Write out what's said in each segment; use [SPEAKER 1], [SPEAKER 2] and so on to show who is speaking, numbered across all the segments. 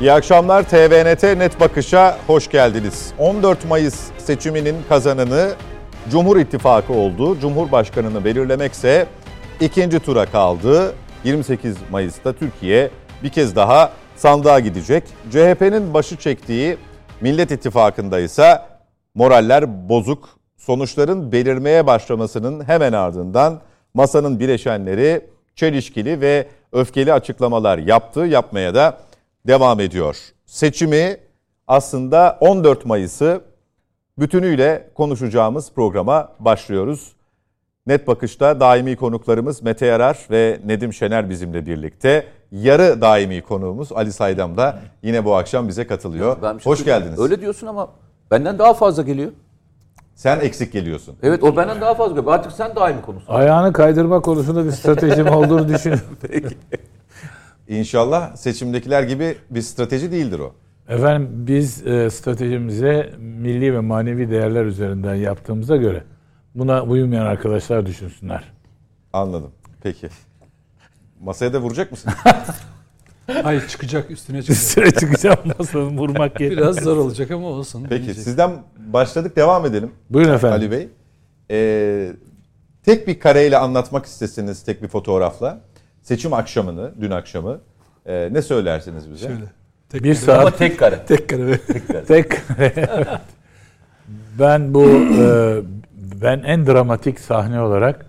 [SPEAKER 1] İyi akşamlar. TVNT Net Bakış'a hoş geldiniz. 14 Mayıs seçiminin kazananı Cumhur İttifakı oldu. Cumhurbaşkanını belirlemekse ikinci tura kaldı. 28 Mayıs'ta Türkiye bir kez daha sandığa gidecek. CHP'nin başı çektiği Millet İttifakı'nda ise moraller bozuk. Sonuçların belirmeye başlamasının hemen ardından masanın bileşenleri çelişkili ve öfkeli açıklamalar yapmaya da devam ediyor. Seçimi aslında 14 Mayıs'ı bütünüyle konuşacağımız programa başlıyoruz. Net Bakış'ta daimi konuklarımız Mete Yarar ve Nedim Şener bizimle birlikte. Yarı daimi konuğumuz Ali Saydam da yine bu akşam bize katılıyor. Hoş geldiniz.
[SPEAKER 2] Öyle diyorsun ama benden daha fazla geliyor.
[SPEAKER 1] Sen eksik geliyorsun.
[SPEAKER 2] Evet, o benden daha fazla geliyor. Artık sen daimi konusun.
[SPEAKER 3] Ayağını kaydırma konusunda bir stratejim olduğunu düşünüyorum.
[SPEAKER 1] Peki. İnşallah seçimdekiler gibi bir strateji değildir o.
[SPEAKER 3] Efendim biz stratejimize milli ve manevi değerler üzerinden yaptığımıza göre buna uymayan arkadaşlar düşünsünler.
[SPEAKER 1] Anladım. Peki. Masaya da vuracak mısın?
[SPEAKER 4] Hayır, çıkacak, üstüne çıkacak.
[SPEAKER 3] Üstüne çıkacağım, masanın vurmak yerine.
[SPEAKER 4] Biraz zor olacak ama olsun.
[SPEAKER 1] Peki
[SPEAKER 4] diyecek.
[SPEAKER 1] sizden başladık, devam edelim.
[SPEAKER 3] Buyurun efendim.
[SPEAKER 1] Ali Bey. Tek bir kareyle anlatmak isteseniz, tek bir fotoğrafla seçim akşamını, dün akşamı ne söylersiniz bize?
[SPEAKER 4] Şöyle.
[SPEAKER 3] Bir saat.
[SPEAKER 2] Ama tek kare.
[SPEAKER 4] Tek kare.
[SPEAKER 3] Tek kare. Evet. Ben en dramatik sahne olarak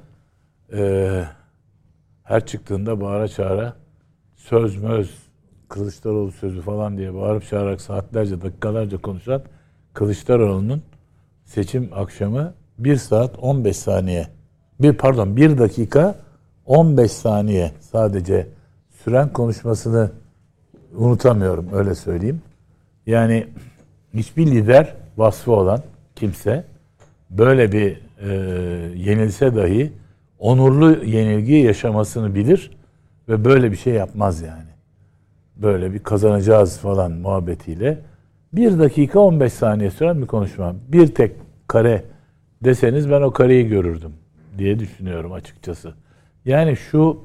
[SPEAKER 3] her çıktığında bağıra çağıra söz möz, Kılıçdaroğlu sözü falan diye bağırıp çağırarak saatlerce, dakikalarca konuşan Kılıçdaroğlu'nun seçim akşamı 1 saat 15 saniye, 1 dakika 15 saniye sadece süren konuşmasını unutamıyorum, öyle söyleyeyim. Yani hiçbir lider vasfı olan kimse böyle bir yenilse dahi onurlu yenilgi yaşamasını bilir ve böyle bir şey yapmaz yani. Böyle bir kazanacağız falan muhabbetiyle 1 dakika 15 saniye süren bir konuşma. Bir tek kare deseniz ben o kareyi görürdüm diye düşünüyorum açıkçası. Yani şu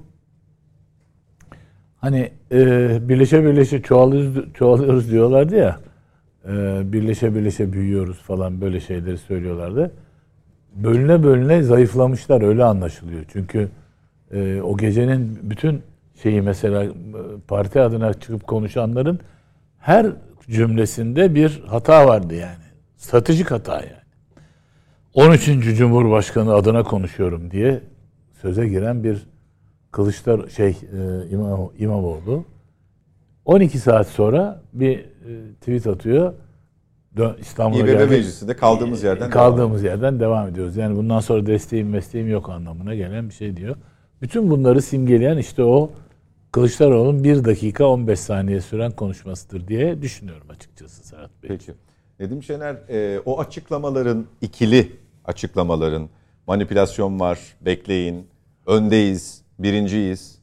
[SPEAKER 3] hani birleşe çoğalıyoruz diyorlardı ya, birleşe büyüyoruz falan, böyle şeyleri söylüyorlardı. Bölüne zayıflamışlar, öyle anlaşılıyor. Çünkü o gecenin bütün şeyi, mesela parti adına çıkıp konuşanların her cümlesinde bir hata vardı yani. Stratejik hata yani. 13. Cumhurbaşkanı adına konuşuyorum diye söze giren bir İmamoğlu 12 saat sonra bir tweet atıyor. İstanbul'a
[SPEAKER 1] İBB Meclisi'nde kaldığımız yerden
[SPEAKER 3] devam ediyoruz. Yani bundan sonra desteğim yok anlamına gelen bir şey diyor. Bütün bunları simgeleyen işte o Kılıçdaroğlu'nun 1 dakika 15 saniye süren konuşmasıdır diye düşünüyorum açıkçası Serhat Bey.
[SPEAKER 1] Peki. Nedim Şener, o açıklamaların, ikili açıklamaların, manipülasyon var, bekleyin, öndeyiz, birinciyiz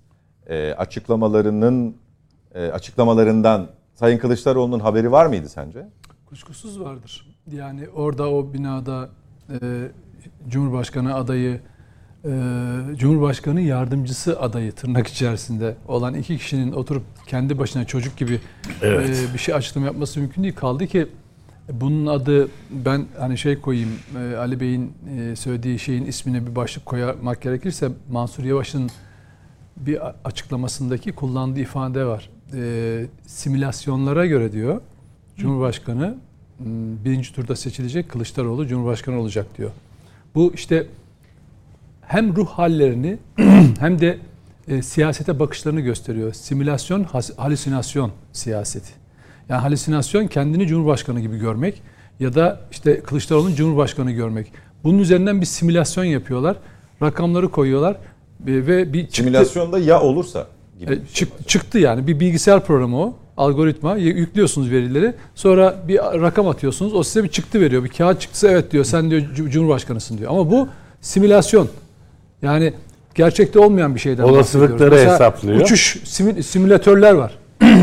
[SPEAKER 1] açıklamalarından Sayın Kılıçdaroğlu'nun haberi var mıydı sence?
[SPEAKER 4] Kuşkusuz vardır. Yani orada o binada Cumhurbaşkanı adayı, Cumhurbaşkanı yardımcısı adayı tırnak içerisinde olan iki kişinin oturup kendi başına çocuk gibi bir şey açıklama yapması mümkün değil. Kaldı ki bunun adı, ben hani koyayım, Ali Bey'in söylediği şeyin ismine bir başlık koymak gerekirse Mansur Yavaş'ın bir açıklamasındaki kullandığı ifade var. Simülasyonlara göre diyor, Cumhurbaşkanı birinci turda seçilecek, Kılıçdaroğlu Cumhurbaşkanı olacak diyor. Bu işte hem ruh hallerini hem de siyasete bakışlarını gösteriyor. Simülasyon, halüsinasyon siyaseti. Yani halüsinasyon kendini Cumhurbaşkanı gibi görmek ya da işte Kılıçdaroğlu'nu Cumhurbaşkanı görmek. Bunun üzerinden bir simülasyon yapıyorlar. Rakamları koyuyorlar ve bir
[SPEAKER 1] simülasyonda ya olursa gibi.
[SPEAKER 4] Çıktı yani, bir bilgisayar programı o. Algoritma, yüklüyorsunuz verileri, sonra bir rakam atıyorsunuz, o size bir çıktı veriyor, bir kağıt çıktısı, evet diyor, sen diyor Cumhurbaşkanısın diyor. Ama bu simülasyon, yani gerçekte olmayan bir şeyden
[SPEAKER 3] olasılıkları hesaplıyor.
[SPEAKER 4] Uçuş simülatörler var.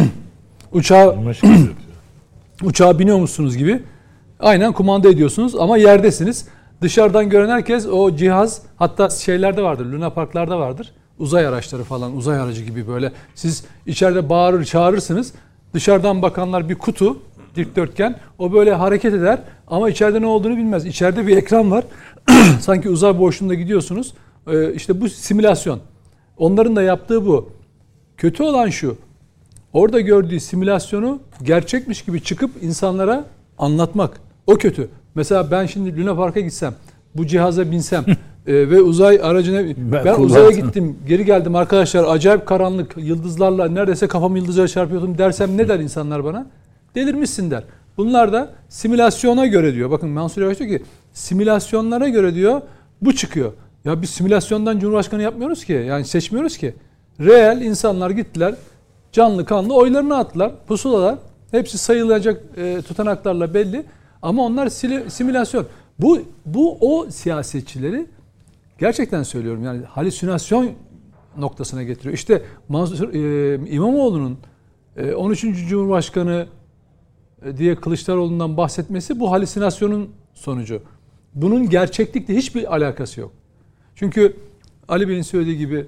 [SPEAKER 4] Uçağa biniyormuşsunuz gibi aynen kumanda ediyorsunuz ama yerdesiniz. Dışarıdan gören herkes o cihaz, hatta şeylerde vardır, Luna Parklarda vardır. Uzay araçları falan, uzay aracı gibi böyle. Siz içeride bağırır çağırırsınız. Dışarıdan bakanlar bir kutu, dikdörtgen. O böyle hareket eder ama içeride ne olduğunu bilmez. İçeride bir ekran var. Sanki uzay boşluğunda gidiyorsunuz. İşte bu simülasyon. Onların da yaptığı bu. Kötü olan şu. Orada gördüğü simülasyonu gerçekmiş gibi çıkıp insanlara anlatmak. O kötü. Mesela ben şimdi Luna Park'a gitsem, bu cihaza binsem ve uzay aracına ben uzaya gittim, geri geldim arkadaşlar, acayip karanlık, yıldızlarla neredeyse kafamı yıldızlara çarpıyordum dersem ne der insanlar bana? Delirmişsin der. Bunlar da simülasyona göre diyor. Bakın Mansur Yavaş diyor ki simülasyonlara göre diyor bu çıkıyor. Ya biz simülasyondan Cumhurbaşkanı yapmıyoruz ki. Yani seçmiyoruz ki. Reel insanlar gittiler. Canlı kanlı oylarını attılar. Pusulalar. Hepsi sayılacak tutanaklarla belli. Ama onlar simülasyon. Bu o siyasetçileri gerçekten söylüyorum. Yani halüsinasyon noktasına getiriyor. İşte İmamoğlu'nun 13. Cumhurbaşkanı diye Kılıçdaroğlu'ndan bahsetmesi bu halüsinasyonun sonucu. Bunun gerçeklikle hiçbir alakası yok. Çünkü Ali Bey'in söylediği gibi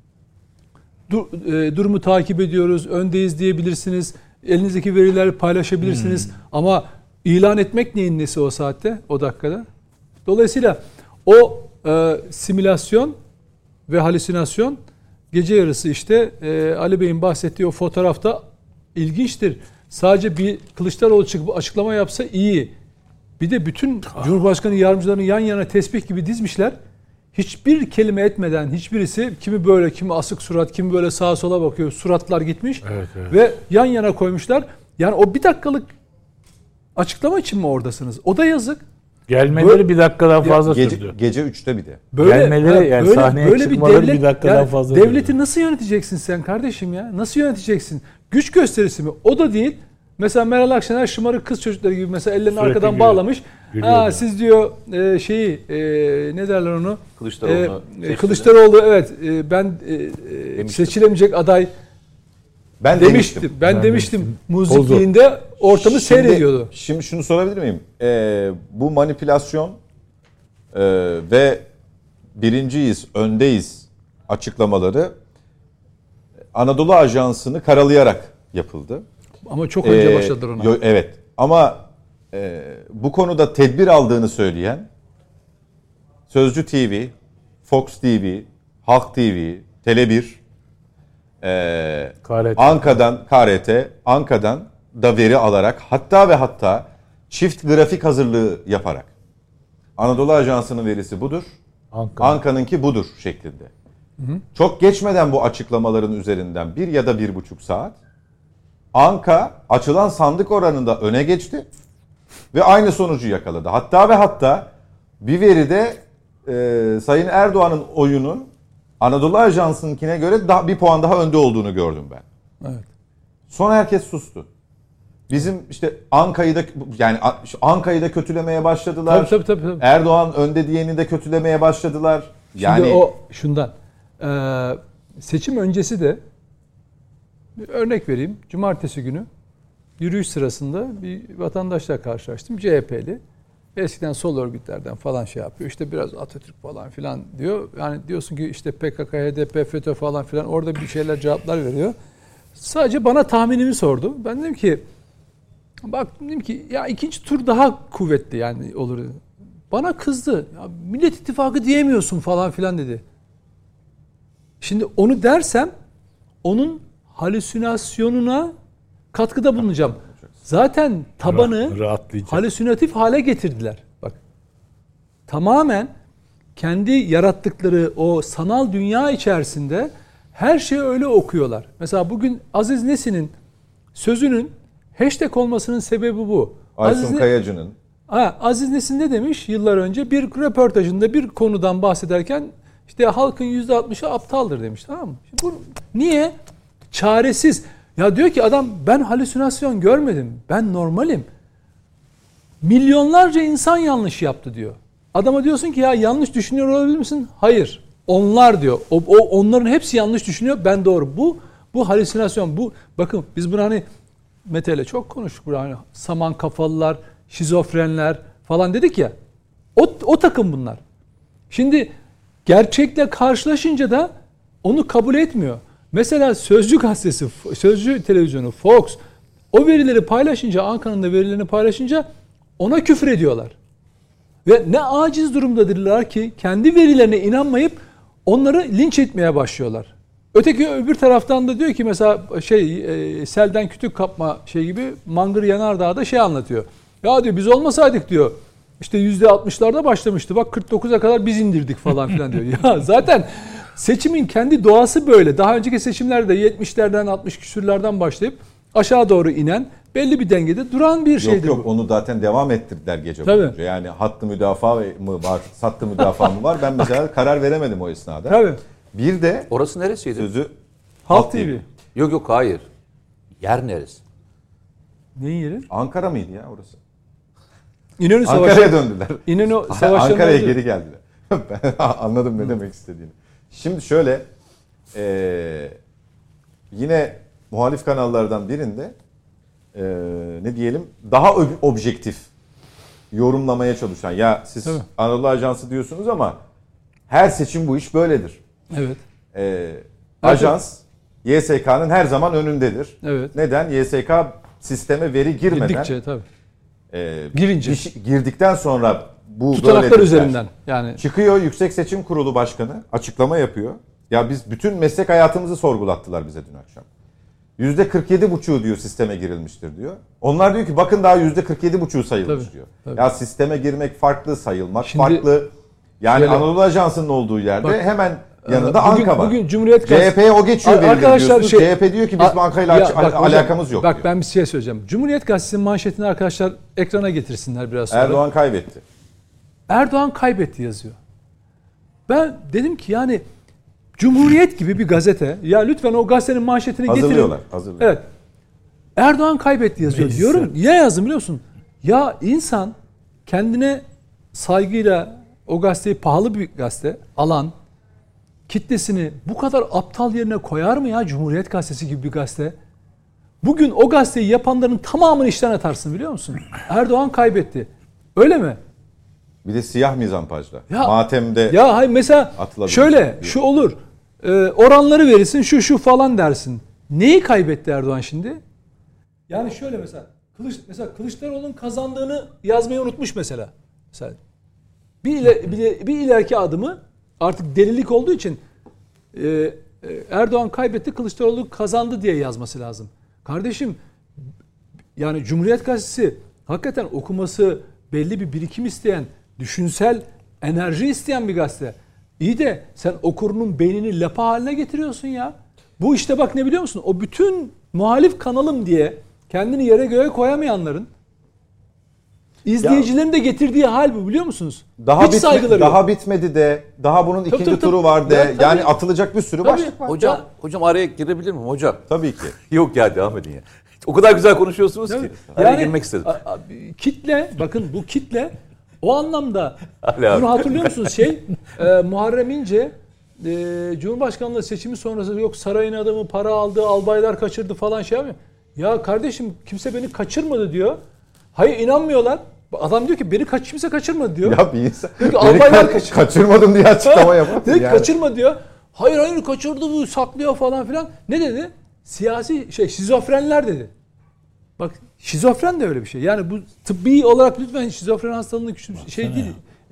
[SPEAKER 4] durumu takip ediyoruz, öndeyiz diyebilirsiniz, elinizdeki verileri paylaşabilirsiniz ama ilan etmek neyin nesi o saatte, o dakikada? Dolayısıyla o simülasyon ve halüsinasyon gece yarısı işte Ali Bey'in bahsettiği o fotoğrafta ilginçtir. Sadece bir Kılıçdaroğlu çıkıp açıklama yapsa iyi. Bir de bütün Cumhurbaşkanı yardımcılarını yan yana tesbih gibi dizmişler. Hiçbir kelime etmeden hiçbirisi kimi böyle, kimi asık surat, kimi böyle sağa sola bakıyor. Suratlar gitmiş. Evet. Ve yan yana koymuşlar. Yani o bir dakikalık açıklama için mi oradasınız? O da yazık.
[SPEAKER 3] Gelmeleri böyle, bir dakikadan fazla sürdü.
[SPEAKER 1] Gece 3'te bir de.
[SPEAKER 3] Gelmeleri yani sahneye çıkmaları bir dakikadan yani fazla sürdü.
[SPEAKER 4] Devleti nasıl yöneteceksin sen kardeşim ya? Nasıl yöneteceksin? Güç gösterisi mi? O da değil. Mesela Meral Akşener şımarık kız çocukları gibi mesela ellerini sürekli arkadan bağlamış. Siz diyor ne derler onu? Kılıçdaroğlu evet ben seçilemeyecek aday
[SPEAKER 1] ben
[SPEAKER 4] demiştim. Muzikliğinde ortamı seyrediyordu.
[SPEAKER 1] Şimdi şunu sorabilir miyim? Bu manipülasyon ve birinciyiz, öndeyiz açıklamaları Anadolu Ajansı'nı karalayarak yapıldı.
[SPEAKER 4] Ama çok önce başladılar ona.
[SPEAKER 1] Evet ama bu konuda tedbir aldığını söyleyen Sözcü TV, Fox TV, Halk TV, Tele1, Anka'dan da veri alarak hatta çift grafik hazırlığı yaparak Anadolu Ajansı'nın verisi budur, Anka'nınki budur şeklinde. Hı. Çok geçmeden bu açıklamaların üzerinden 1 ya da 1,5 saat Anka açılan sandık oranında öne geçti ve aynı sonucu yakaladı. Hatta bir veride Sayın Erdoğan'ın oyunun Anadolu Ajansı'nkine göre bir puan daha önde olduğunu gördüm ben.
[SPEAKER 4] Evet.
[SPEAKER 1] Sonra herkes sustu. Bizim işte Anka'yı da kötülemeye başladılar.
[SPEAKER 4] Tabii.
[SPEAKER 1] Erdoğan önde diyeni de kötülemeye başladılar.
[SPEAKER 4] Yani şimdi o şundan seçim öncesi de bir örnek vereyim. Cumartesi günü yürüyüş sırasında bir vatandaşla karşılaştım. CHP'li. Eskiden sol örgütlerden falan şey yapıyor. İşte biraz Atatürk falan filan diyor. Yani diyorsun ki işte PKK, HDP, FETÖ falan filan orada bir şeyler cevaplar veriyor. Sadece bana tahminimi sordu. Ben dedim ki ya ikinci tur daha kuvvetli yani olur. Bana kızdı. Ya Millet İttifakı diyemiyorsun falan filan dedi. Şimdi onu dersem onun halüsinasyonuna katkıda bulunacağım. Zaten tabanı halüsinatif hale getirdiler. Bak. Tamamen kendi yarattıkları o sanal dünya içerisinde her şeyi öyle okuyorlar. Mesela bugün Aziz Nesin'in sözünün hashtag olmasının sebebi bu.
[SPEAKER 1] Aysun Kayacı'nın.
[SPEAKER 4] Aziz Nesin ne demiş yıllar önce bir röportajında bir konudan bahsederken işte halkın %60'ı aptaldır demiş, tamam mı? Şimdi bu niye? Çaresiz. Ya diyor ki adam ben halüsinasyon görmedim. Ben normalim. Milyonlarca insan yanlış yaptı diyor. Adama diyorsun ki ya yanlış düşünüyor olabilir misin? Hayır. Onlar diyor. Onların hepsi yanlış düşünüyor. Ben doğru. Bu halüsinasyon. Bakın biz bunu hani Mete ile çok konuştuk. Hani saman kafalılar, şizofrenler falan dedik ya. O takım bunlar. Şimdi gerçekle karşılaşınca da onu kabul etmiyor. Mesela Sözcü gazetesi, Sözcü televizyonu, Fox, O verileri paylaşınca, Ankara'nın da verilerini paylaşınca ona küfür ediyorlar. Ve ne aciz durumdadırlar ki kendi verilerine inanmayıp onları linç etmeye başlıyorlar. Öteki öbür taraftan da diyor ki mesela selden kütük kapma gibi Mangır Yanardağ'da anlatıyor. Ya diyor biz olmasaydık diyor işte %60'larda başlamıştı. Bak 49'a kadar biz indirdik falan filan diyor. Ya zaten seçimin kendi doğası böyle. Daha önceki seçimlerde 70'lerden 60 küsürlerden başlayıp aşağı doğru inen belli bir dengede duran bir şeydir.
[SPEAKER 1] Yok onu zaten devam ettirdiler gece
[SPEAKER 4] Tabii.
[SPEAKER 1] boyunca. Yani hattı müdafaa mı var, sattı müdafaa mı var? Ben mesela karar veremedim o esnada.
[SPEAKER 4] Tabii.
[SPEAKER 1] Bir de
[SPEAKER 2] Orası neresiydi?
[SPEAKER 1] sözü
[SPEAKER 4] Halk TV.
[SPEAKER 2] Yok hayır. Yer neresi?
[SPEAKER 4] Neyin yeri?
[SPEAKER 1] Ankara mıydı ya orası?
[SPEAKER 4] İnönü Savaşı.
[SPEAKER 1] Ankara'ya döndüler.
[SPEAKER 4] İnönü Savaşı'ndan
[SPEAKER 1] Ankara'ya
[SPEAKER 4] önce.
[SPEAKER 1] geri geldiler. Ben anladım ne demek istediğini. Şimdi şöyle yine muhalif kanallardan birinde ne diyelim daha objektif yorumlamaya çalışan ya siz
[SPEAKER 4] Tabii.
[SPEAKER 1] Anadolu Ajansı diyorsunuz ama her seçim bu iş böyledir.
[SPEAKER 4] Evet.
[SPEAKER 1] Ajans YSK'nın her zaman önündedir.
[SPEAKER 4] Evet.
[SPEAKER 1] Neden? YSK sisteme veri girmeden
[SPEAKER 4] Girdikçe tabii.
[SPEAKER 1] girince girdikten sonra bu
[SPEAKER 4] Tutanaklar
[SPEAKER 1] böyledir
[SPEAKER 4] üzerinden yani.
[SPEAKER 1] çıkıyor Yüksek Seçim Kurulu Başkanı açıklama yapıyor. Ya biz bütün meslek hayatımızı sorgulattılar bize dün akşam. %47,5'u diyor sisteme girilmiştir diyor. Onlar diyor ki bakın daha %47,5'u sayılmış
[SPEAKER 4] Tabii,
[SPEAKER 1] diyor.
[SPEAKER 4] tabii.
[SPEAKER 1] Ya sisteme girmek farklı, sayılmak
[SPEAKER 4] Şimdi
[SPEAKER 1] farklı. Yani
[SPEAKER 4] şöyle,
[SPEAKER 1] Anadolu Ajansı'nın olduğu yerde
[SPEAKER 4] bak,
[SPEAKER 1] hemen yanında Anka var.
[SPEAKER 4] Bugün Cumhuriyet Gazetesi...
[SPEAKER 1] CHP'ye o geçiyor verilir
[SPEAKER 4] Arkadaşlar
[SPEAKER 1] diyorsunuz. CHP diyor ki biz bankayla alakamız yok
[SPEAKER 4] bak,
[SPEAKER 1] diyor.
[SPEAKER 4] ben bir şey söyleyeceğim. Cumhuriyet Gazetesi'nin manşetini arkadaşlar ekrana getirsinler biraz sonra.
[SPEAKER 1] Erdoğan kaybetti.
[SPEAKER 4] Erdoğan kaybetti yazıyor. Ben dedim ki yani Cumhuriyet gibi bir gazete, ya lütfen o gazetenin manşetini getirin.
[SPEAKER 1] Hazırlıyorlar.
[SPEAKER 4] Evet. Erdoğan kaybetti yazıyor. Diyorum niye yazdım biliyor musun? Ya insan kendine saygıyla o gazeteyi, pahalı bir gazete alan kitlesini bu kadar aptal yerine koyar mı ya Cumhuriyet Gazetesi gibi bir gazete? Bugün o gazeteyi yapanların tamamını işten atarsın biliyor musun? Erdoğan kaybetti. Öyle mi?
[SPEAKER 1] Bir de siyah mizampajla.
[SPEAKER 4] Ya,
[SPEAKER 1] Matem'de
[SPEAKER 4] ya hayır mesela şöyle şu olur. Oranları verirsin şu falan dersin. Neyi kaybetti Erdoğan şimdi? Yani şöyle mesela Kılıçdaroğlu'nun kazandığını yazmayı unutmuş mesela. Bir ileriki adımı artık delilik olduğu için Erdoğan kaybetti, Kılıçdaroğlu kazandı diye yazması lazım. Kardeşim yani Cumhuriyet Gazetesi hakikaten okuması belli bir birikim isteyen, düşünsel enerji isteyen bir gazete. İyi de sen okurunun beynini lapa haline getiriyorsun ya. Bu işte bak ne biliyor musun? O bütün muhalif kanalım diye kendini yere göğe koyamayanların izleyicilerin de getirdiği hal bu biliyor musunuz? Hiç saygıları yok.
[SPEAKER 1] Daha bitmedi de, daha bunun ikinci turu var de.
[SPEAKER 4] Ya,
[SPEAKER 1] yani atılacak bir sürü başlık var.
[SPEAKER 2] Hocam araya girebilir miyim hocam?
[SPEAKER 1] Tabii ki.
[SPEAKER 2] Yok ya devam edin ya. O kadar güzel konuşuyorsunuz ki. Araya girmek istedim.
[SPEAKER 4] Kitle, bakın bu kitle o anlamda
[SPEAKER 2] Ali abi.
[SPEAKER 4] bunu hatırlıyor musunuz? Muharrem İnce Cumhurbaşkanlığı seçimi sonrası yok sarayın adamı para aldı, albaylar kaçırdı falan yapıyor. Ya kardeşim kimse beni kaçırmadı diyor. Hayır inanmıyorlar. Adam diyor ki beni kimse kaçırmadı diyor.
[SPEAKER 1] Ya bir insan
[SPEAKER 4] kaçırmadım
[SPEAKER 1] diye açıklama yapar.
[SPEAKER 4] Diyor ki kaçırma diyor. Hayır kaçırdı bu saklıyor falan filan. Ne dedi? Siyasi şizofrenler dedi. Bak şizofren de öyle bir şey. Yani bu tıbbi olarak lütfen şizofren hastalığını küçük değil.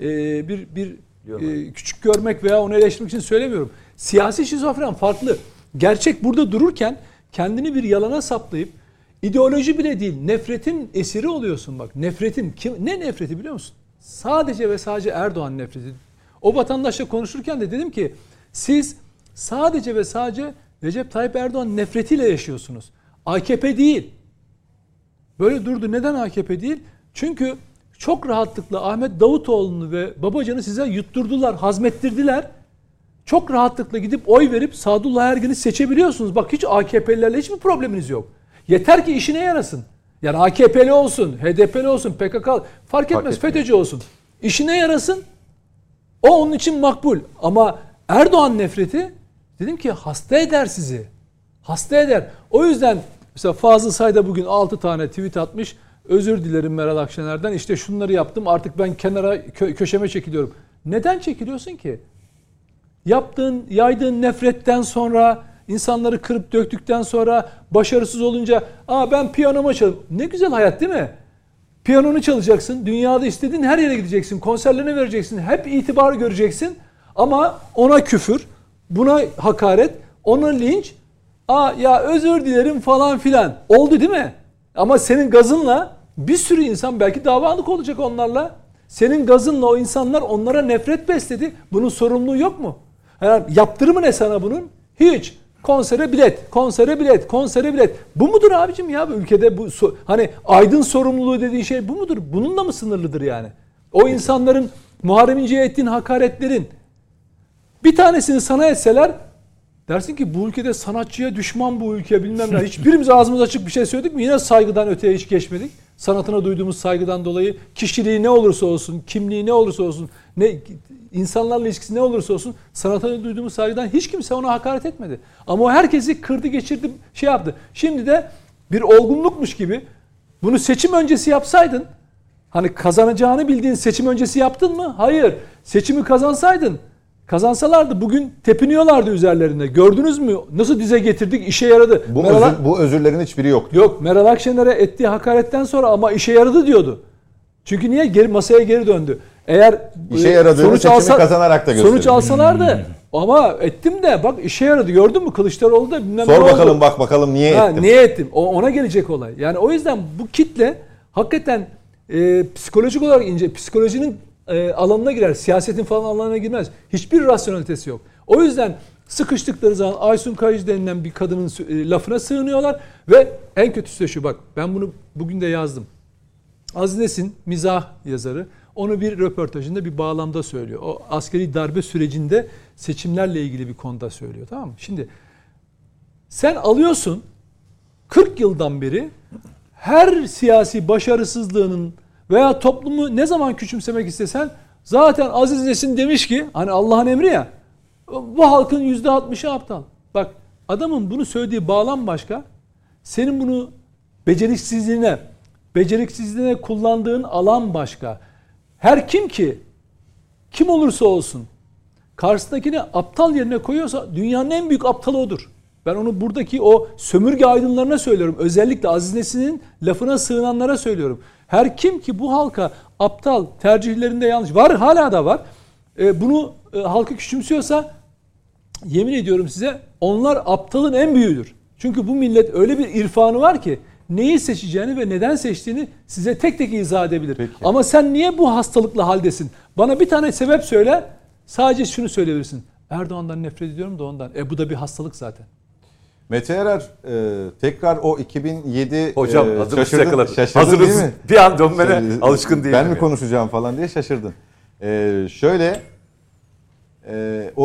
[SPEAKER 4] Küçük görmek veya onu eleştirmek için söylemiyorum. Siyasi şizofren farklı. Gerçek burada dururken kendini bir yalana saplayıp ideoloji bile değil nefretin esiri oluyorsun bak. Nefretin ne nefreti biliyor musun? Sadece ve sadece Erdoğan nefreti. O vatandaşla konuşurken de dedim ki siz sadece ve sadece Recep Tayyip Erdoğan nefretiyle yaşıyorsunuz. AKP değil. Böyle durdu. Neden AKP değil? Çünkü çok rahatlıkla Ahmet Davutoğlu'nu ve Babacan'ı size yutturdular, hazmettirdiler. Çok rahatlıkla gidip oy verip Sadullah Ergin'i seçebiliyorsunuz. Bak hiç AKP'lilerle hiçbir probleminiz yok. Yeter ki işine yarasın. Yani AKP'li olsun, HDP'li olsun, PKK fark etmez, FETÖ'cü olsun. İşine yarasın. O onun için makbul. Ama Erdoğan nefreti dedim ki hasta eder sizi. Hasta eder. O yüzden mesela Fazıl Say da bugün 6 tane tweet atmış. Özür dilerim Meral Akşener'den. İşte şunları yaptım. Artık ben kenara köşeme çekiliyorum. Neden çekiliyorsun ki? Yaydığın nefretten sonra İnsanları kırıp döktükten sonra başarısız olunca ben piyanomu çalayım. Ne güzel hayat değil mi? Piyanonu çalacaksın. Dünyada istediğin her yere gideceksin. Konserlerini vereceksin. Hep itibar göreceksin. Ama ona küfür, buna hakaret, ona linç. Ya özür dilerim falan filan. Oldu değil mi? Ama senin gazınla bir sürü insan belki davalık olacak onlarla. Senin gazınla o insanlar onlara nefret besledi. Bunun sorumluluğu yok mu? Yani yaptırımı ne sana bunun? Hiç. Konsere bilet, konsere bilet, konsere bilet. Bu mudur abicim ya bu ülkede bu hani aydın sorumluluğu dediğin şey bu mudur? Bununla mı sınırlıdır yani? O insanların Muharrem İnce'ye ettiğin hakaretlerin bir tanesini sana etseler dersin ki bu ülkede sanatçıya düşman bu ülke bilmem ne. Hiçbirimiz ağzımız açık bir şey söyledik mi? Yine saygıdan öteye hiç geçmedik. Sanatına duyduğumuz saygıdan dolayı kişiliği ne olursa olsun, kimliği ne olursa olsun, insanlarla ilişkisi ne olursa olsun sanatına duyduğumuz saygıdan hiç kimse ona hakaret etmedi. Ama o herkesi kırdı, geçirdi, şey yaptı. Şimdi de bir olgunlukmuş gibi bunu seçim öncesi yapsaydın, hani kazanacağını bildiğin seçim öncesi yaptın mı? Hayır. Seçimi kazansalardı bugün tepiniyorlardı üzerlerinde. Gördünüz mü? Nasıl dize getirdik? İşe yaradı.
[SPEAKER 1] Bu özürlerin hiçbiri yoktu.
[SPEAKER 4] Yok. Meral Akşener'e ettiği hakaretten sonra ama işe yaradı diyordu. Çünkü niye? Masaya geri döndü. Eğer
[SPEAKER 1] işe yaradığını seçimi kazanarak da gösterdi.
[SPEAKER 4] Sonuç alsalardı ama ettim de bak işe yaradı. Gördün mü? Kılıçdaroğlu da bilmem
[SPEAKER 1] Sor
[SPEAKER 4] ne
[SPEAKER 1] bakalım
[SPEAKER 4] oldu.
[SPEAKER 1] bak bakalım niye ettim.
[SPEAKER 4] Niye ettim? Ona gelecek olay. Yani o yüzden bu kitle hakikaten psikolojik olarak psikolojinin alanına girer. Siyasetin falan alanına girmez. Hiçbir rasyonalitesi yok. O yüzden sıkıştıkları zaman Aysun Kayıcı denilen bir kadının lafına sığınıyorlar ve en kötüsü de şu bak ben bunu bugün de yazdım. Aziz Nesin mizah yazarı onu bir röportajında bir bağlamda söylüyor. O askeri darbe sürecinde seçimlerle ilgili bir konuda söylüyor, tamam mı? Şimdi sen alıyorsun 40 yıldan beri her siyasi başarısızlığının veya toplumu ne zaman küçümsemek istesen zaten Aziz Nesin demiş ki hani Allah'ın emri ya bu halkın %60'ı aptal. Bak adamın bunu söylediği bağlam başka. Senin bunu beceriksizliğine kullandığın alan başka. Her kim olursa olsun karşısındakini aptal yerine koyuyorsa dünyanın en büyük aptalı odur. Ben onu buradaki o sömürge aydınlarına söylüyorum. Özellikle Aziz Nesin'in lafına sığınanlara söylüyorum. Her kim ki bu halka aptal, tercihlerinde yanlış var, hala da var. Bunu halkı küçümsüyorsa yemin ediyorum size onlar aptalın en büyüğüdür. Çünkü bu millet öyle bir irfanı var ki neyi seçeceğini ve neden seçtiğini size tek tek izah edebilir.
[SPEAKER 1] Peki.
[SPEAKER 4] Ama sen niye bu hastalıklı haldesin? Bana bir tane sebep söyle. Sadece şunu söyleyebilirsin. Erdoğan'dan nefret ediyorum da ondan. Bu da bir hastalık zaten.
[SPEAKER 1] Mete Erer tekrar o 2007
[SPEAKER 2] hocam hazır
[SPEAKER 1] şaşırdın
[SPEAKER 2] hazırız.
[SPEAKER 1] değil mi?
[SPEAKER 2] Bir an dönmene alışkın değilim.
[SPEAKER 1] Ben mi konuşacağım falan diye şaşırdın. Şöyle o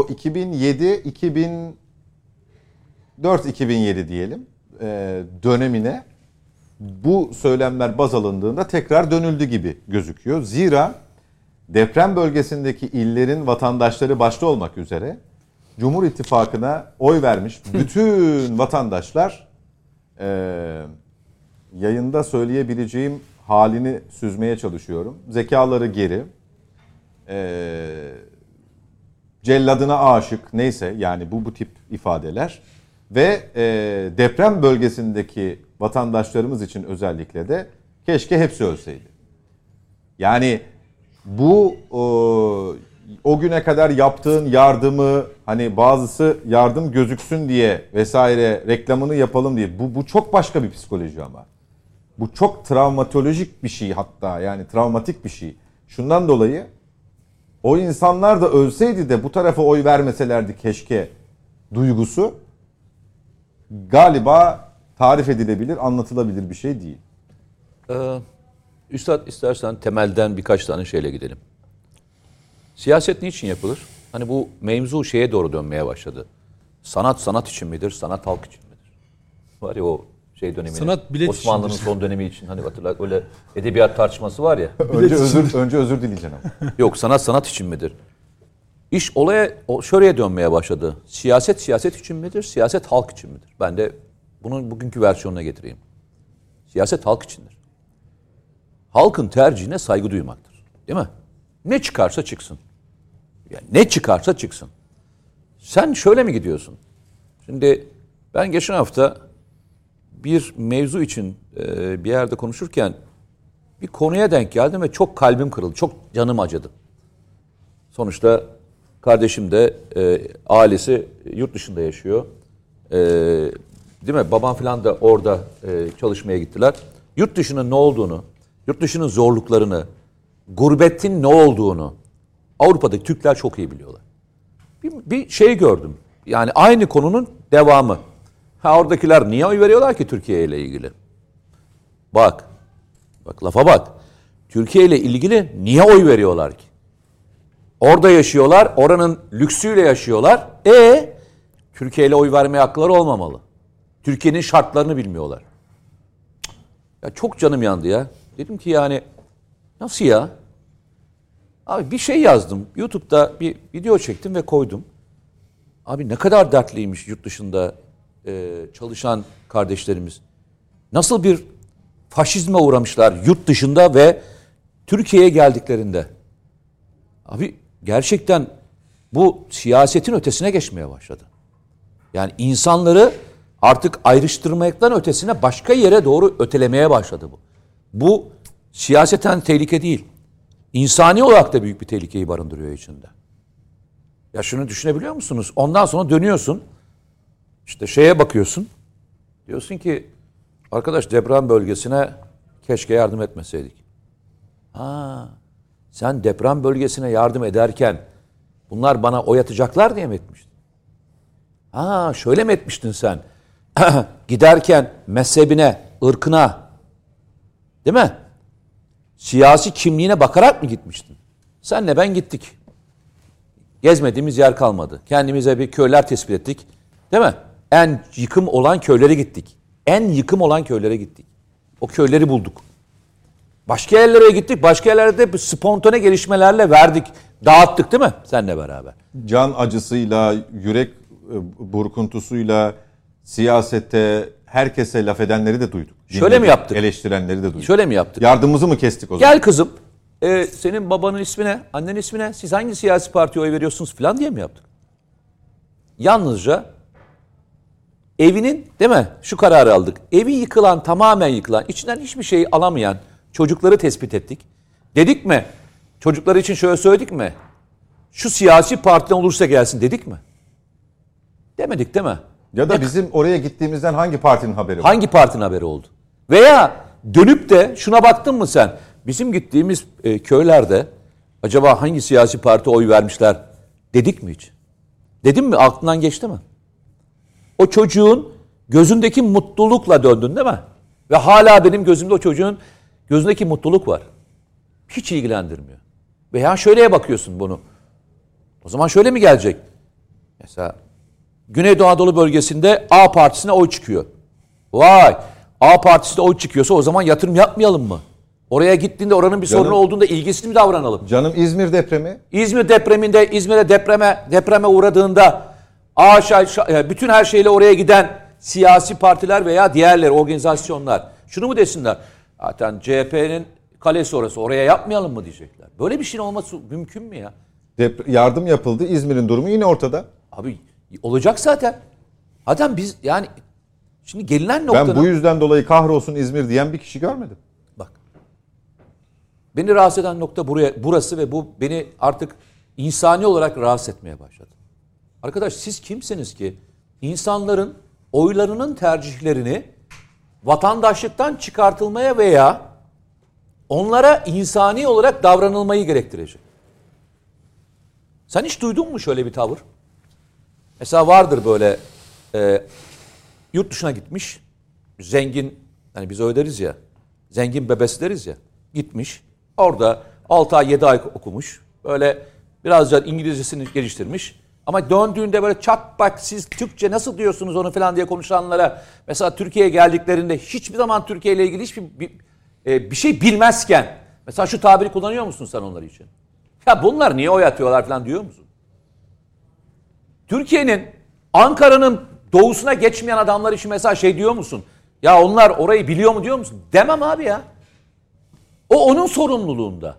[SPEAKER 1] 2004-2007 diyelim dönemine bu söylemler baz alındığında tekrar dönüldü gibi gözüküyor. Zira deprem bölgesindeki illerin vatandaşları başta olmak üzere Cumhur İttifakı'na oy vermiş bütün vatandaşlar yayında söyleyebileceğim halini süzmeye çalışıyorum. Zekaları geri, celladına aşık neyse yani bu tip ifadeler ve deprem bölgesindeki vatandaşlarımız için özellikle de keşke hepsi ölseydi. Yani bu o güne kadar yaptığın yardımı hani bazısı yardım gözüksün diye vesaire reklamını yapalım diye bu çok başka bir psikoloji ama. Bu çok travmatolojik bir şey hatta yani travmatik bir şey. Şundan dolayı o insanlar da ölseydi de bu tarafa oy vermeselerdi keşke duygusu galiba tarif edilebilir, anlatılabilir bir şey değil.
[SPEAKER 2] Üstad istersen temelden birkaç tane şeyle gidelim. Siyaset niçin yapılır? Hani bu mevzu şeye doğru dönmeye başladı. Sanat için midir? Sanat halk için midir? Var ya o şey döneminin Osmanlı'nın son dönemi için hani hatırlar öyle edebiyat tartışması var ya.
[SPEAKER 1] önce özür dileyeceğim.
[SPEAKER 2] Yok sanat için midir? İş olaya şuraya dönmeye başladı. Siyaset için midir? Siyaset halk için midir? Ben de bunun bugünkü versiyonuna getireyim. Siyaset halk içindir. Halkın tercihine saygı duymaktır. Değil mi? Ne çıkarsa çıksın. Yani ne çıkarsa çıksın. Sen şöyle mi gidiyorsun? Şimdi Ben geçen hafta bir mevzu için bir yerde konuşurken bir konuya denk geldim ve çok kalbim kırıldı. Çok canım acıdı. Sonuçta kardeşim de ailesi yurt dışında yaşıyor. Değil mi? Babam falan da orada çalışmaya gittiler. Yurt dışının ne olduğunu, yurt dışının zorluklarını, gurbetin ne olduğunu Avrupa'daki Türkler çok iyi biliyorlar. Bir şey gördüm. Yani aynı konunun devamı. Oradakiler niye oy veriyorlar ki Türkiye ile ilgili? Bak lafa bak. Türkiye ile ilgili niye oy veriyorlar ki? Orada yaşıyorlar, oranın lüksüyle yaşıyorlar. Türkiye ile oy vermeye hakları olmamalı. Türkiye'nin şartlarını bilmiyorlar. Ya çok canım yandı ya. Dedim ki yani nasıl ya? Abi bir şey yazdım. YouTube'da bir video çektim ve koydum. Abi ne kadar dertliymiş yurt dışında çalışan kardeşlerimiz. Nasıl bir faşizme uğramışlar yurt dışında ve Türkiye'ye geldiklerinde. Abi gerçekten bu siyasetin ötesine geçmeye başladı. Yani insanları artık ayrıştırmaktan ötesine başka yere doğru ötelemeye başladı bu. Bu siyaseten tehlike değil. İnsani olarak da büyük bir tehlikeyi barındırıyor içinde. Ya şunu düşünebiliyor musunuz? Ondan sonra dönüyorsun. İşte şeye bakıyorsun. Diyorsun ki arkadaş deprem bölgesine keşke yardım etmeseydik. Sen deprem bölgesine yardım ederken bunlar bana oy atacaklar diye mi etmiştin? Şöyle mi etmiştin sen? Giderken mezhebine, ırkına, değil mi? Siyasi kimliğine bakarak mı gitmiştin? Senle ben gittik. Gezmediğimiz yer kalmadı. Kendimize bir köyler tespit ettik. Değil mi? En yıkım olan köylere gittik. O köyleri bulduk. Başka yerlere gittik. Başka yerlerde spontane gelişmelerle verdik. Dağıttık değil mi? Seninle beraber.
[SPEAKER 1] Can acısıyla, yürek burkuntusuyla siyasette herkese laf edenleri de duyduk.
[SPEAKER 2] Şöyle mi yaptık?
[SPEAKER 1] Eleştirenleri de duyduk.
[SPEAKER 2] Şöyle mi yaptık?
[SPEAKER 1] Yardımımızı mı kestik o zaman?
[SPEAKER 2] Gel kızım. Senin babanın ismi ne? Annenin ismi ne? Siz hangi siyasi partiye oy veriyorsunuz falan diye mi yaptık? Yalnızca evinin, değil mi? Şu kararı aldık. Evi yıkılan, tamamen yıkılan, içinden hiçbir şey alamayan çocukları tespit ettik. Dedik mi? Çocuklar için şöyle söyledik mi? Şu siyasi partiden olursa gelsin dedik mi? Demedik değil mi?
[SPEAKER 1] Ya da bizim oraya gittiğimizden hangi partinin haberi var?
[SPEAKER 2] Hangi partinin haberi oldu? Veya dönüp de şuna baktın mı sen? Bizim gittiğimiz köylerde acaba hangi siyasi parti oy vermişler dedik mi hiç? Dedim mi? Aklından geçti mi? O çocuğun gözündeki mutlulukla döndün değil mi? Ve hala benim gözümde o çocuğun gözündeki mutluluk var. Hiç ilgilendirmiyor. Veya şöyleye bakıyorsun bunu. O zaman şöyle mi gelecek? Mesela Güneydoğu Anadolu bölgesinde A partisine oy çıkıyor. Vay! A partisine oy çıkıyorsa o zaman yatırım yapmayalım mı? Oraya gittiğinde oranın bir sorunu olduğunda ilgisiz mi davranalım?
[SPEAKER 1] Canım İzmir depremi.
[SPEAKER 2] İzmir depreminde, İzmir'e depreme uğradığında bütün her şeyle oraya giden siyasi partiler veya diğerleri, organizasyonlar şunu mu desinler? Zaten CHP'nin kalesi orası, oraya yapmayalım mı diyecekler. Böyle bir şeyin olması mümkün mü ya?
[SPEAKER 1] Yardım yapıldı. İzmir'in durumu yine ortada.
[SPEAKER 2] Abi olacak zaten. Zaten biz yani şimdi gelinen noktanın...
[SPEAKER 1] Ben bu yüzden dolayı kahrolsun İzmir diyen bir kişi görmedim.
[SPEAKER 2] Bak. Beni rahatsız eden nokta burası ve bu beni artık insani olarak rahatsız etmeye başladı. Arkadaş siz kimsiniz ki insanların oylarının tercihlerini vatandaşlıktan çıkartılmaya veya onlara insani olarak davranılmayı gerektirecek? Sen hiç duydun mu şöyle bir tavır? Mesela vardır böyle yurt dışına gitmiş zengin, hani biz öyle deriz ya, zengin bebesi deriz ya, gitmiş orada 6 ay 7 ay okumuş, böyle birazca İngilizcesini geliştirmiş ama döndüğünde böyle çat bak siz Türkçe nasıl diyorsunuz onu falan diye konuşanlara, mesela Türkiye'ye geldiklerinde hiçbir zaman Türkiye ile ilgili bir şey bilmezken mesela şu tabiri kullanıyor musun sen onlar için? Ya bunlar niye oy atıyorlar falan diyor musun? Türkiye'nin, Ankara'nın doğusuna geçmeyen adamlar için mesela şey diyor musun? Ya onlar orayı biliyor mu diyor musun? Demem abi ya. O onun sorumluluğunda.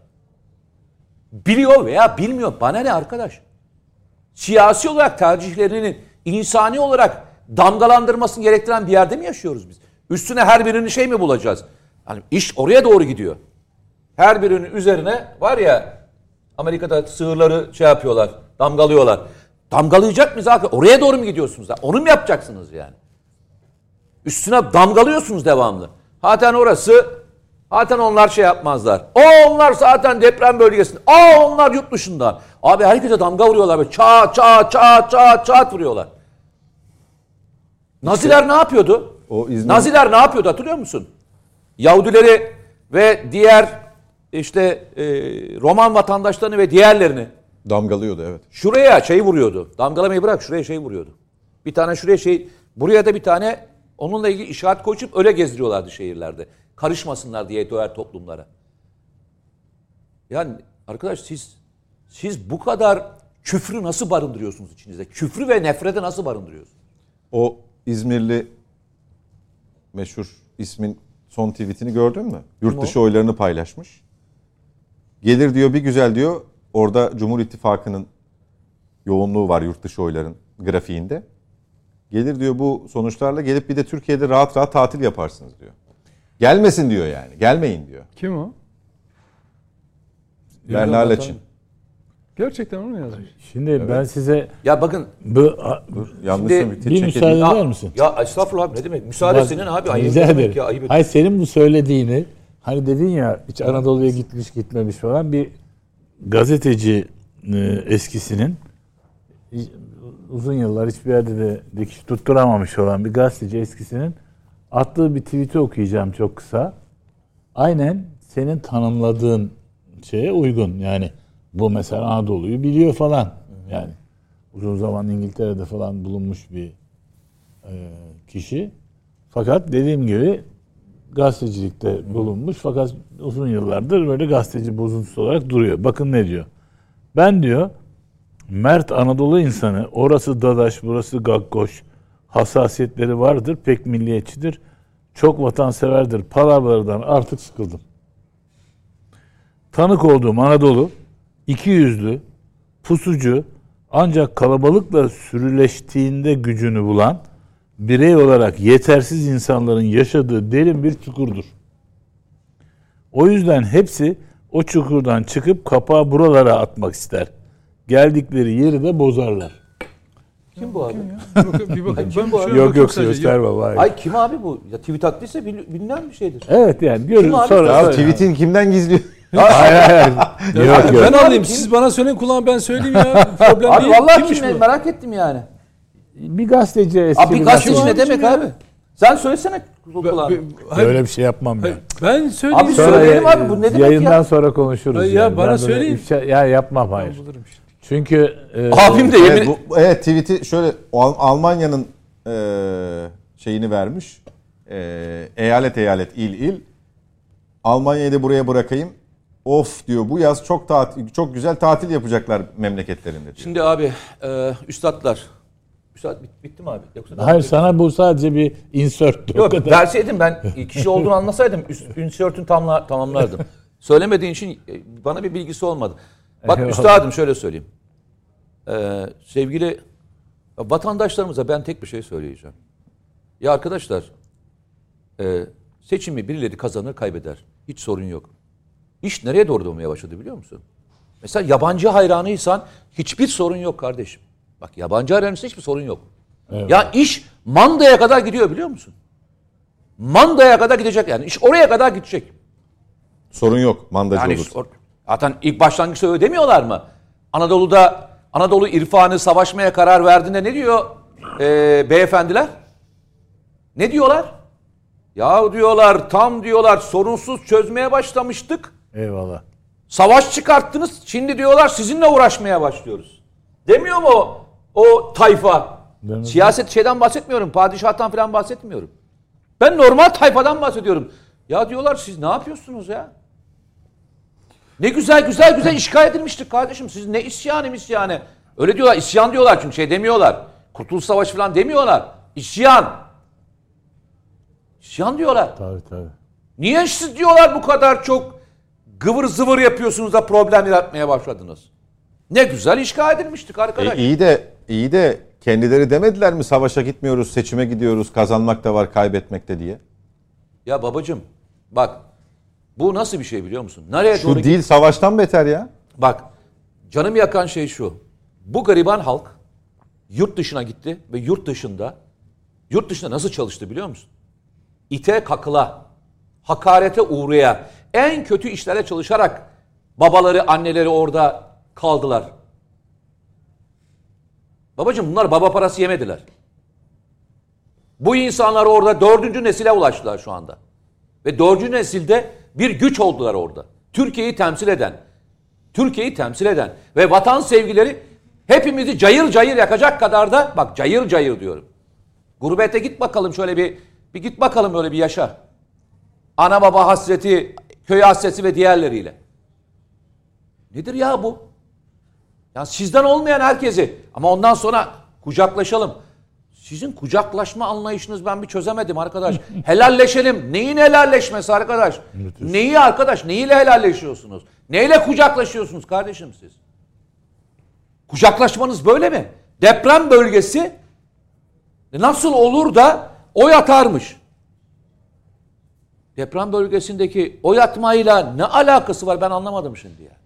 [SPEAKER 2] Biliyor veya bilmiyor. Bana ne arkadaş? Siyasi olarak tercihlerinin insani olarak damgalandırmasını gerektiren bir yerde mi yaşıyoruz biz? Üstüne her birini şey mi bulacağız? Hani iş oraya doğru gidiyor. Her birinin üzerine var ya Amerika'da sığırları şey yapıyorlar, damgalıyorlar. Damgalayacak mıyız abi? Oraya doğru mu gidiyorsunuz? Onu mu yapacaksınız yani? Üstüne damgalıyorsunuz devamlı. Zaten zaten onlar şey yapmazlar. Onlar zaten deprem bölgesinde. Onlar yurt dışında. Abi herkese damga vuruyorlar böyle. Çat vuruyorlar. Naziler ne yapıyordu? Naziler ne yapıyordu hatırlıyor musun? Yahudileri ve diğer Roman vatandaşlarını ve diğerlerini
[SPEAKER 1] Damgalıyordu evet.
[SPEAKER 2] şuraya şey vuruyordu. Damgalamayı bırak şuraya şey vuruyordu. Bir tane şuraya buraya da bir tane onunla ilgili işaret koyup öyle gezdiriyorlardı şehirlerde. Karışmasınlar diye diğer toplumlara. Yani arkadaş siz bu kadar küfrü nasıl barındırıyorsunuz içinizde? Küfrü ve nefreti nasıl barındırıyorsunuz?
[SPEAKER 1] O İzmirli meşhur ismin son tweetini gördün mü? Yurt dışı oylarını paylaşmış. Gelir diyor bir güzel diyor. Orada Cumhur İttifakı'nın yoğunluğu var yurt dışı oyların grafiğinde. Gelir diyor bu sonuçlarla gelip bir de Türkiye'de rahat rahat tatil yaparsınız diyor. Gelmesin diyor yani. Gelmeyin diyor.
[SPEAKER 4] Kim o?
[SPEAKER 1] Bernard Laçin.
[SPEAKER 4] Gerçekten onu mu yazmış?
[SPEAKER 3] Şimdi ben size
[SPEAKER 2] Ya bakın
[SPEAKER 1] Yanlışım
[SPEAKER 3] bir müsaade eder misin?
[SPEAKER 2] Ya estağfurullah abi ne demek? Müsaade senin abi. Ayıp
[SPEAKER 3] Rica
[SPEAKER 2] demek
[SPEAKER 3] ederim.
[SPEAKER 2] ya. Ayıp
[SPEAKER 3] Hayır senin bu söylediğini hani dedin ya hiç Anadolu'ya gitmemiş falan bir gazeteci eskisinin uzun yıllar hiçbir yerde de dikiş tutturamamış olan bir gazeteci eskisinin attığı bir tweet'i okuyacağım çok kısa. Aynen senin tanımladığın şeye uygun. Yani bu mesela Anadolu'yu biliyor falan. Yani uzun zaman İngiltere'de falan bulunmuş bir kişi. Fakat dediğim gibi gazetecilikte bulunmuş fakat uzun yıllardır böyle gazeteci bozuntusu olarak duruyor. Bakın ne diyor. Ben diyor mert Anadolu insanı, orası dadaş, burası gaggoş, hassasiyetleri vardır, pek milliyetçidir, çok vatanseverdir, palavralardan artık sıkıldım. Tanık olduğum Anadolu, ikiyüzlü, pusucu, ancak kalabalıkla sürüleştiğinde gücünü bulan, birey olarak yetersiz insanların yaşadığı derin bir çukurdur. O yüzden hepsi o çukurdan çıkıp kapağı buralara atmak ister. Geldikleri yeri de bozarlar.
[SPEAKER 2] Kim bu abi?
[SPEAKER 4] Bir bakın.
[SPEAKER 2] Kim bu abi?
[SPEAKER 3] Yok göster baba.
[SPEAKER 2] Ay kim abi bu? Ya tweet attıysa bilinen bir şeydir.
[SPEAKER 3] Evet yani görün
[SPEAKER 2] Kim abi?
[SPEAKER 3] sonra.
[SPEAKER 1] Ya tweet'in kimden gizliyor?
[SPEAKER 3] Hayır. Yok.
[SPEAKER 4] Ben alayım. Siz bana söyleyin kulağım ben söyleyeyim ya. Problem
[SPEAKER 2] Abi
[SPEAKER 4] değil.
[SPEAKER 2] vallahi
[SPEAKER 4] Kimmiş
[SPEAKER 2] kim
[SPEAKER 4] bu?
[SPEAKER 2] merak ettim yani.
[SPEAKER 3] Bir gazeteci eski
[SPEAKER 2] Abi bir gazeteci ne demek
[SPEAKER 4] ya.
[SPEAKER 2] abi? Sen söylesene kulağına.
[SPEAKER 3] Böyle bir şey yapmam ben.
[SPEAKER 4] Ben söyleyeyim.
[SPEAKER 2] Abi
[SPEAKER 3] Sonra
[SPEAKER 2] söyleyelim abi bu ne demek
[SPEAKER 3] yayından
[SPEAKER 2] ya?
[SPEAKER 3] sonra konuşuruz.
[SPEAKER 4] Ya
[SPEAKER 3] yani.
[SPEAKER 4] bana
[SPEAKER 3] Ben böyle
[SPEAKER 4] söyleyin.
[SPEAKER 3] ya yapmam hayır.
[SPEAKER 4] Bulurum işte.
[SPEAKER 3] Çünkü
[SPEAKER 2] Abim de yemin
[SPEAKER 1] Evet tweet'i şöyle Almanya'nın şeyini vermiş. Eyalet il. Almanya'yı da buraya bırakayım. Of diyor bu yaz çok güzel tatil yapacaklar memleketlerinde diyor.
[SPEAKER 2] Şimdi abi üstadlar. Üstad bitti mi abi? Yoksa
[SPEAKER 3] hayır sana bu sadece bir insert.
[SPEAKER 2] Yok verseydim ben kişi olduğunu anlasaydım insörtün tamamlardım. Söylemediğin için bana bir bilgisi olmadı. Bak
[SPEAKER 3] Eyvallah.
[SPEAKER 2] üstadım şöyle söyleyeyim. Sevgili vatandaşlarımıza ben tek bir şey söyleyeceğim. Ya arkadaşlar seçimi birileri kazanır kaybeder. Hiç sorun yok. İş nereye doğru dönmeye başladı biliyor musun? Mesela yabancı hayranıysan hiçbir sorun yok kardeşim. Bak yabancı hayranıysan hiçbir sorun yok.
[SPEAKER 3] Evet.
[SPEAKER 2] Ya iş mandaya kadar gidiyor biliyor musun? Mandaya kadar gidecek yani. İş oraya kadar gidecek.
[SPEAKER 1] Sorun yok mandacı
[SPEAKER 2] Yani
[SPEAKER 1] olur.
[SPEAKER 2] zaten ilk başlangıçta öyle demiyorlar mı? Anadolu irfanı savaşmaya karar verdiğinde ne diyor beyefendiler? Ne diyorlar? Ya diyorlar tam diyorlar sorunsuz çözmeye başlamıştık.
[SPEAKER 3] Eyvallah.
[SPEAKER 2] Savaş çıkarttınız. Şimdi diyorlar sizinle uğraşmaya başlıyoruz. Demiyor mu o tayfa?
[SPEAKER 3] Demez.
[SPEAKER 2] Siyaset şeyden bahsetmiyorum. Padişahtan falan bahsetmiyorum. Ben normal tayfadan bahsediyorum. Ya diyorlar siz ne yapıyorsunuz ya? Ne güzel işgal edilmiştik kardeşim. Siz ne isyanı. Öyle diyorlar. İsyan diyorlar çünkü şey demiyorlar. Kurtuluş Savaşı falan demiyorlar. İsyan diyorlar.
[SPEAKER 3] Tabii.
[SPEAKER 2] Niye siz diyorlar bu kadar çok gıvır zıvır yapıyorsunuz da problem yaratmaya başladınız? Ne güzel işgal edilmiştik arkadaş.
[SPEAKER 1] İyi de kendileri demediler mi savaşa gitmiyoruz, seçime gidiyoruz, kazanmak da var, kaybetmek de diye?
[SPEAKER 2] Ya babacığım bak bu nasıl bir şey biliyor musun? Nereye
[SPEAKER 1] Şu
[SPEAKER 2] doğru
[SPEAKER 1] değil savaştan beter ya.
[SPEAKER 2] Bak canım yakan şey şu. Bu gariban halk yurt dışına gitti ve yurt dışında nasıl çalıştı biliyor musun? İte kakıla, hakarete uğraya, en kötü işlere çalışarak babaları, anneleri orada kaldılar. Babacığım bunlar baba parası yemediler. Bu insanlar orada 4. nesile ulaştılar şu anda. Ve 4. nesilde bir güç oldular orada. Türkiye'yi temsil eden ve vatan sevgileri hepimizi cayır cayır yakacak kadar da bak cayır cayır diyorum. Gurbete git bakalım şöyle bir git bakalım öyle bir yaşa. Ana baba hasreti, köy hasreti ve diğerleriyle. Nedir ya bu? Ya sizden olmayan herkesi ama ondan sonra kucaklaşalım. Sizin kucaklaşma anlayışınız ben bir çözemedim arkadaş. Helalleşelim. Neyin helalleşmesi arkadaş? Neyi arkadaş? Neyle helalleşiyorsunuz? Neyle kucaklaşıyorsunuz kardeşim siz? Kucaklaşmanız böyle mi? Deprem bölgesi nasıl olur da oy atarmış? Deprem bölgesindeki oy atmayla ne alakası var ben anlamadım şimdi ya.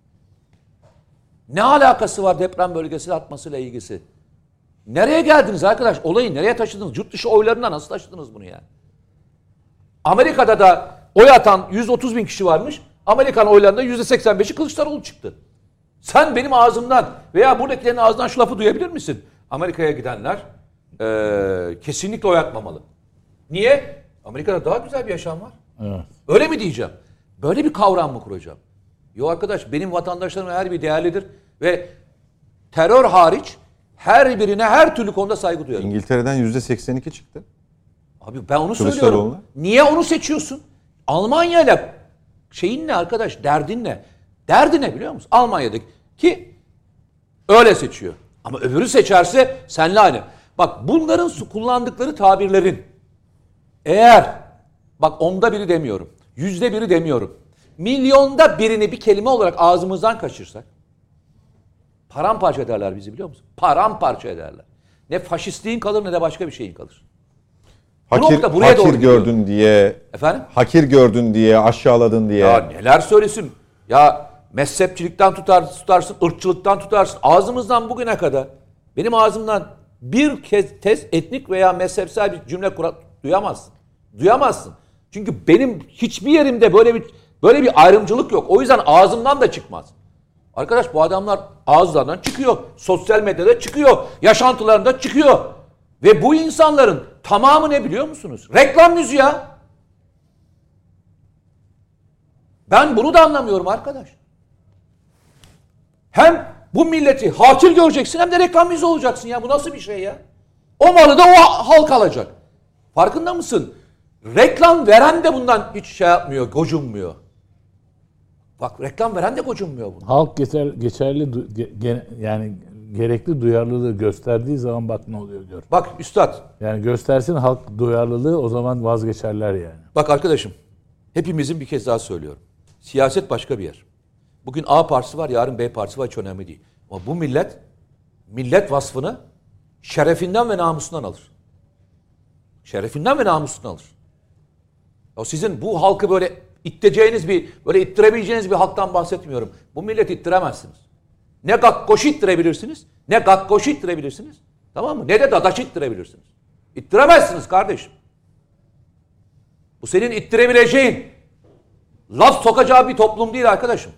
[SPEAKER 2] Ne alakası var deprem bölgesi atmasıyla ilgisi? Nereye geldiniz arkadaş? Olayı nereye taşıdınız? Yurt dışı oylarına nasıl taşıdınız bunu yani? Amerika'da da oy atan 130 bin kişi varmış. Amerikan oylarında %85'i Kılıçdaroğlu çıktı. Sen benim ağzımdan veya buradakilerin ağzından şu lafı duyabilir misin? Amerika'ya gidenler kesinlikle oy atmamalı. Niye? Amerika'da daha güzel bir yaşam var.
[SPEAKER 3] Evet.
[SPEAKER 2] Öyle mi diyeceğim? Böyle bir kavram mı kuracağım? Yok arkadaş benim vatandaşlarım her bir değerlidir ve terör hariç her birine her türlü konuda saygı duyarım.
[SPEAKER 1] İngiltere'den %82 çıktı.
[SPEAKER 2] Abi ben onu söylüyorum. Niye onu seçiyorsun? Almanya'yla şeyin ne arkadaş? Derdin ne? Derdi ne biliyor musun? Almanya'daki ki öyle seçiyor. Ama öbürü seçerse senle aynı. Bak bunların kullandıkları tabirlerin eğer bak 1/10 demiyorum. 100% demiyorum. Milyonda birini bir kelime olarak ağzımızdan kaçırsak paramparça ederler bizi biliyor musun? Paramparça ederler. Ne faşistliğin kalır ne de başka bir şeyin kalır.
[SPEAKER 1] Hakir gördün diye,
[SPEAKER 2] efendim?
[SPEAKER 1] Hakir gördün diye, aşağıladın diye.
[SPEAKER 2] Ya neler söylesin? Ya mezhepçilikten tutarsın, ırkçılıktan tutarsın. Ağzımızdan bugüne kadar benim ağzımdan bir kez etnik veya mezhepsel bir cümle duyamazsın. Duyamazsın. Çünkü benim hiçbir yerimde böyle bir ayrımcılık yok. O yüzden ağzımdan da çıkmaz. Arkadaş bu adamlar ağızlarından çıkıyor. Sosyal medyada çıkıyor. Yaşantılarında çıkıyor. Ve bu insanların tamamı ne biliyor musunuz? Reklam yüzü ya. Ben bunu da anlamıyorum arkadaş. Hem bu milleti hakir göreceksin hem de reklam yüzü olacaksın ya. Bu nasıl bir şey ya? O malı da o halk alacak. Farkında mısın? Reklam veren de bundan hiç şey yapmıyor, gocunmuyor. Bak reklam veren de gocunmuyor bundan.
[SPEAKER 3] Halk geçerli yani gerekli duyarlılığı gösterdiği zaman bak ne oluyor diyor.
[SPEAKER 2] Bak üstad.
[SPEAKER 3] Yani göstersin halk duyarlılığı o zaman vazgeçerler yani.
[SPEAKER 2] Bak arkadaşım hepimizin bir kez daha söylüyorum. Siyaset başka bir yer. Bugün A partisi var, yarın B partisi var, hiç önemli değil. Ama bu millet vasfını şerefinden ve namusundan alır. Şerefinden ve namusundan alır. Ya sizin bu halkı böyle böyle ittirebileceğiniz bir halktan bahsetmiyorum. Bu milleti ittiremezsiniz. Ne gakkoşu ittirebilirsiniz, ne gakkoşu ittirebilirsiniz. Tamam mı? Ne de dadaş ittirebilirsiniz. İttiremezsiniz kardeşim. Bu senin ittirebileceğin, laf sokacağı bir toplum değil arkadaşım.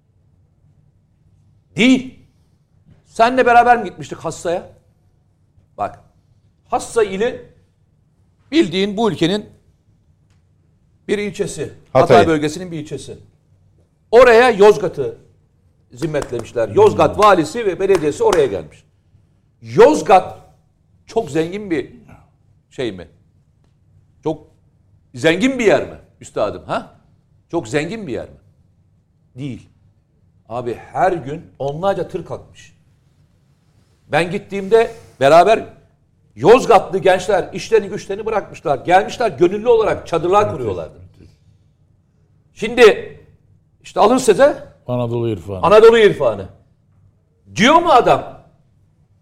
[SPEAKER 2] Değil. Seninle beraber mi gitmiştik Hassa'ya? Bak. Hassa ili bildiğin bu ülkenin bir ilçesi. Hatay bölgesinin bir ilçesi. Oraya Yozgat'ı zimmetlemişler. Yozgat valisi ve belediyesi oraya gelmiş. Yozgat çok zengin bir şey mi? Çok zengin bir yer mi üstadım? Ha? Çok zengin bir yer mi? Değil. Abi her gün onlarca tır kalkmış. Ben gittiğimde beraber Yozgatlı gençler işlerini güçlerini bırakmışlar. Gelmişler gönüllü olarak çadırlar kuruyorlardı. Şimdi işte alın size
[SPEAKER 3] Anadolu irfanı.
[SPEAKER 2] Anadolu irfanı. Diyor mu adam?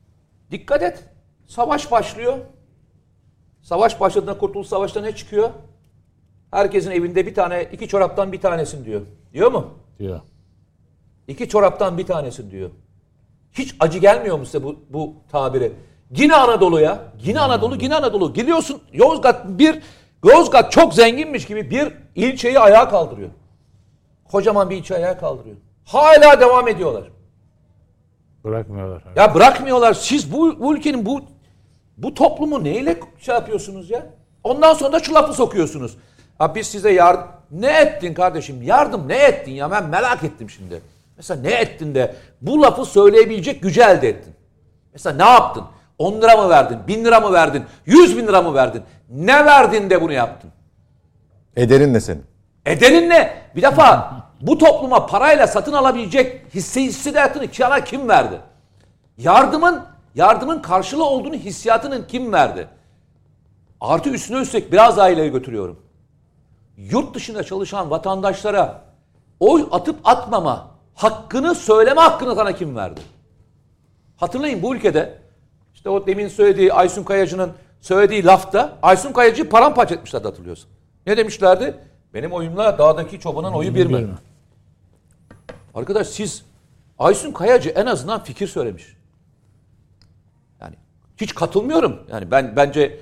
[SPEAKER 2] Dikkat et. Savaş başlıyor. Savaş başladığında Kurtuluş Savaşı'nda ne çıkıyor? Herkesin evinde bir tane, 2 çoraptan bir tanesin diyor. Diyor mu?
[SPEAKER 3] Diyor.
[SPEAKER 2] 2 çoraptan bir tanesin diyor. Hiç acı gelmiyor mu size bu tabiri? Yine Anadolu'ya. Yine Anadolu, yine Anadolu. Geliyorsun Yozgat çok zenginmiş gibi bir ilçeyi ayağa kaldırıyor. Kocaman bir ilçe ayağa kaldırıyor. Hala devam ediyorlar.
[SPEAKER 3] Bırakmıyorlar.
[SPEAKER 2] Ya bırakmıyorlar. Siz bu ülkenin bu toplumu neyle şey yapıyorsunuz ya? Ondan sonra da şu lafı sokuyorsunuz. Ha biz size yardım... Ne ettin kardeşim? Yardım ne ettin ya? Ben merak ettim şimdi. Mesela ne ettin de bu lafı söyleyebilecek gücü elde ettin? Mesela ne yaptın? 10 lira mı verdin? 1000 lira mı verdin? 100 bin lira mı verdin? Ne verdin de bunu yaptın?
[SPEAKER 1] Ederin ne senin?
[SPEAKER 2] Ederin ne? Bir defa bu topluma parayla satın alabilecek hissiyatını kâra kim verdi? Yardımın karşılığı olduğunu hissiyatının kim verdi? Artı üstüne üstlük biraz daha ileri götürüyorum. Yurt dışında çalışan vatandaşlara oy atıp atmama hakkını, söyleme hakkını sana kim verdi? Hatırlayın bu ülkede işte o demin söylediği Aysun Kayacı'nın söylediği lafta Aysun Kayacı'yı paramparça etmişlerdi, hatırlıyorsun. Ne demişlerdi? Benim oyumla dağdaki çobanın oyu bir mi? Arkadaş siz Aysun Kayacı en azından fikir söylemiş. Yani hiç katılmıyorum. Yani bence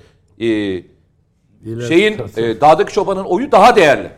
[SPEAKER 2] dağdaki çobanın oyu daha değerli.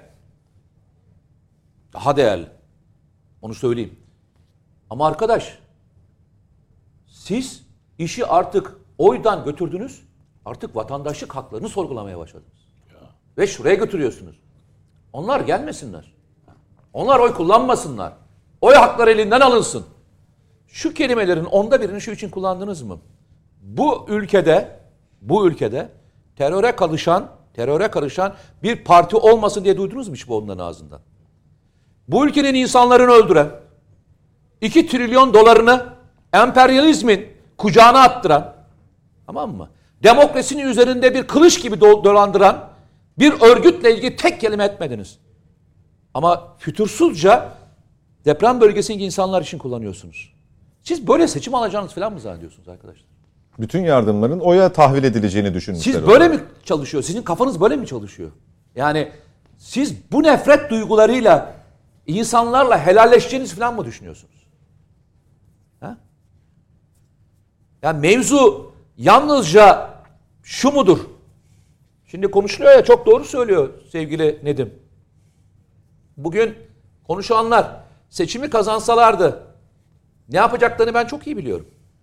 [SPEAKER 2] Daha değerli. Onu söyleyeyim. Ama arkadaş siz işi artık oydan götürdünüz. Artık vatandaşlık haklarını sorgulamaya başladınız. Ve şuraya götürüyorsunuz. Onlar gelmesinler. Onlar oy kullanmasınlar. Oy hakları elinden alınsın. Şu kelimelerin 1/10'ını şu için kullandınız mı? Bu ülkede teröre karışan bir parti olmasın diye duydunuz mu hiç bu onların ağzından? Bu ülkenin insanlarını öldüren, 2 trilyon dolarını emperyalizmin kucağına attıran, tamam mı? Demokrasinin üzerinde bir kılıç gibi dolandıran bir örgütle ilgili tek kelime etmediniz. Ama fütursuzca deprem bölgesindeki insanlar için kullanıyorsunuz. Siz böyle seçim alacağınız falan mı zannediyorsunuz arkadaşlar?
[SPEAKER 1] Bütün yardımların oya tahvil edileceğini düşünmüşler.
[SPEAKER 2] Siz böyle mi çalışıyor? Sizin kafanız böyle mi çalışıyor? Yani siz bu nefret duygularıyla insanlarla helalleşeceğiniz falan mı düşünüyorsunuz? Ha? Yani mevzu yalnızca şu mudur? Şimdi konuşuluyor ya, çok doğru söylüyor sevgili Nedim. Bugün konuşanlar seçimi kazansalardı ne yapacaklarını ben çok iyi biliyorum.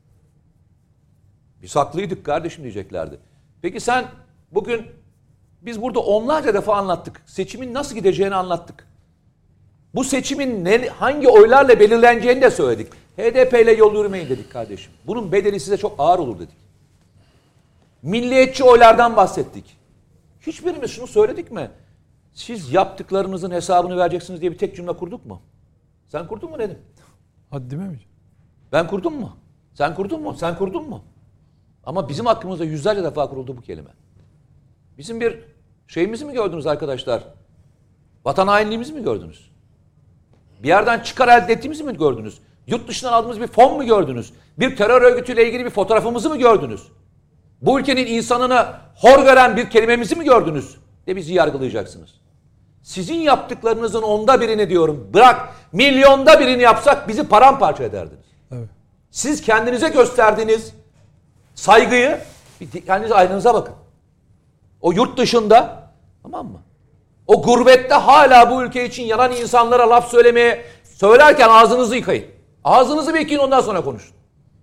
[SPEAKER 2] Biz haklıydık kardeşim diyeceklerdi. Peki sen bugün, biz burada onlarca defa anlattık. Seçimin nasıl gideceğini anlattık. Bu seçimin hangi oylarla belirleneceğini de söyledik. HDP ile yol yürümeyin dedik kardeşim. Bunun bedeli size çok ağır olur dedik. Milliyetçi oylardan bahsettik. Hiçbirimiz şunu söyledik mi? Siz yaptıklarınızın hesabını vereceksiniz diye bir tek cümle kurduk mu? Sen kurdun mu Nedim?
[SPEAKER 4] Haddime mi?
[SPEAKER 2] Ben kurdum mu? Sen kurdun mu? Sen kurdun mu? Ama bizim hakkımızda yüzlerce defa kuruldu bu kelime. Bizim bir şeyimizi mi gördünüz arkadaşlar? Vatan hainliğimizi mi gördünüz? Bir yerden çıkar elde ettiğimizi mi gördünüz? Yurt dışından aldığımız bir fon mu gördünüz? Bir terör örgütüyle ilgili bir fotoğrafımızı mı gördünüz? Bu ülkenin insanını hor gören bir kelimemizi mi gördünüz? De bizi yargılayacaksınız. Sizin yaptıklarınızın 1/10'ını diyorum. Bırak milyonda 1'ini yapsak bizi paramparça ederdiniz.
[SPEAKER 4] Evet.
[SPEAKER 2] Siz kendinize gösterdiğiniz saygıyı kendiniz aynanıza bakın. O yurt dışında, tamam mı? O gurbette hala bu ülke için yanan insanlara laf söylerken ağzınızı yıkayın. Ağzınızı bir yıkayın, ondan sonra konuşun.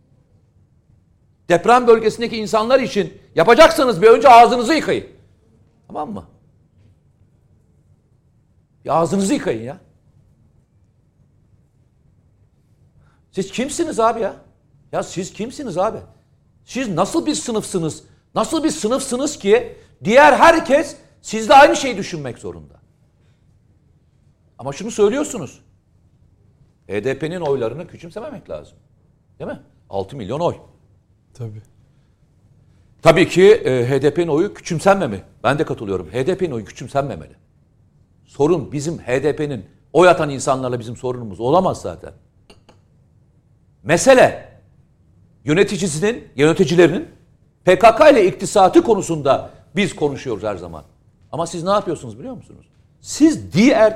[SPEAKER 2] Deprem bölgesindeki insanlar için yapacaksanız bir önce ağzınızı yıkayın. Tamam mı? Bir ağzınızı yıkayın ya. Siz kimsiniz abi ya? Ya siz kimsiniz abi? Siz nasıl bir sınıfsınız? Nasıl bir sınıfsınız ki diğer herkes sizle aynı şeyi düşünmek zorunda? Ama şunu söylüyorsunuz. HDP'nin oylarını küçümsememek lazım. Değil mi? 6 milyon oy.
[SPEAKER 4] Tabii.
[SPEAKER 2] Tabii ki HDP'nin oyu küçümsenmemeli. Ben de katılıyorum. HDP'nin oyu küçümsenmemeli. Sorun bizim HDP'nin oy atan insanlarla bizim sorunumuz olamaz zaten. Mesele yöneticilerinin PKK ile iktisatı konusunda biz konuşuyoruz her zaman. Ama siz ne yapıyorsunuz biliyor musunuz? Siz diğer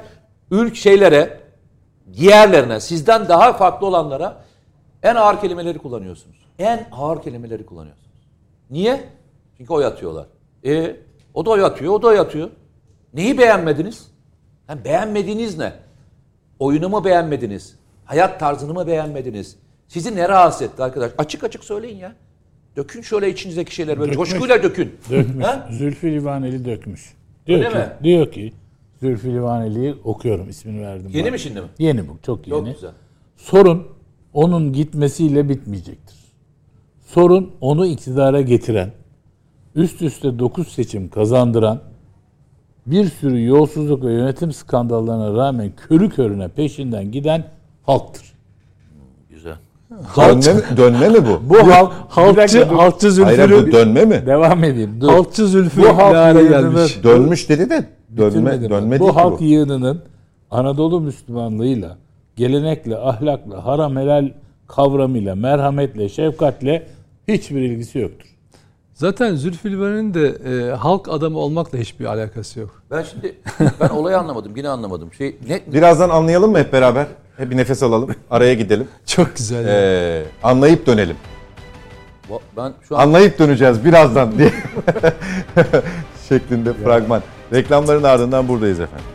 [SPEAKER 2] diğerlerine, sizden daha farklı olanlara en ağır kelimeleri kullanıyorsunuz. En ağır kelimeleri kullanıyorsunuz. Niye? Çünkü oy atıyorlar. O da oy atıyor, o da oy atıyor. Neyi beğenmediniz? Yani beğenmediğiniz ne? Oyunu mu beğenmediniz? Hayat tarzını mı beğenmediniz? Sizi ne rahatsız etti arkadaş? Açık açık söyleyin ya. Dökün şöyle içinizdeki şeyleri böyle coşkuyla dökün.
[SPEAKER 3] Dökmüş. Zülfü Livaneli dökmüş. Diyor ki Zülfü Livaneli'yi okuyorum, ismini verdim.
[SPEAKER 2] Yeni mi şimdi mi?
[SPEAKER 3] Yeni bu, çok yeni.
[SPEAKER 2] Çok güzel.
[SPEAKER 3] Sorun onun gitmesiyle bitmeyecektir. Sorun onu iktidara getiren, üst üste 9 seçim kazandıran, bir sürü yolsuzluk ve yönetim skandallarına rağmen körü körüne peşinden giden halktır.
[SPEAKER 2] Güzel.
[SPEAKER 1] Dönme mi bu?
[SPEAKER 3] Bu
[SPEAKER 4] Halkçı Zülfü.
[SPEAKER 1] Hayır, bu dönme mi?
[SPEAKER 3] Devam edeyim. Dur.
[SPEAKER 4] Halkçı Zülfü
[SPEAKER 3] Bu halk
[SPEAKER 4] iktidara
[SPEAKER 3] yığınının-
[SPEAKER 4] gelmiş.
[SPEAKER 1] Dönmüş dedi de dönme değil
[SPEAKER 3] Bu
[SPEAKER 1] ki
[SPEAKER 3] halk
[SPEAKER 1] bu.
[SPEAKER 3] yığınının Anadolu Müslümanlığıyla, gelenekle, ahlakla, haram helal kavramıyla, merhametle, şefkatle hiçbir ilgisi yoktur.
[SPEAKER 4] Zaten Zülfü Livaneli'nin de halk adamı olmakla hiçbir alakası yok.
[SPEAKER 2] Ben olayı anlamadım. Yine anlamadım.
[SPEAKER 1] Birazdan anlayalım mı hep beraber? Hep bir nefes alalım. Araya gidelim.
[SPEAKER 4] Çok güzel.
[SPEAKER 1] Anlayıp dönelim.
[SPEAKER 2] Ben şu an
[SPEAKER 1] Anlayıp döneceğiz birazdan diye. şeklinde fragman. Reklamların ardından buradayız efendim.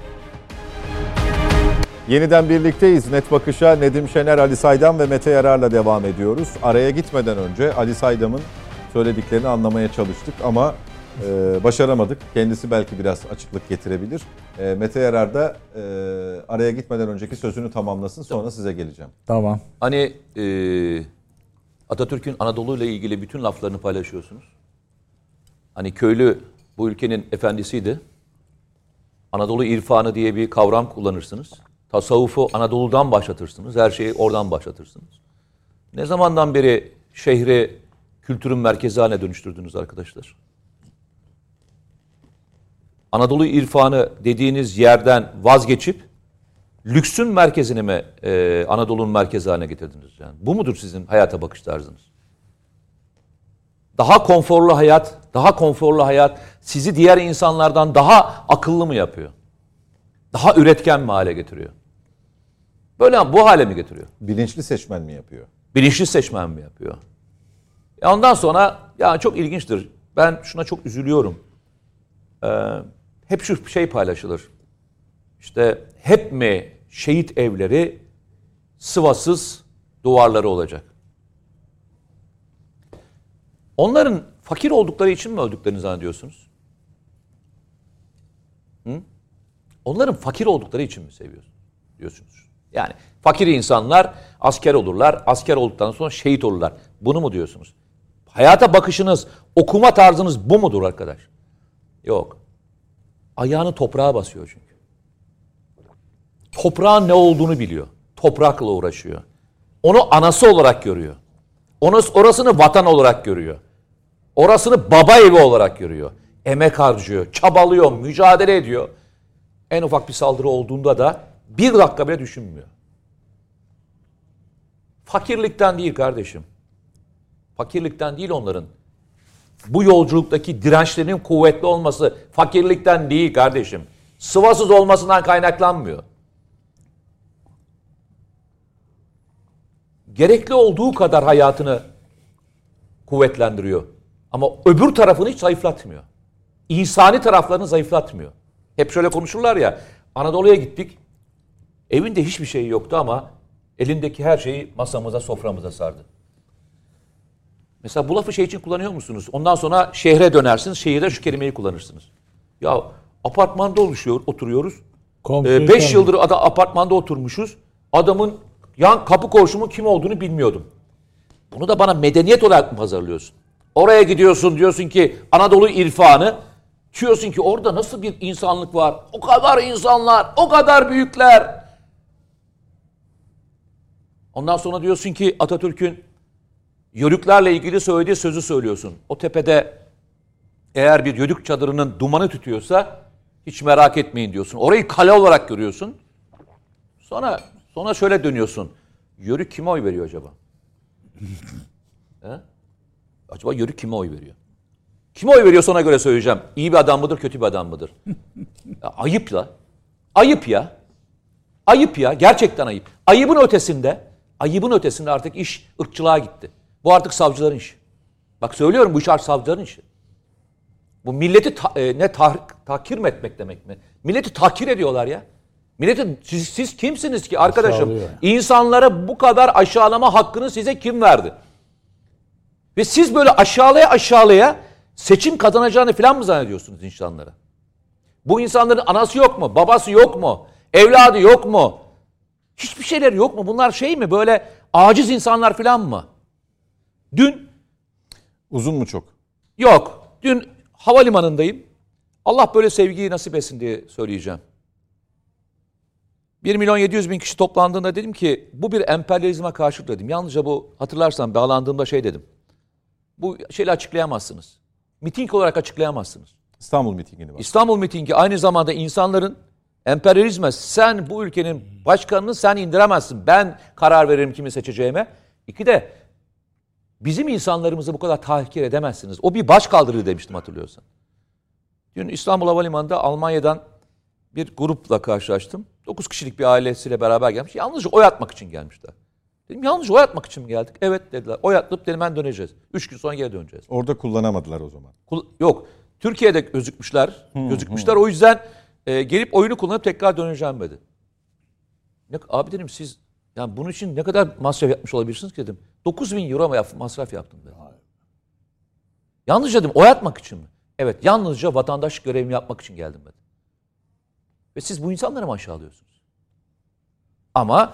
[SPEAKER 1] Yeniden birlikteyiz. Net Bakış'a Nedim Şener, Ali Saydam ve Mete Yarar'la devam ediyoruz. Araya gitmeden önce Ali Saydam'ın söylediklerini anlamaya çalıştık ama başaramadık. Kendisi belki biraz açıklık getirebilir. Mete Yarar da araya gitmeden önceki sözünü tamamlasın, sonra size geleceğim.
[SPEAKER 3] Tamam.
[SPEAKER 2] hani Atatürk'ün Anadolu ile ilgili bütün laflarını paylaşıyorsunuz. Hani köylü bu ülkenin efendisiydi. Anadolu irfanı diye bir kavram kullanırsınız. Tasavvufu Anadolu'dan başlatırsınız. Her şeyi oradan başlatırsınız. Ne zamandan beri şehri kültürün merkezi haline dönüştürdünüz arkadaşlar? Anadolu irfanı dediğiniz yerden vazgeçip lüksün merkezini mi Anadolu'nun merkezi haline getirdiniz? Yani bu mudur sizin hayata bakış tarzınız? Daha konforlu hayat sizi diğer insanlardan daha akıllı mı yapıyor? Daha üretken mi hale getiriyor? Böyle bu hale mi getiriyor?
[SPEAKER 1] Bilinçli seçmen mi yapıyor?
[SPEAKER 2] Bilinçli seçmen mi yapıyor? Ondan sonra ya çok ilginçtir. Ben şuna çok üzülüyorum. Hep şu şey paylaşılır. İşte hep mi şehit evleri sıvasız duvarları olacak? Onların fakir oldukları için mi öldüklerini zannediyorsunuz? Onların fakir oldukları için mi seviyorsunuz? Diyorsunuz. Yani fakir insanlar asker olurlar. Asker olduktan sonra şehit olurlar. Bunu mu diyorsunuz? Hayata bakışınız, okuma tarzınız bu mudur arkadaş? Yok. Ayağını toprağa basıyor çünkü. Toprağın ne olduğunu biliyor. Toprakla uğraşıyor. Onu anası olarak görüyor. Orasını vatan olarak görüyor. Orasını baba evi olarak görüyor. Emek harcıyor, çabalıyor, mücadele ediyor. En ufak bir saldırı olduğunda da bir dakika bile düşünmüyor. Fakirlikten değil kardeşim. Fakirlikten değil onların. Bu yolculuktaki dirençlerinin kuvvetli olması fakirlikten değil kardeşim. Sıvasız olmasından kaynaklanmıyor. Gerekli olduğu kadar hayatını kuvvetlendiriyor. Ama öbür tarafını hiç zayıflatmıyor. İnsani taraflarını zayıflatmıyor. Hep şöyle konuşurlar ya, Anadolu'ya gittik, evinde hiçbir şey yoktu ama elindeki her şeyi masamıza, soframıza sardı. Mesela bu lafı şey için kullanıyor musunuz? Ondan sonra şehre dönersiniz, şehirde şu kelimeyi kullanırsınız. Ya apartmanda oturuyoruz. 5 yıldır apartmanda oturmuşuz. Adamın yan kapı komşumun kim olduğunu bilmiyordum. Bunu da bana medeniyet olarak mı pazarlıyorsun? Oraya gidiyorsun, diyorsun ki Anadolu irfanı, diyorsun ki orada nasıl bir insanlık var? O kadar insanlar, o kadar büyükler. Ondan sonra diyorsun ki Atatürk'ün Yörüklerle ilgili söylediği sözü söylüyorsun. O tepede eğer bir yörük çadırının dumanı tütüyorsa hiç merak etmeyin diyorsun. Orayı kale olarak görüyorsun. Sonra şöyle dönüyorsun. Yörük kime oy veriyor acaba? He? Acaba Yörük kime oy veriyor? Kime oy veriyorsa ona göre söyleyeceğim. İyi bir adam mıdır, kötü bir adam mıdır? Ya, ayıp la. Ayıp ya. Ayıp ya. Gerçekten ayıp. Ayıbın ötesinde artık iş ırkçılığa gitti. Bu artık savcıların işi. Bak söylüyorum, bu iş artık savcıların işi. Bu milleti tahkir mi etmek demek mi? Milleti tahkir ediyorlar ya. Milletin siz kimsiniz ki arkadaşım? İnsanlara bu kadar aşağılama hakkını size kim verdi? Ve siz böyle aşağılaya seçim kazanacağını falan mı zannediyorsunuz insanlara? Bu insanların anası yok mu? Babası yok mu? Evladı yok mu? Hiçbir şeyler yok mu? Bunlar şey mi? Böyle aciz insanlar falan mı? Dün
[SPEAKER 1] Uzun mu çok?
[SPEAKER 2] yok. Dün havalimanındayım. Allah böyle sevgiyi nasip etsin diye söyleyeceğim. 1.700.000 kişi toplandığında dedim ki bu bir emperyalizme karşı dedim. Yalnızca bu hatırlarsan bağlandığımda şey dedim. Bu şeyle açıklayamazsınız. Miting olarak açıklayamazsınız.
[SPEAKER 1] İstanbul mitingini var.
[SPEAKER 2] İstanbul mitingi aynı zamanda insanların emperyalizme sen bu ülkenin başkanını sen indiremezsin. Ben karar veririm kimi seçeceğime. İki de bizim insanlarımızı bu kadar tahkir edemezsiniz. O bir başkaldırı demiştim hatırlıyorsan. Dün İstanbul Havalimanı'nda Almanya'dan bir grupla karşılaştım. 9 kişilik bir ailesiyle beraber gelmiş. Yalnızca oy atmak için gelmişler. Dedim yalnızca oy atmak için mi geldik? Evet dediler. Oy atıp dedim ben döneceğiz. 3 gün sonra geri döneceğiz.
[SPEAKER 1] Orada kullanamadılar o zaman.
[SPEAKER 2] Yok. Türkiye'de gözükmüşler. O yüzden gelip oyunu kullanıp tekrar döneceğim dedi. Abi dedim siz yani bunun için ne kadar masraf yapmış olabilirsiniz ki dedim. 9.000 euro masraf yaptım dedim. Yalnızca dedim oy atmak için mi? Evet yalnızca vatandaşlık görevimi yapmak için geldim dedim. Ve siz bu insanları mı aşağılıyorsunuz? Ama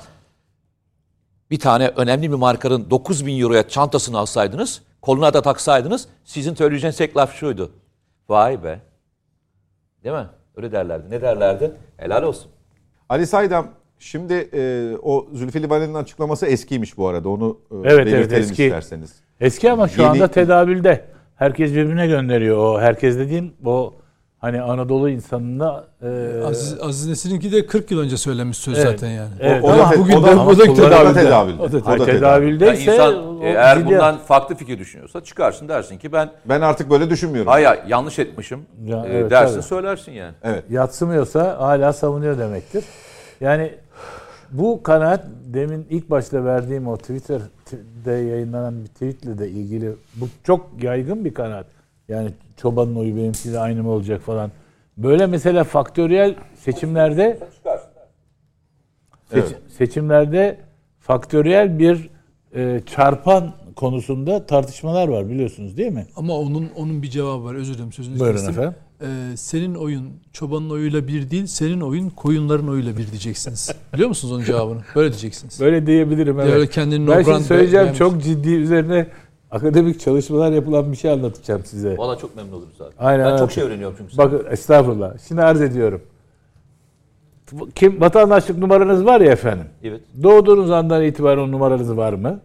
[SPEAKER 2] bir tane önemli bir markanın 9.000 euroya çantasını alsaydınız, koluna da taksaydınız, sizin söyleyeceğiniz tek laf şuydu. Vay be. Değil mi? Öyle derlerdi. Ne derlerdi? Helal olsun.
[SPEAKER 1] Ali Saydam, şimdi o Zülfü Livaneli'nin açıklaması eskiymiş bu arada. Onu
[SPEAKER 3] Evet,
[SPEAKER 1] belirtelim
[SPEAKER 3] eski.
[SPEAKER 1] isterseniz.
[SPEAKER 3] Eski ama şu anda tedavülde. Herkes birbirine gönderiyor o. Herkes dediğim o hani Anadolu insanında
[SPEAKER 4] Aziz Nesin'inki de 40 yıl önce söylenmiş söz
[SPEAKER 3] Evet.
[SPEAKER 4] zaten yani.
[SPEAKER 3] Evet.
[SPEAKER 1] O
[SPEAKER 4] Ama
[SPEAKER 1] da
[SPEAKER 4] bugün de
[SPEAKER 1] ama
[SPEAKER 4] o da
[SPEAKER 1] tedavülde.
[SPEAKER 4] tedavülde.
[SPEAKER 1] O da
[SPEAKER 3] hayır,
[SPEAKER 1] tedavülde.
[SPEAKER 3] tedavüldeyse
[SPEAKER 2] İnsan
[SPEAKER 3] o
[SPEAKER 2] eğer
[SPEAKER 3] ciddi-
[SPEAKER 2] bundan farklı fikir düşünüyorsa çıkarsın dersin ki ben
[SPEAKER 1] artık böyle düşünmüyorum.
[SPEAKER 2] hayır yanlış etmişim
[SPEAKER 3] Ya, evet,
[SPEAKER 2] dersin
[SPEAKER 3] tabii.
[SPEAKER 2] söylersin yani.
[SPEAKER 1] Evet.
[SPEAKER 3] yatsımıyorsa hala savunuyor demektir. Yani bu kanaat demin ilk başta verdiğim o Twitter'de yayınlanan bir tweetle de ilgili bu çok yaygın bir kanaat. Yani çobanın oyu benimkiyle aynı mı olacak falan. Böyle mesela faktöriyel seçimlerde seçimlerde faktöriyel bir çarpan konusunda tartışmalar var biliyorsunuz değil mi?
[SPEAKER 4] Ama onun bir cevabı var. Özür dilerim sözünüzü
[SPEAKER 3] Buyurun
[SPEAKER 4] kestim.
[SPEAKER 3] efendim.
[SPEAKER 4] Senin oyun çobanın oyuyla bir değil, senin oyun koyunların oyuyla bir diyeceksiniz. Biliyor musunuz onun cevabını? Böyle diyeceksiniz.
[SPEAKER 3] Böyle diyebilirim evet.
[SPEAKER 4] Öyle kendini
[SPEAKER 3] Ben
[SPEAKER 4] no brand
[SPEAKER 3] şimdi söyleyeceğim
[SPEAKER 4] beğenmiş.
[SPEAKER 3] çok ciddi üzerine akademik çalışmalar yapılan bir şey anlatacağım size.
[SPEAKER 2] Valla çok memnun oluruz abi.
[SPEAKER 3] Aynen,
[SPEAKER 2] ben
[SPEAKER 3] evet.
[SPEAKER 2] çok şey öğreniyorum çünkü.
[SPEAKER 3] Bakın estağfurullah. Şimdi arz ediyorum. Vatandaşlık numaranız var ya efendim.
[SPEAKER 2] Evet.
[SPEAKER 3] Doğduğunuz andan itibaren o numaranız var mı?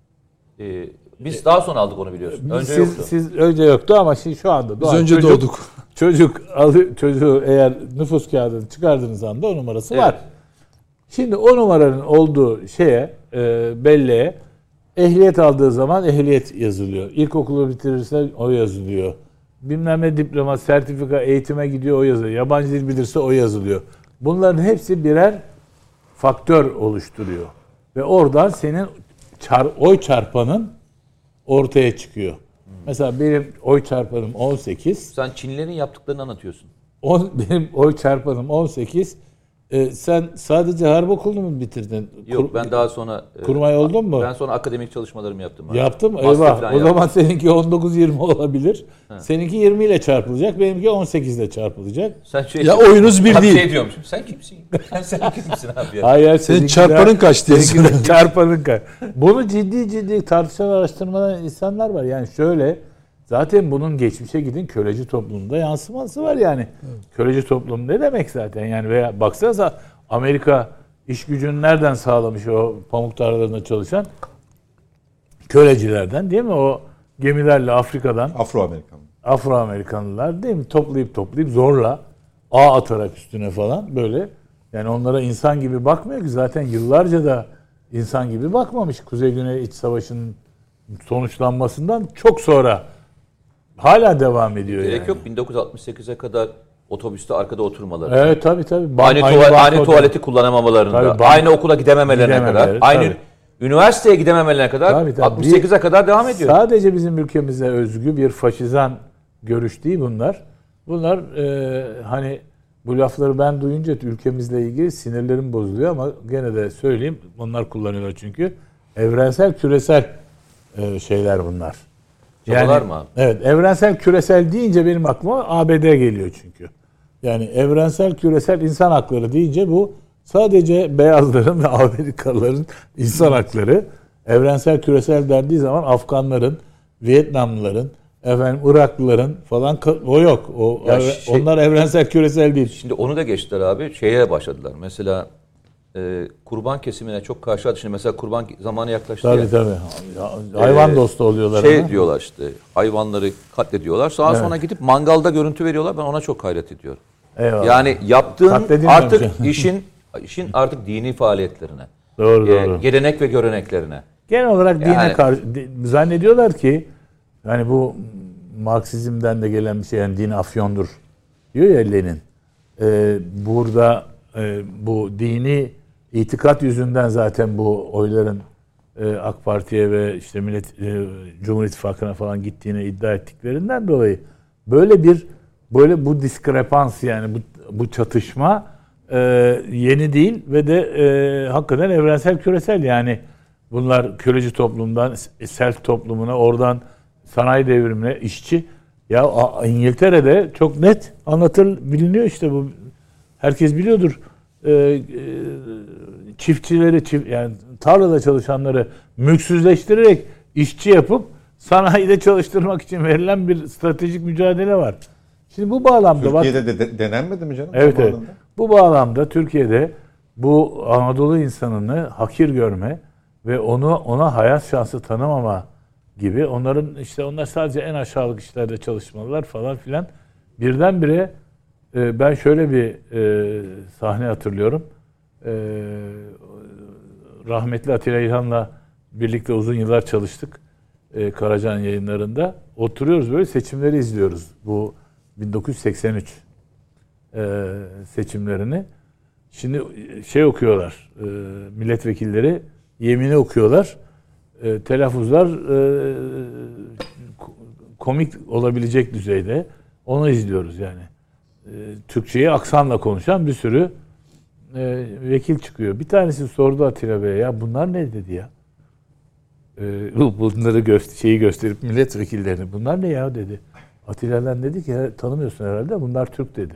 [SPEAKER 2] Biz daha sonra aldık onu biliyorsun. Önce yoktu.
[SPEAKER 3] Siz önce yoktu ama şimdi şu anda.
[SPEAKER 4] Biz önce doğduk.
[SPEAKER 3] Çocuğu eğer nüfus kağıdını çıkardığınız anda o numarası
[SPEAKER 2] Evet.
[SPEAKER 3] var. Şimdi o numaranın olduğu şeye, belleğe ehliyet aldığı zaman ehliyet yazılıyor. İlkokulu bitirirse o yazılıyor. Bilmem ne diploma, sertifika, eğitime gidiyor o yazılıyor. Yabancı dil bilirse o yazılıyor. Bunların hepsi birer faktör oluşturuyor. Ve oradan senin oy çarpanın ortaya çıkıyor. Mesela benim oy çarpanım 18.
[SPEAKER 2] Sen Çinlilerin yaptıklarını anlatıyorsun.
[SPEAKER 3] Benim oy çarpanım 18. Sen sadece harp okulunu mu bitirdin?
[SPEAKER 2] Yok ben daha sonra...
[SPEAKER 3] Kurmay oldun mu?
[SPEAKER 2] Ben sonra akademik çalışmalarımı yaptım. Abi.
[SPEAKER 3] Yaptım.
[SPEAKER 2] Master
[SPEAKER 3] Eyvah.
[SPEAKER 2] falan
[SPEAKER 3] O zaman
[SPEAKER 2] yaptım.
[SPEAKER 3] seninki 19-20 olabilir. Seninki 20 ile çarpılacak. Benimki 18 ile çarpılacak.
[SPEAKER 2] Sen şey
[SPEAKER 4] Ya oyunuz bir
[SPEAKER 2] abi
[SPEAKER 4] değil.
[SPEAKER 2] Şey diyormuşum. Sen kimsin? Sen kimsin abi ya?
[SPEAKER 3] Hayır.
[SPEAKER 4] Senin çarpanın kaç diyorsun?
[SPEAKER 3] Seninki de çarpanın kaç. Bunu ciddi tartışan araştırmadan insanlar var. Yani şöyle zaten bunun geçmişe gidin köleci toplumunda yansıması var yani. Evet. Köleci toplum ne demek zaten? Yani veya baksanıza Amerika iş gücünü nereden sağlamış o pamuk tarlalarında çalışan? Kölecilerden değil mi? O gemilerle Afrika'dan Afro-Amerikanlılar değil mi? Toplayıp zorla ağ atarak üstüne falan böyle. Yani onlara insan gibi bakmıyor ki zaten yıllarca da insan gibi bakmamış. Kuzey-Güney İç Savaşı'nın sonuçlanmasından çok sonra hala devam ediyor.
[SPEAKER 2] Gerek
[SPEAKER 3] yani.
[SPEAKER 2] yok 1968'e kadar otobüste arkada oturmaları.
[SPEAKER 3] Evet tabii.
[SPEAKER 2] Aynı tuvaleti kullanamamalarında,
[SPEAKER 3] Tabii,
[SPEAKER 2] aynı okula gidememelerine kadar, aynı üniversiteye gidememelerine kadar
[SPEAKER 3] Tabii.
[SPEAKER 2] 68'e kadar devam ediyor.
[SPEAKER 3] Sadece bizim ülkemize özgü bir faşizan görüş değil bunlar. Bunlar hani bu lafları ben duyunca ülkemizle ilgili sinirlerim bozuluyor ama gene de söyleyeyim. Onlar kullanıyorlar çünkü. Evrensel, küresel şeyler bunlar.
[SPEAKER 2] Çabalar mı abi?
[SPEAKER 3] Evet, evrensel, küresel deyince benim aklıma ABD geliyor çünkü. Yani evrensel, küresel insan hakları deyince bu sadece beyazların ve Amerikalıların insan hakları. Evrensel, küresel dendiği zaman Afganların, Vietnamlıların, Iraklıların falan o yok. Onlar evrensel, küresel değil.
[SPEAKER 2] Şimdi onu da geçtiler abi. Şeye başladılar. Mesela kurban kesimine çok karşı. Şimdi mesela kurban zamanı yaklaştı.
[SPEAKER 3] Tabii. Hayvan dostu oluyorlar.
[SPEAKER 2] Diyorlar işte. Hayvanları katlediyorlar. Sonra gidip mangalda görüntü veriyorlar. Ben ona çok hayret ediyorum.
[SPEAKER 3] Eyvallah.
[SPEAKER 2] Yani yaptığın artık işin artık dini faaliyetlerine.
[SPEAKER 3] Doğru.
[SPEAKER 2] Gelenek ve göreneklerine.
[SPEAKER 3] Genel olarak dine karşı zannediyorlar ki yani bu Marksizm'den de gelen bir şey, yani din afyondur diyor ya Lenin. Burada bu dini itikat yüzünden zaten bu oyların AK Parti'ye ve işte Cumhur İttifakı'na falan gittiğini iddia ettiklerinden dolayı böyle bu diskrepans, yani bu çatışma yeni değil ve de hakikaten evrensel, küresel. Yani bunlar köleci toplumdan self toplumuna, oradan sanayi devrimine, işçi. Ya İngiltere'de çok net biliniyor işte bu. Herkes biliyordur. Çiftçileri, yani tarlada çalışanları mülksüzleştirerek işçi yapıp sanayide çalıştırmak için verilen bir stratejik mücadele var. Şimdi bu bağlamda
[SPEAKER 1] Türkiye'de de denenmedi mi canım?
[SPEAKER 3] Evet. Bu bağlamda Türkiye'de bu Anadolu insanını hakir görme ve ona hayat şansı tanımama gibi, onlar sadece en aşağılık işlerde çalışmalılar falan filan. Birdenbire ben şöyle bir sahne hatırlıyorum. Rahmetli Atilla İlhan'la birlikte uzun yıllar çalıştık. Karacan yayınlarında. Oturuyoruz böyle, seçimleri izliyoruz. Bu 1983 seçimlerini. Şimdi okuyorlar. Milletvekilleri yemini okuyorlar. Telaffuzlar komik olabilecek düzeyde. Onu izliyoruz yani. Türkçeyi aksanla konuşan bir sürü vekil çıkıyor. Bir tanesi sordu Atilla Bey'e, ya bunlar ne dedi ya? Bunları gösterip milletvekillerini, bunlar ne ya dedi. Atilla'dan dedi ki, tanımıyorsun herhalde, bunlar Türk dedi.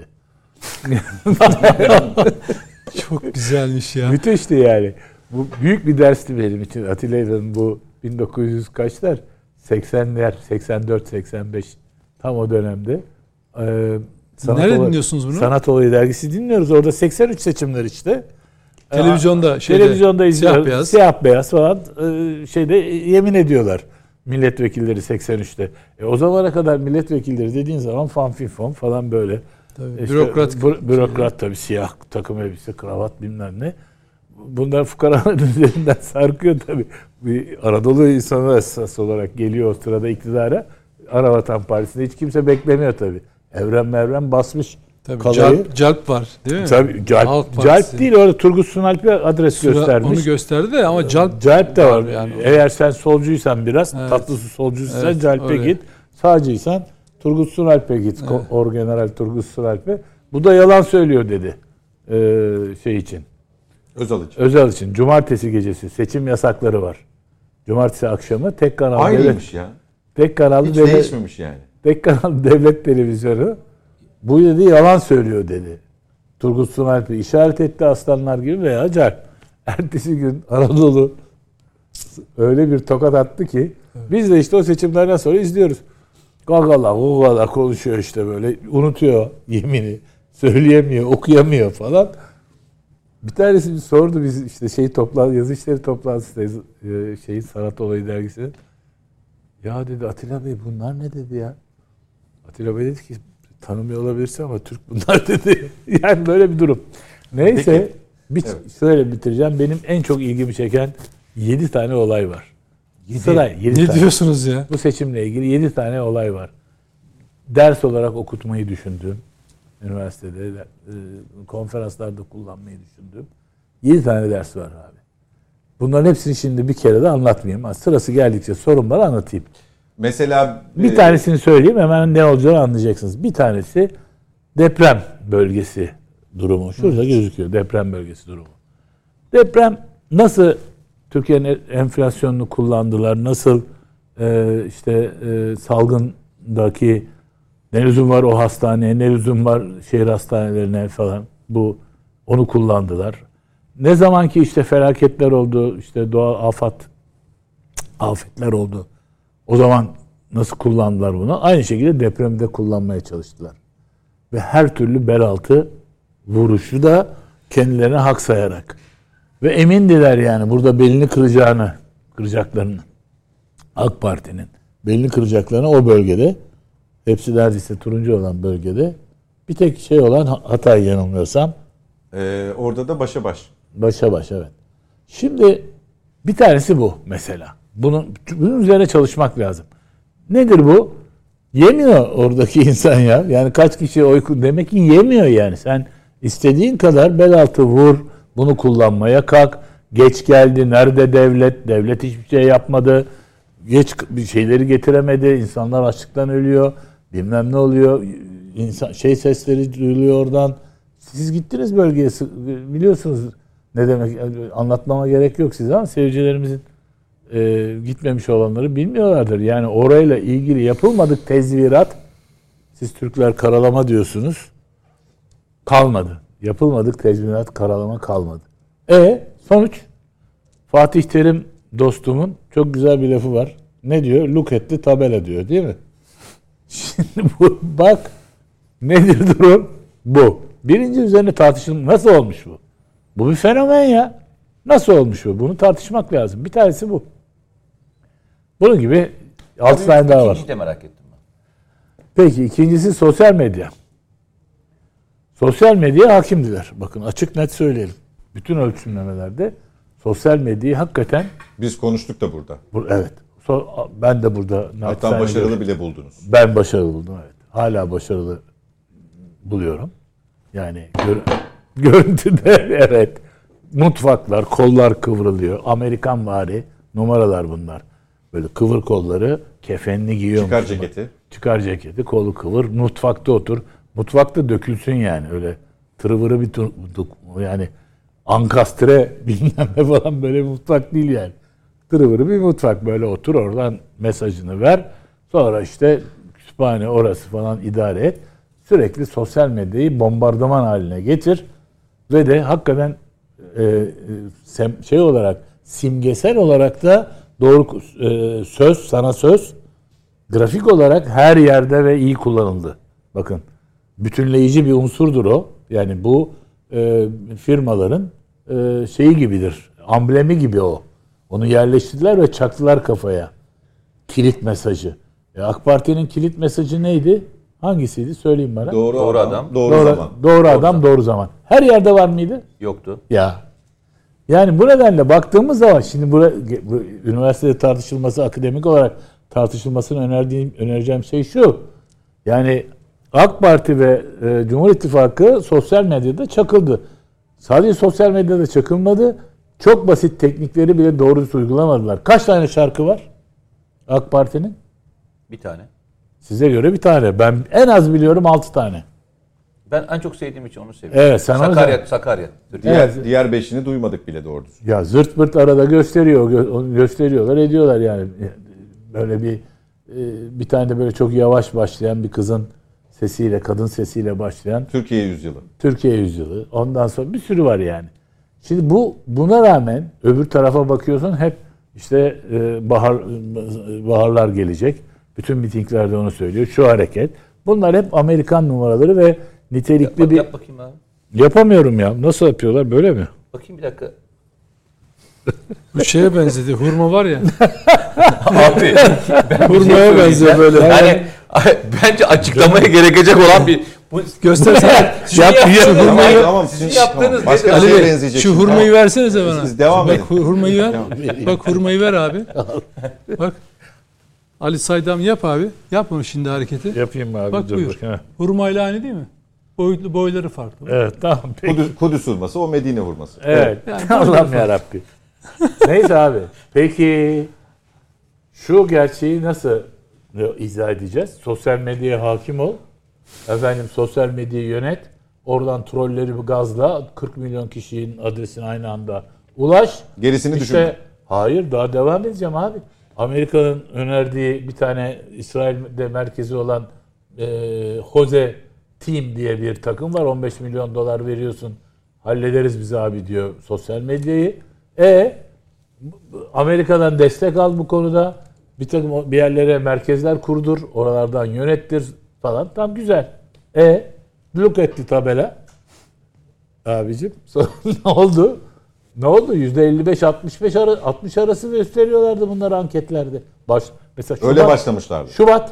[SPEAKER 4] Çok güzelmiş ya.
[SPEAKER 3] Müthişti yani. Bu büyük bir dersti benim için. Atilla'nın bu 1900 kaçlar? 80'ler, 84, 85 tam o dönemde.
[SPEAKER 4] Nerede dinliyorsunuz bunu?
[SPEAKER 3] Sanat Olayı dergisi dinliyoruz. Orada 83 seçimler işte.
[SPEAKER 4] Televizyonda
[SPEAKER 3] izliyoruz. Siyah beyaz falan yemin ediyorlar milletvekilleri 83'te. O zamana kadar milletvekilleri dediğin zaman fanfinfon falan böyle.
[SPEAKER 4] Tabii, bürokrat
[SPEAKER 3] tabii, siyah takım elbise, kravat bilmem ne. Bunlar fukaraların üzerinden sarkıyor tabii. Bir Anadolu insanı esas olarak geliyor o sırada iktidara. Anavatan Partisi'nde hiç kimse beklemiyor tabii. Evren basmış
[SPEAKER 4] tabii,
[SPEAKER 3] kalayı.
[SPEAKER 4] Calp var değil mi?
[SPEAKER 3] Tabii Calp değil, orada Turgut Sunalp'e adres göstermiş.
[SPEAKER 4] Onu gösterdi de ama Calp
[SPEAKER 3] de var.
[SPEAKER 4] Yani.
[SPEAKER 3] Eğer sen solcuysan biraz,
[SPEAKER 4] evet,
[SPEAKER 3] tatlısı solcuysan
[SPEAKER 4] evet,
[SPEAKER 3] Calp'e git. Sağcıysan Turgut Sunalp'e git. Evet. Orgeneral Turgut Sunalp'e. Bu da yalan söylüyor dedi. için. Özal için. Cumartesi gecesi seçim yasakları var. Cumartesi akşamı tek kanal.
[SPEAKER 1] Aynıymış ya.
[SPEAKER 3] Tek kanallı
[SPEAKER 1] hiç değişmemiş yani.
[SPEAKER 3] Tek kanal devlet televizyonu bu dedi yalan söylüyor dedi. Turgut Sunalp'i işaret etti aslanlar gibi veya Calp. Ertesi gün Anadolu öyle bir tokat attı ki biz de işte o seçimlerden sonra izliyoruz. Gagala konuşuyor işte böyle, unutuyor yemini, söyleyemiyor, okuyamıyor falan. Bir tanesi sordu, biz işte yazı işleri toplantısındayız, Sanat Olayı dergisi. Ya dedi Atilla Bey bunlar ne dedi ya? Atilla Bey dedi ki tanımıyor olabilirsin ama Türk bunlar dedi. Yani böyle bir durum. Neyse şöyle bitireceğim. Benim en çok ilgimi çeken 7 tane olay var. Yedi
[SPEAKER 4] Ne
[SPEAKER 3] tane.
[SPEAKER 4] diyorsunuz ya?
[SPEAKER 3] Bu seçimle ilgili 7 tane olay var. Ders olarak okutmayı düşündüğüm, üniversitede, konferanslarda kullanmayı düşündüğüm 7 tane ders var abi. Bunların hepsini şimdi bir kere de anlatmayayım. Ama sırası geldikçe sorun bana anlatayım.
[SPEAKER 1] Mesela
[SPEAKER 3] Bir tanesini söyleyeyim, hemen ne olacağını anlayacaksınız. Bir tanesi deprem bölgesi durumu. Şurada gözüküyor deprem bölgesi durumu. Deprem nasıl Türkiye'nin enflasyonunu kullandılar, nasıl salgındaki ne lüzum var o hastaneye, ne lüzum var şehir hastanelerine falan, onu kullandılar. Ne zamanki işte felaketler oldu, işte doğal afetler oldu. O zaman nasıl kullandılar bunu? Aynı şekilde depremde kullanmaya çalıştılar. Ve her türlü bel altı vuruşu da kendilerine hak sayarak. Ve emindiler yani burada belini kıracaklarını. AK Parti'nin belini kıracaklarını o bölgede, hepsi neredeyse turuncu olan bölgede, bir tek şey olan Hatay yanılmıyorsam.
[SPEAKER 1] orada da başa baş.
[SPEAKER 3] Başa baş, evet. Şimdi bir tanesi bu mesela. Bunun üzerine çalışmak lazım. Nedir bu? Yemiyor oradaki insan ya. Yani kaç kişi demek ki yemiyor yani. Sen istediğin kadar bel altı vur, bunu kullanmaya kalk. Geç geldi. Nerede devlet? Devlet hiçbir şey yapmadı. Bir şeyleri getiremedi. İnsanlar açlıktan ölüyor. Bilmem ne oluyor. Sesleri duyuluyor oradan. Siz gittiniz bölgeye. Biliyorsunuz ne demek. Anlatmama gerek yok size ama seyircilerimizin gitmemiş olanları bilmiyorlardır. Yani orayla ilgili yapılmadık tezvirat, siz Türkler karalama diyorsunuz, kalmadı. Yapılmadık tezvirat, karalama kalmadı. Sonuç? Fatih Terim dostumun çok güzel bir lafı var. Ne diyor? Look at the tabela diyor, değil mi? Şimdi bak nedir durum? Bu. Birinci üzerine tartışılmış. Nasıl olmuş bu? Bu bir fenomen ya. Nasıl olmuş bu? Bunu tartışmak lazım. Bir tanesi bu. Bunun gibi 6 tane daha var.
[SPEAKER 2] İkinciyi de merak ettim ben.
[SPEAKER 3] Peki ikincisi sosyal medya. Sosyal medyaya hakimdiler. Bakın açık net söyleyelim. Bütün ölçümlemelerde sosyal medyayı hakikaten...
[SPEAKER 1] Biz konuştuk da burada.
[SPEAKER 3] Evet. Ben de burada...
[SPEAKER 1] Hatta başarılı bile buldunuz.
[SPEAKER 3] Ben başarılı buldum, evet. Hala başarılı buluyorum. Yani görüntüde evet. Mutfaklar, kollar kıvrılıyor. Amerikanvari numaralar bunlar. Böyle kıvır kolları, kefenli giyiyor. Çıkar ceketi, kolu kıvır. Mutfakta otur. Mutfakta dökülsün yani. Öyle tırıvırı bir yani ankastre bilmem ne falan böyle bir mutfak değil yani. Tırıvırı bir mutfak. Böyle otur, oradan mesajını ver. Sonra işte kütüphane orası falan idare et. Sürekli sosyal medyayı bombardıman haline getir. Ve de hakikaten olarak, simgesel olarak da doğru söz, grafik olarak her yerde ve iyi kullanıldı. Bakın, bütünleyici bir unsurdur o. Yani bu firmaların şeyi gibidir, amblemi gibi o. Onu yerleştirdiler ve çaktılar kafaya. Kilit mesajı. AK Parti'nin kilit mesajı neydi? Hangisiydi? Söyleyin bana.
[SPEAKER 2] Doğru adam.
[SPEAKER 3] Doğru adam, doğru zaman. Her yerde var mıydı?
[SPEAKER 2] Yoktu.
[SPEAKER 3] Ya. Yani bu nedenle baktığımız zaman şimdi bu üniversitede tartışılması, akademik olarak tartışılmasını önereceğim şey şu. Yani AK Parti ve Cumhur İttifakı sosyal medyada çakıldı. Sadece sosyal medyada çakılmadı. Çok basit teknikleri bile doğru uygulamadılar. Kaç tane şarkı var AK Parti'nin?
[SPEAKER 2] Bir tane.
[SPEAKER 3] Size göre bir tane. Ben en az biliyorum 6 tane.
[SPEAKER 2] Ben en çok sevdiğim için onu seviyorum.
[SPEAKER 3] Evet, sen
[SPEAKER 2] Sakarya.
[SPEAKER 1] Diğer beşini duymadık bile doğru düzgün.
[SPEAKER 3] Ya zırt pırt arada gösteriyorlar, ediyorlar yani. Böyle bir tane de böyle çok yavaş başlayan bir kızın sesiyle, kadın sesiyle başlayan Türkiye Yüzyılı. Ondan sonra bir sürü var yani. Şimdi buna rağmen öbür tarafa bakıyorsun, hep işte baharlar gelecek. Bütün mitinglerde onu söylüyor. Şu hareket. Bunlar hep Amerikan numaraları ve nitelikli
[SPEAKER 2] Yap bakayım abi.
[SPEAKER 3] Yapamıyorum ya. Nasıl yapıyorlar? Böyle mi?
[SPEAKER 2] Bakayım bir dakika.
[SPEAKER 4] Bu şeye benzedi. Hurma var ya.
[SPEAKER 2] Abi.
[SPEAKER 4] Hurmaya benziyor böyle.
[SPEAKER 2] Yani bence açıklamaya gerekecek olan bir
[SPEAKER 4] Göstersene.
[SPEAKER 1] Tamam, sizin
[SPEAKER 2] yaptığınız
[SPEAKER 1] başka bir
[SPEAKER 4] Ali
[SPEAKER 1] şeye
[SPEAKER 4] Bey,
[SPEAKER 1] benzeyecek.
[SPEAKER 4] şu hurmayı versenize bana.
[SPEAKER 1] Siz devam edin.
[SPEAKER 4] Bak hurmayı ver. Bak hurmayı ver abi. Bak. Ali Saydam yap abi. Yap onu şimdi hareketi.
[SPEAKER 3] Yapayım abi.
[SPEAKER 4] Bak
[SPEAKER 3] dur
[SPEAKER 4] buyur.
[SPEAKER 3] bakayım.
[SPEAKER 4] Hurmayla aynı değil mi? Boyları farklı.
[SPEAKER 3] Evet tamam. Peki.
[SPEAKER 1] Kudüs hurması, o Medine hurması.
[SPEAKER 3] Evet.
[SPEAKER 4] Yani
[SPEAKER 3] Allah'ım yarabbim. Neyse abi. Peki şu gerçeği nasıl izah edeceğiz? Sosyal medyaya hakim ol. Efendim sosyal medyayı yönet. Oradan trolleri gazla 40 milyon kişinin adresine aynı anda ulaş.
[SPEAKER 1] Gerisini düşünme.
[SPEAKER 3] Hayır daha devam edeceğim abi. Amerika'nın önerdiği bir tane İsrail'de merkezi olan Jose Team diye bir takım var. 15 milyon dolar veriyorsun. Hallederiz biz abi diyor sosyal medyayı. Amerika'dan destek al bu konuda. Bir takım bir yerlere merkezler kurdur. Oralardan yönettir falan. Tam güzel. Look etti tabela. Abicim sonra ne oldu? Ne oldu? %55-60 arası gösteriyorlardı bunlar anketlerde. Mesela Şubat,
[SPEAKER 1] Öyle başlamışlardı.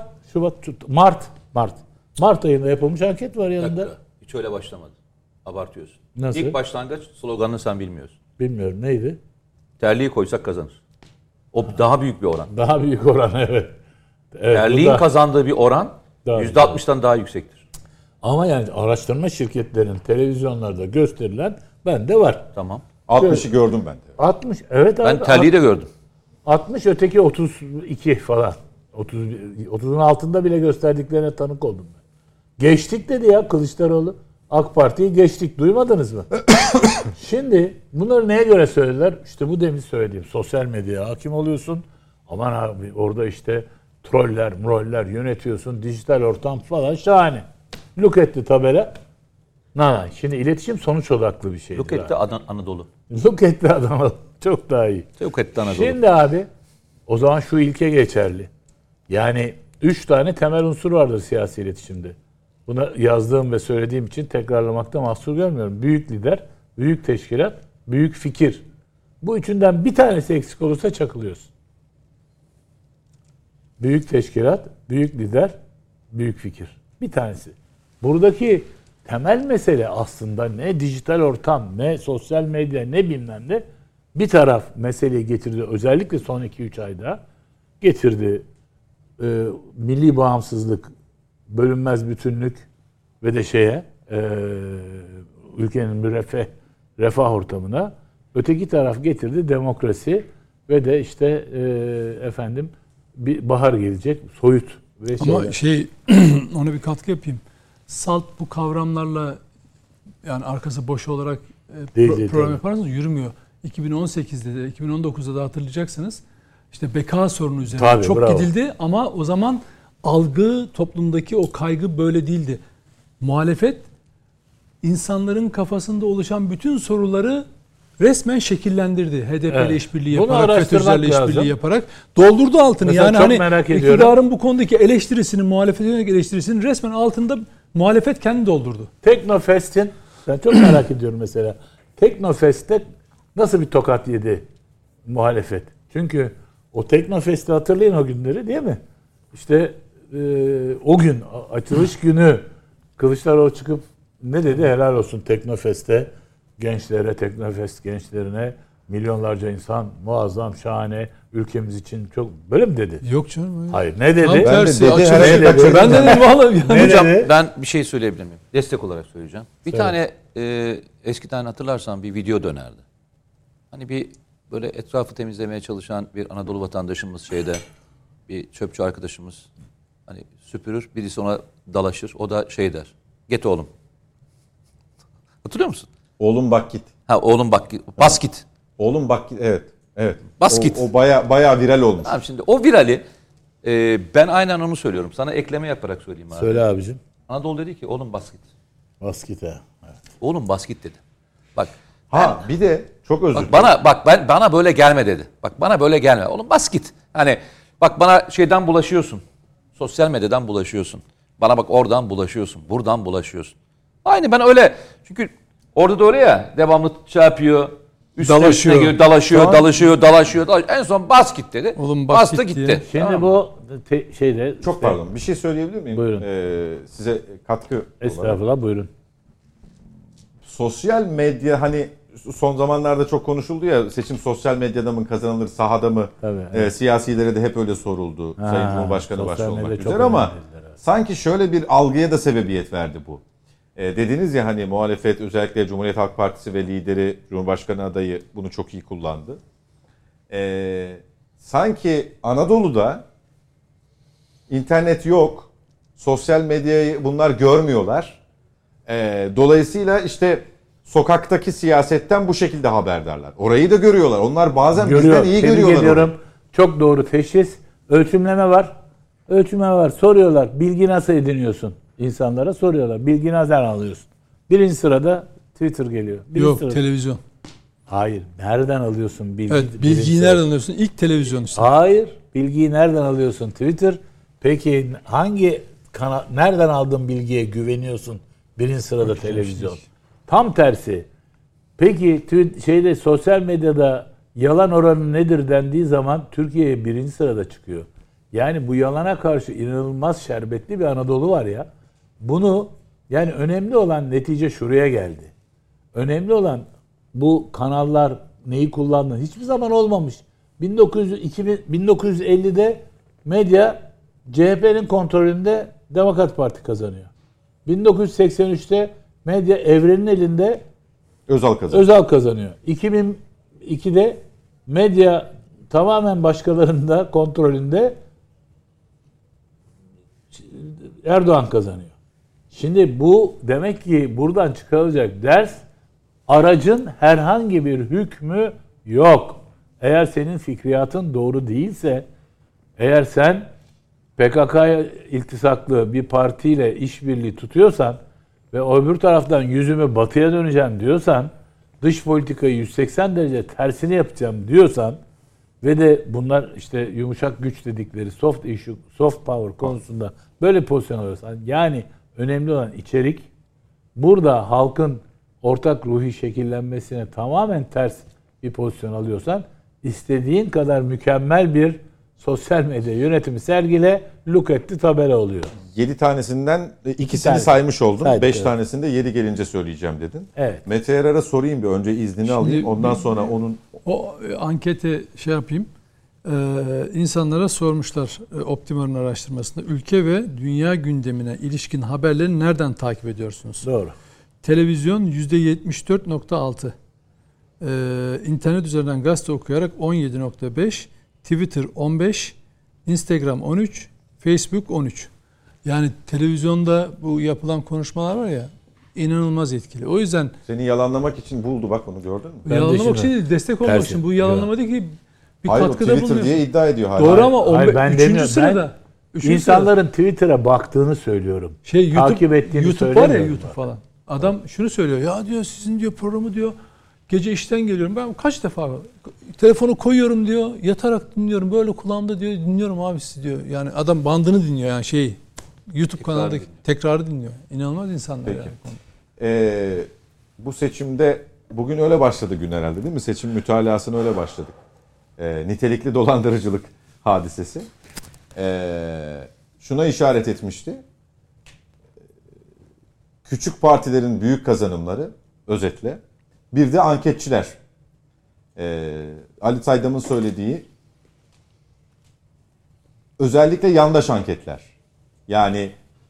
[SPEAKER 3] Mart ayında yapılmış anket var yanında.
[SPEAKER 2] Hiç öyle başlamadı. Abartıyorsun.
[SPEAKER 3] Nasıl?
[SPEAKER 2] İlk başlangıç sloganını sen bilmiyorsun.
[SPEAKER 3] Bilmiyorum neydi?
[SPEAKER 2] Terliği koysak kazanır. O daha büyük bir oran.
[SPEAKER 3] Daha büyük oran evet.
[SPEAKER 2] Terliğin kazandığı bir oran %60'dan daha yüksektir.
[SPEAKER 3] Ama yani araştırma şirketlerinin televizyonlarda gösterilen bende var.
[SPEAKER 2] Tamam.
[SPEAKER 1] 60'ı gördüm ben de.
[SPEAKER 3] 60 evet abi.
[SPEAKER 2] Ben terliği de gördüm.
[SPEAKER 3] 60 öteki 32 falan. 30'un altında bile gösterdiklerine tanık oldum ben. Geçtik dedi ya Kılıçdaroğlu. AK Parti'yi geçtik. Duymadınız mı? Şimdi bunları neye göre söylediler? İşte bu demin söylediğim. Sosyal medyaya hakim oluyorsun. Aman abi orada işte troller yönetiyorsun. Dijital ortam falan şahane. Look etti tabela. Şimdi iletişim sonuç odaklı bir şey.
[SPEAKER 2] Look etti Anadolu.
[SPEAKER 3] Look etti adamı. Çok daha iyi.
[SPEAKER 2] Look etti Anadolu.
[SPEAKER 3] Şimdi abi o zaman şu ilke geçerli. Yani 3 tane temel unsur vardır siyasi iletişimde. Bunu yazdığım ve söylediğim için tekrarlamakta mahsur görmüyorum. Büyük lider, büyük teşkilat, büyük fikir. Bu üçünden bir tanesi eksik olursa çakılıyorsun. Büyük teşkilat, büyük lider, büyük fikir. Bir tanesi. Buradaki temel mesele aslında ne dijital ortam, ne sosyal medya, ne bilmem ne. Bir taraf meseleyi getirdi. Özellikle son 2-3 ayda getirdi. Milli bağımsızlık, bölünmez bütünlük ve de ülkenin refah ortamına. Öteki taraf getirdi demokrasi ve de bir bahar gelecek, soyut ve
[SPEAKER 4] Ama ona bir katkı yapayım. Salt bu kavramlarla yani arkası boş olarak program yaparsanız yürümüyor. 2018'de de 2019'da da hatırlayacaksınız. İşte beka sorunu üzerine çok gidildi ama o zaman algı, toplumdaki o kaygı böyle değildi. Muhalefet insanların kafasında oluşan bütün soruları resmen şekillendirdi. HDP ile işbirliği yaparak, FETÖ'cülerle işbirliği yaparak doldurdu altını.
[SPEAKER 3] Mesela
[SPEAKER 4] yani
[SPEAKER 3] hani
[SPEAKER 4] iktidarın bu konudaki eleştirisinin, muhalefetin eleştirisinin resmen altında muhalefet kendi doldurdu.
[SPEAKER 3] Teknofest'in, ben çok merak ediyorum mesela. Teknofest'te nasıl bir tokat yedi muhalefet? Çünkü o Teknofest'i hatırlayın o günleri değil mi? İşte o gün açılış günü Kılıçdaroğlu çıkıp ne dedi? Helal olsun Teknofest'e, gençlere, Teknofest gençlerine, milyonlarca insan, muazzam, şahane, ülkemiz için çok böyle mi dedi?
[SPEAKER 4] Yok canım.
[SPEAKER 3] Hayır, ne dedi?
[SPEAKER 4] Ben dedim vallahi.
[SPEAKER 2] Hocam ben bir şey söyleyebilir miyim? Destek olarak söyleyeceğim. Bir tane eskiden hatırlarsan bir video dönerdi. Hani bir böyle etrafı temizlemeye çalışan bir Anadolu vatandaşımız bir çöpçü arkadaşımız hani süpürür, birisi ona dalaşır. O da der. Get oğlum. Hatırlıyor musun?
[SPEAKER 1] Oğlum bak git.
[SPEAKER 2] Oğlum bak git. Bas git.
[SPEAKER 1] Oğlum bak git. Evet.
[SPEAKER 2] Bas git.
[SPEAKER 1] O baya viral olmuş.
[SPEAKER 2] Tamam şimdi o virali ben aynen onu söylüyorum. Sana ekleme yaparak söyleyeyim abi.
[SPEAKER 3] Söyle abicim.
[SPEAKER 2] Anadolu dedi ki oğlum bas git.
[SPEAKER 3] Bas git ha. Evet.
[SPEAKER 2] Oğlum bas git dedi. Bak.
[SPEAKER 1] Bir de çok özür dilerim.
[SPEAKER 2] Bana böyle gelme dedi. Bak bana böyle gelme. Oğlum bas git. Hani bak bana şeyden bulaşıyorsun. Sosyal medyadan bulaşıyorsun. Bana bak oradan bulaşıyorsun. Buradan bulaşıyorsun. Aynı ben öyle. Çünkü orada da öyle ya. Devamlı yapıyor. Üstüne
[SPEAKER 4] Dalaşıyor.
[SPEAKER 2] üstüne dalaşıyor, dalaşıyor. En son bas git dedi.
[SPEAKER 4] Oğlum bas
[SPEAKER 2] Bastı
[SPEAKER 4] git
[SPEAKER 2] gitti.
[SPEAKER 4] diye.
[SPEAKER 3] Şimdi
[SPEAKER 2] Tamam.
[SPEAKER 3] bu şeyde
[SPEAKER 1] Çok pardon. Bir şey söyleyebilir miyim?
[SPEAKER 3] Buyurun.
[SPEAKER 1] Size katkı olarak.
[SPEAKER 3] Estağfurullah, buyurun.
[SPEAKER 1] Sosyal medya hani son zamanlarda çok konuşuldu ya, seçim sosyal medyada mı kazanılır, sahada mı?
[SPEAKER 3] Tabii,
[SPEAKER 1] siyasilere de hep öyle soruldu. Sayın Cumhurbaşkanı
[SPEAKER 3] sosyal
[SPEAKER 1] başta olmak
[SPEAKER 3] medya çok
[SPEAKER 1] üzere ama
[SPEAKER 3] önemli dediler, evet.
[SPEAKER 1] sanki şöyle bir algıya da sebebiyet verdi bu. Dediniz ya hani muhalefet, özellikle Cumhuriyet Halk Partisi ve lideri Cumhurbaşkanı adayı bunu çok iyi kullandı. Sanki Anadolu'da internet yok, sosyal medyayı bunlar görmüyorlar. Dolayısıyla işte sokaktaki siyasetten bu şekilde haberdarlar. Orayı da görüyorlar. Onlar bazen bizden iyi
[SPEAKER 3] Tebrik
[SPEAKER 1] görüyorlar.
[SPEAKER 3] ediyorum. Çok doğru teşhis. Ölçümleme var. Ölçümleme var. Soruyorlar. Bilgi nasıl ediniyorsun? İnsanlara soruyorlar. Bilgi nereden alıyorsun? Birinci sırada Twitter geliyor.
[SPEAKER 4] Yok,
[SPEAKER 3] sırada.
[SPEAKER 4] televizyon.
[SPEAKER 3] Hayır. Nereden alıyorsun bilgi?
[SPEAKER 4] Evet,
[SPEAKER 3] Birinci
[SPEAKER 4] bilgiyi
[SPEAKER 3] sırada.
[SPEAKER 4] nereden alıyorsun? İlk televizyon işte.
[SPEAKER 3] Hayır. Bilgiyi nereden alıyorsun? Twitter. Peki hangi kanal, nereden aldığın bilgiye güveniyorsun? Birinci sırada televizyon. Tam tersi. Peki sosyal medyada yalan oranı nedir dendiği zaman Türkiye birinci sırada çıkıyor. Yani bu yalana karşı inanılmaz şerbetli bir Anadolu var ya. Bunu yani önemli olan netice şuraya geldi. Önemli olan bu kanallar neyi kullandığını hiçbir zaman olmamış. 1950'de medya CHP'nin kontrolünde Demokrat Parti kazanıyor. 1983'te medya Evren'in elinde Özal kazanıyor. 2002'de medya tamamen başkalarının da kontrolünde Erdoğan kazanıyor. Şimdi bu demek ki buradan çıkarılacak ders, aracın herhangi bir hükmü yok. Eğer senin fikriyatın doğru değilse, eğer sen PKK'ya iltisaklı bir partiyle işbirliği tutuyorsan ve öbür taraftan yüzümü batıya döneceğim diyorsan, dış politikayı 180 derece tersini yapacağım diyorsan ve de bunlar işte yumuşak güç dedikleri soft power konusunda böyle pozisyon alıyorsan, yani önemli olan içerik, burada halkın ortak ruhi şekillenmesine tamamen ters bir pozisyon alıyorsan, istediğin kadar mükemmel bir sosyal medya yönetimi sergile, look etti tabela oluyor.
[SPEAKER 1] 7 tanesinden ikisini
[SPEAKER 3] tane
[SPEAKER 1] saymış oldun.
[SPEAKER 3] saydık,
[SPEAKER 1] 5
[SPEAKER 3] evet.
[SPEAKER 1] tanesinde 7 gelince söyleyeceğim dedin.
[SPEAKER 3] Evet.
[SPEAKER 1] Mete Yarar'a sorayım bir önce, iznini alayım. Ondan sonra onun...
[SPEAKER 4] O ankete şey yapayım. İnsanlara sormuşlar Optimar'ın araştırmasında. Ülke ve dünya gündemine ilişkin haberleri nereden takip ediyorsunuz?
[SPEAKER 3] Doğru.
[SPEAKER 4] Televizyon %74.6. İnternet üzerinden gazete okuyarak 17.5. Twitter 15. Instagram 13. Facebook 13. Yani televizyonda bu yapılan konuşmalar var ya, inanılmaz etkili. O yüzden
[SPEAKER 1] Seni yalanlamak için buldu, bak onu gördün mü?
[SPEAKER 4] yalanlamak için değil, destek olmak için. Bu yalanlama değil ki, bir
[SPEAKER 1] Hayır,
[SPEAKER 4] katkıda
[SPEAKER 1] Twitter
[SPEAKER 4] bulunuyor.
[SPEAKER 1] diye iddia ediyor hala.
[SPEAKER 4] Doğru ama
[SPEAKER 3] Hayır, ben
[SPEAKER 4] 3.
[SPEAKER 3] demiyorum.
[SPEAKER 4] sırada.
[SPEAKER 3] İnsanların Twitter'a baktığını söylüyorum. Takip ettiğini
[SPEAKER 4] YouTube var ya,
[SPEAKER 3] söylemiyorum.
[SPEAKER 4] YouTube falan. Adam şunu söylüyor. Ya diyor, sizin diyor programı diyor, gece işten geliyorum. Ben kaç defa telefonu koyuyorum diyor. Yatarak dinliyorum. Böyle kulağımda diyor. Dinliyorum abi sizi diyor. Yani adam bandını dinliyor, yani YouTube kanalındaki tekrarı dinliyor. İnanılmaz insanlar.
[SPEAKER 1] Peki.
[SPEAKER 4] Yani.
[SPEAKER 1] Bu seçimde bugün öyle başladı gün herhalde, değil mi? Seçim mütalasına öyle başladık. Nitelikli dolandırıcılık hadisesi. Şuna işaret etmişti. Küçük partilerin büyük kazanımları, özetle. Bir de anketçiler. Ali Saydam'ın söylediği, özellikle yandaş anketler. Yani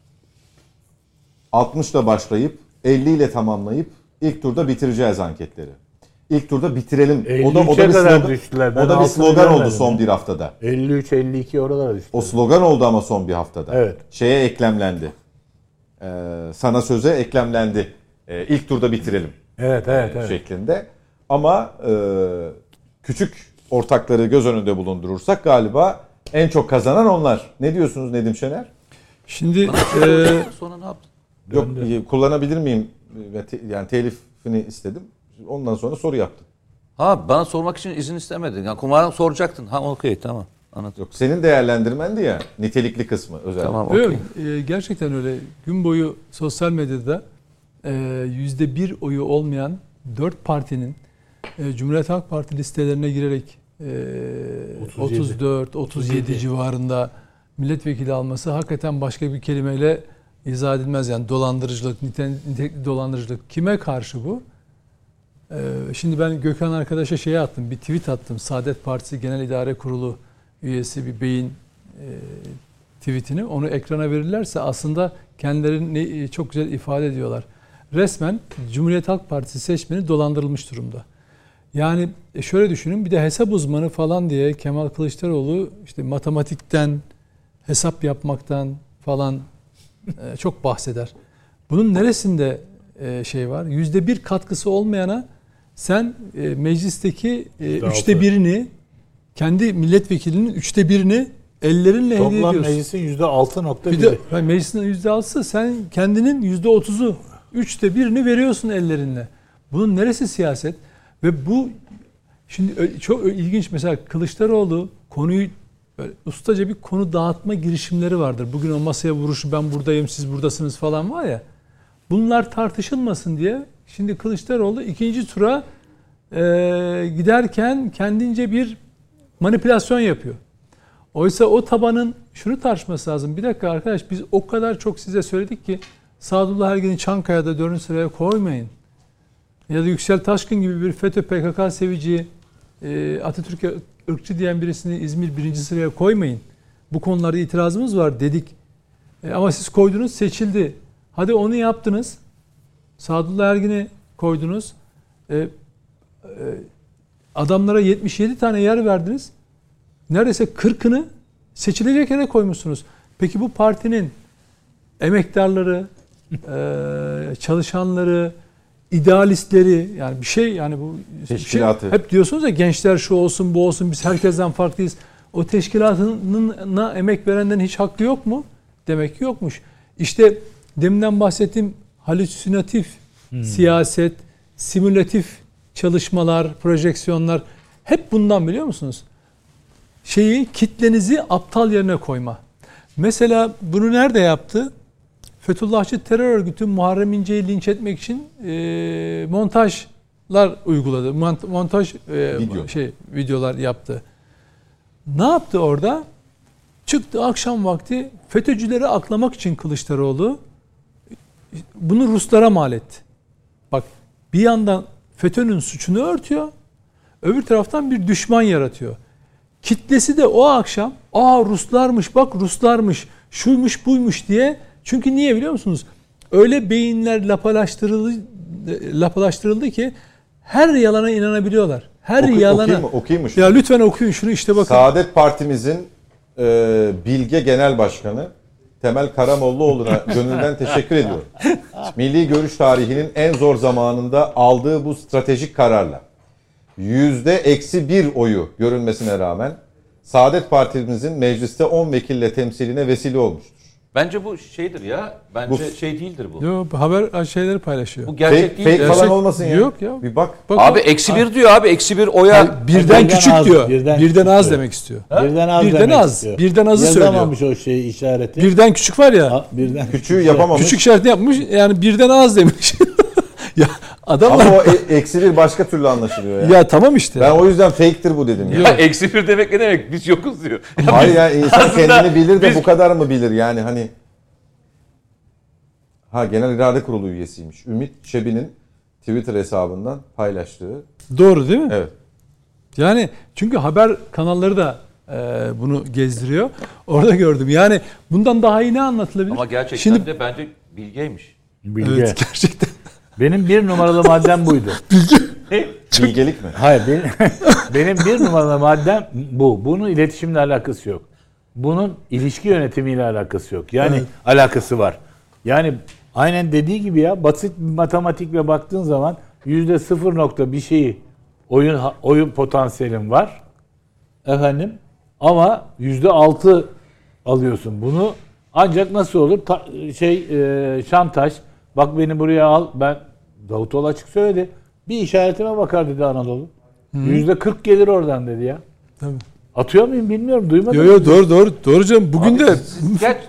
[SPEAKER 1] 60'la başlayıp 50 ile tamamlayıp ilk turda bitireceğiz anketleri. İlk turda bitirelim. O da bir slogan,
[SPEAKER 3] düştüler.
[SPEAKER 1] o da bir slogan oldu son bir haftada.
[SPEAKER 3] 53-52 oralara düştü.
[SPEAKER 1] O slogan oldu ama son bir haftada.
[SPEAKER 3] Evet.
[SPEAKER 1] Şeye eklemlendi. Sana söze eklemlendi. İlk turda bitirelim.
[SPEAKER 3] Evet.
[SPEAKER 1] Şeklinde. Ama küçük ortakları göz önünde bulundurursak galiba en çok kazanan onlar. Ne diyorsunuz Nedim Şener?
[SPEAKER 4] Şimdi
[SPEAKER 2] Sonra ne yaptın?
[SPEAKER 1] Yok, kullanabilir miyim? Yani telifini istedim. Ondan sonra soru yaptım.
[SPEAKER 2] Ha, bana sormak için izin istemedin. Yani kumardan soracaktın. Ha, okey, tamam. Anladım.
[SPEAKER 1] Yok, senin değerlendirmendi ya, nitelikli kısmı özellikle.
[SPEAKER 2] Tamam, okey.
[SPEAKER 4] yok, gerçekten öyle. Gün boyu sosyal medyada %1 oyu olmayan 4 partinin Cumhuriyet Halk Parti listelerine girerek 34-37 civarında milletvekili alması hakikaten başka bir kelimeyle izah edilmez. Yani dolandırıcılık, nitelikli dolandırıcılık. Kime karşı bu? Şimdi ben Gökhan arkadaşa attım, bir tweet attım. Saadet Partisi Genel İdare Kurulu üyesi bir beyin tweetini. Onu ekrana verirlerse aslında kendilerini çok güzel ifade ediyorlar. Resmen Cumhuriyet Halk Partisi seçmeni dolandırılmış durumda. Yani şöyle düşünün, bir de hesap uzmanı falan diye Kemal Kılıçdaroğlu işte matematikten, hesap yapmaktan falan çok bahseder. Bunun neresinde şey var? %1 katkısı olmayana sen meclisteki 1/3'ini, kendi milletvekilinin 1/3'ini ellerinle hediye ediyorsun.
[SPEAKER 3] Toplam meclisin %6.1'i.
[SPEAKER 4] Meclisin %6'sı, sen kendinin %30'u, 1/3'ünü veriyorsun ellerinle. Bunun neresi siyaset? Ve bu şimdi çok ilginç, mesela Kılıçdaroğlu konuyu böyle ustaca bir konu dağıtma girişimleri vardır. Bugün o masaya vuruşu, ben buradayım siz buradasınız falan var ya. Bunlar tartışılmasın diye şimdi Kılıçdaroğlu ikinci tura giderken kendince bir manipülasyon yapıyor. Oysa o tabanın şunu tartışması lazım. Bir dakika arkadaş, biz o kadar çok size söyledik ki Sadullah Ergen'i Çankaya'da 4. sıraya koymayın. Ya da Yüksel Taşkın gibi bir FETÖ PKK sevici, Atatürk'e ırkçı diyen birisini İzmir 1. sıraya koymayın. Bu konularda itirazımız var dedik. Ama siz koydunuz, seçildi. Hadi onu yaptınız. Sadullah Ergin'i koydunuz. Adamlara 77 tane yer verdiniz. Neredeyse 40'ını seçilecek yere koymuşsunuz. Peki bu partinin emektarları, çalışanları, idealistleri, yani bir şey, yani bu
[SPEAKER 1] teşkilatı.
[SPEAKER 4] Hep diyorsunuz ya, gençler şu olsun bu olsun, biz herkesten farklıyız. O teşkilatına emek verenden hiç hakkı yok mu? Demek ki yokmuş. İşte deminden bahsettiğim halüsinatif siyaset, simülatif çalışmalar, projeksiyonlar hep bundan, biliyor musunuz? Kitlenizi aptal yerine koyma. Mesela bunu nerede yaptı? Fethullahçı terör örgütü Muharrem İnce'yi linç etmek için montajlar uyguladı. Montaj videolar yaptı. Ne yaptı orada? Çıktı akşam vakti, FETÖ'cüleri aklamak için Kılıçdaroğlu bunu Ruslara mal etti. Bak, bir yandan FETÖ'nün suçunu örtüyor, öbür taraftan bir düşman yaratıyor. Kitlesi de o akşam Ruslarmış, bak Ruslarmış, şuymuş buymuş diye. Çünkü niye biliyor musunuz? Öyle beyinler lapalaştırıldı ki her yalana inanabiliyorlar. Her yalana.
[SPEAKER 1] Okuyayım mı?
[SPEAKER 4] Ya lütfen okuyun şunu, işte bakın.
[SPEAKER 1] Saadet Partimizin Bilge Genel Başkanı Temel Karamollaoğlu'na gönülden teşekkür ediyorum. Milli görüş tarihinin en zor zamanında aldığı bu stratejik kararla %-1 oyu görünmesine rağmen Saadet Partimizin mecliste 10 vekille temsiline vesile olmuştur.
[SPEAKER 2] Bence bu şeydir ya. Bence şey değildir bu.
[SPEAKER 4] Yok, haber şeyleri paylaşıyor.
[SPEAKER 2] Bu gerçek değil.
[SPEAKER 1] Fake falan olmasın ya.
[SPEAKER 4] Yok ya.
[SPEAKER 1] Bir bak.
[SPEAKER 2] Abi -1 diyor abi. -1 oya.
[SPEAKER 4] Birden küçük
[SPEAKER 3] az,
[SPEAKER 4] diyor.
[SPEAKER 3] birden
[SPEAKER 4] az
[SPEAKER 3] diyor.
[SPEAKER 4] demek istiyor.
[SPEAKER 3] Birden az
[SPEAKER 4] Birden
[SPEAKER 3] demek
[SPEAKER 4] az.
[SPEAKER 3] istiyor.
[SPEAKER 4] Birden azı söylüyor.
[SPEAKER 3] Yazamamış o şeyi, işareti.
[SPEAKER 4] Birden küçük var ya.
[SPEAKER 3] Birden
[SPEAKER 1] Küçüğü yapamamış.
[SPEAKER 4] Küçük işaretini yapmış. Yani birden az demiş. Ya adamlar.
[SPEAKER 1] Ama o -1 başka türlü anlaşılıyor ya.
[SPEAKER 4] Ya tamam işte.
[SPEAKER 1] Ben o yüzden fake'tir bu dedim.
[SPEAKER 2] Ya -1 demek ne demek? Biz yokuz diyor.
[SPEAKER 1] Hayır yani insan kendini bilir de bu kadar mı bilir yani hani. Genel İrade Kurulu üyesiymiş. Ümit Şebi'nin Twitter hesabından paylaştığı.
[SPEAKER 4] Doğru değil mi?
[SPEAKER 1] Evet.
[SPEAKER 4] Yani çünkü haber kanalları da bunu gezdiriyor. Orada gördüm. Yani bundan daha iyi ne anlatılabilir?
[SPEAKER 2] Ama gerçekten de bence bilgeymiş.
[SPEAKER 3] Bilge.
[SPEAKER 4] Evet, gerçekten.
[SPEAKER 3] Benim 1 numaralı maddem buydu.
[SPEAKER 1] Bilgelik mi?
[SPEAKER 3] Hayır, benim 1 numaralı maddem bu. Bunun iletişimle alakası yok. Bunun ilişki yönetimiyle alakası yok. Yani alakası var. Yani aynen dediği gibi ya, basit bir matematikle baktığın zaman %0 bir şeyi oyun potansiyelin var. Efendim, ama %6 alıyorsun. Bunu ancak nasıl olur? Şantaj. Bak beni buraya al. Ben Davutoğlu açık söyledi. Bir işaretime bakar dedi Anadolu. %40 gelir oradan dedi ya.
[SPEAKER 4] Tabii.
[SPEAKER 3] Atıyor muyum bilmiyorum. Duymadım.
[SPEAKER 4] Doğru canım. Bugün
[SPEAKER 2] Abi,
[SPEAKER 4] de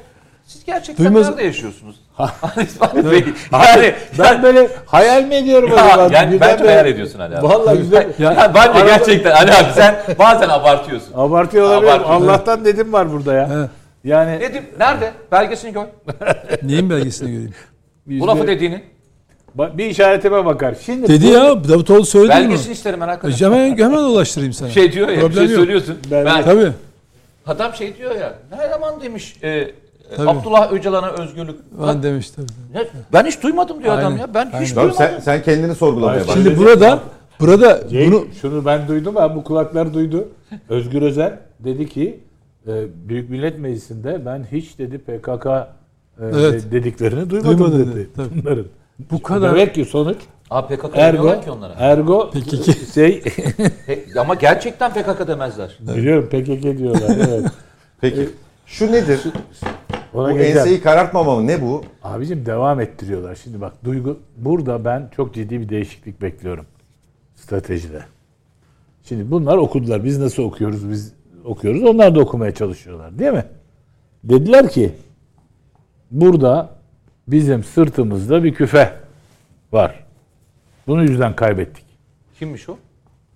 [SPEAKER 2] Siz gerçekten
[SPEAKER 4] Duymaz-
[SPEAKER 2] nerede yaşıyorsunuz? İsmail Bey. Yani
[SPEAKER 3] Ben böyle hayal mi ediyorum acaba?
[SPEAKER 2] yani bence hayal ediyorsun Ali abi.
[SPEAKER 3] Vallahi güzel.
[SPEAKER 2] Ya bence gerçekten Ali abi sen bazen abartıyorsun.
[SPEAKER 3] Abartıyor olabilirim.
[SPEAKER 2] Abartıyor.
[SPEAKER 3] Allah'tan dedim var burada ya.
[SPEAKER 4] Evet.
[SPEAKER 3] Yani
[SPEAKER 2] Nedim nerede? Belgesini koy.
[SPEAKER 4] Neyin belgesini göreyim?
[SPEAKER 2] Bu lafı dediğini.
[SPEAKER 3] bir işaretime bakar. Şimdi
[SPEAKER 4] Dedi ya Davutoğlu söyledi mi?
[SPEAKER 2] Belgesini isterim merak etme.
[SPEAKER 4] Hemen ulaştırayım sana.
[SPEAKER 2] Şey diyor ya, bir
[SPEAKER 4] Problem
[SPEAKER 2] şey
[SPEAKER 4] yok.
[SPEAKER 2] söylüyorsun.
[SPEAKER 3] Ben-
[SPEAKER 4] Tabii.
[SPEAKER 2] Adam şey diyor ya, ne zaman demiş
[SPEAKER 4] Tabii.
[SPEAKER 2] Abdullah Öcalan'a özgürlük.
[SPEAKER 4] Ben demiş tabii.
[SPEAKER 2] Ben hiç duymadım diyor adam
[SPEAKER 4] Aynen,
[SPEAKER 2] ya. Ben hiç
[SPEAKER 4] aynen.
[SPEAKER 1] Tamam,
[SPEAKER 2] duymadım.
[SPEAKER 1] sen kendini sorgulamaya
[SPEAKER 3] Hayır,
[SPEAKER 1] bak.
[SPEAKER 4] Şimdi burada bunu
[SPEAKER 3] şunu ben duydum ama bu kulaklar duydu. Özgür Özel dedi ki Büyük Millet Meclisi'nde ben hiç dedi PKK
[SPEAKER 4] Evet.
[SPEAKER 3] dediklerini duymadım
[SPEAKER 4] Duymadı
[SPEAKER 3] dedi.
[SPEAKER 4] dedi, tabii.
[SPEAKER 3] Bunların.
[SPEAKER 4] bu kadar
[SPEAKER 3] Demek ki sonuç
[SPEAKER 2] Abi PKK
[SPEAKER 3] ergo
[SPEAKER 2] demiyorlar ki onlara.
[SPEAKER 3] PKK şey
[SPEAKER 2] Ama gerçekten PKK demezler.
[SPEAKER 3] biliyorum PKK diyorlar. Evet.
[SPEAKER 1] Peki şu nedir?
[SPEAKER 3] Ona
[SPEAKER 1] Bu
[SPEAKER 3] geleceğim.
[SPEAKER 1] enseyi karartmama mı? Ne bu?
[SPEAKER 3] Abicim devam ettiriyorlar. Şimdi bak burada ben çok ciddi bir değişiklik bekliyorum stratejide. Şimdi bunlar okudular. Biz nasıl okuyoruz? Biz okuyoruz. Onlar da okumaya çalışıyorlar. Değil mi? Dediler ki burada bizim sırtımızda bir küfe var. Bunu yüzden kaybettik.
[SPEAKER 2] Kimmiş o?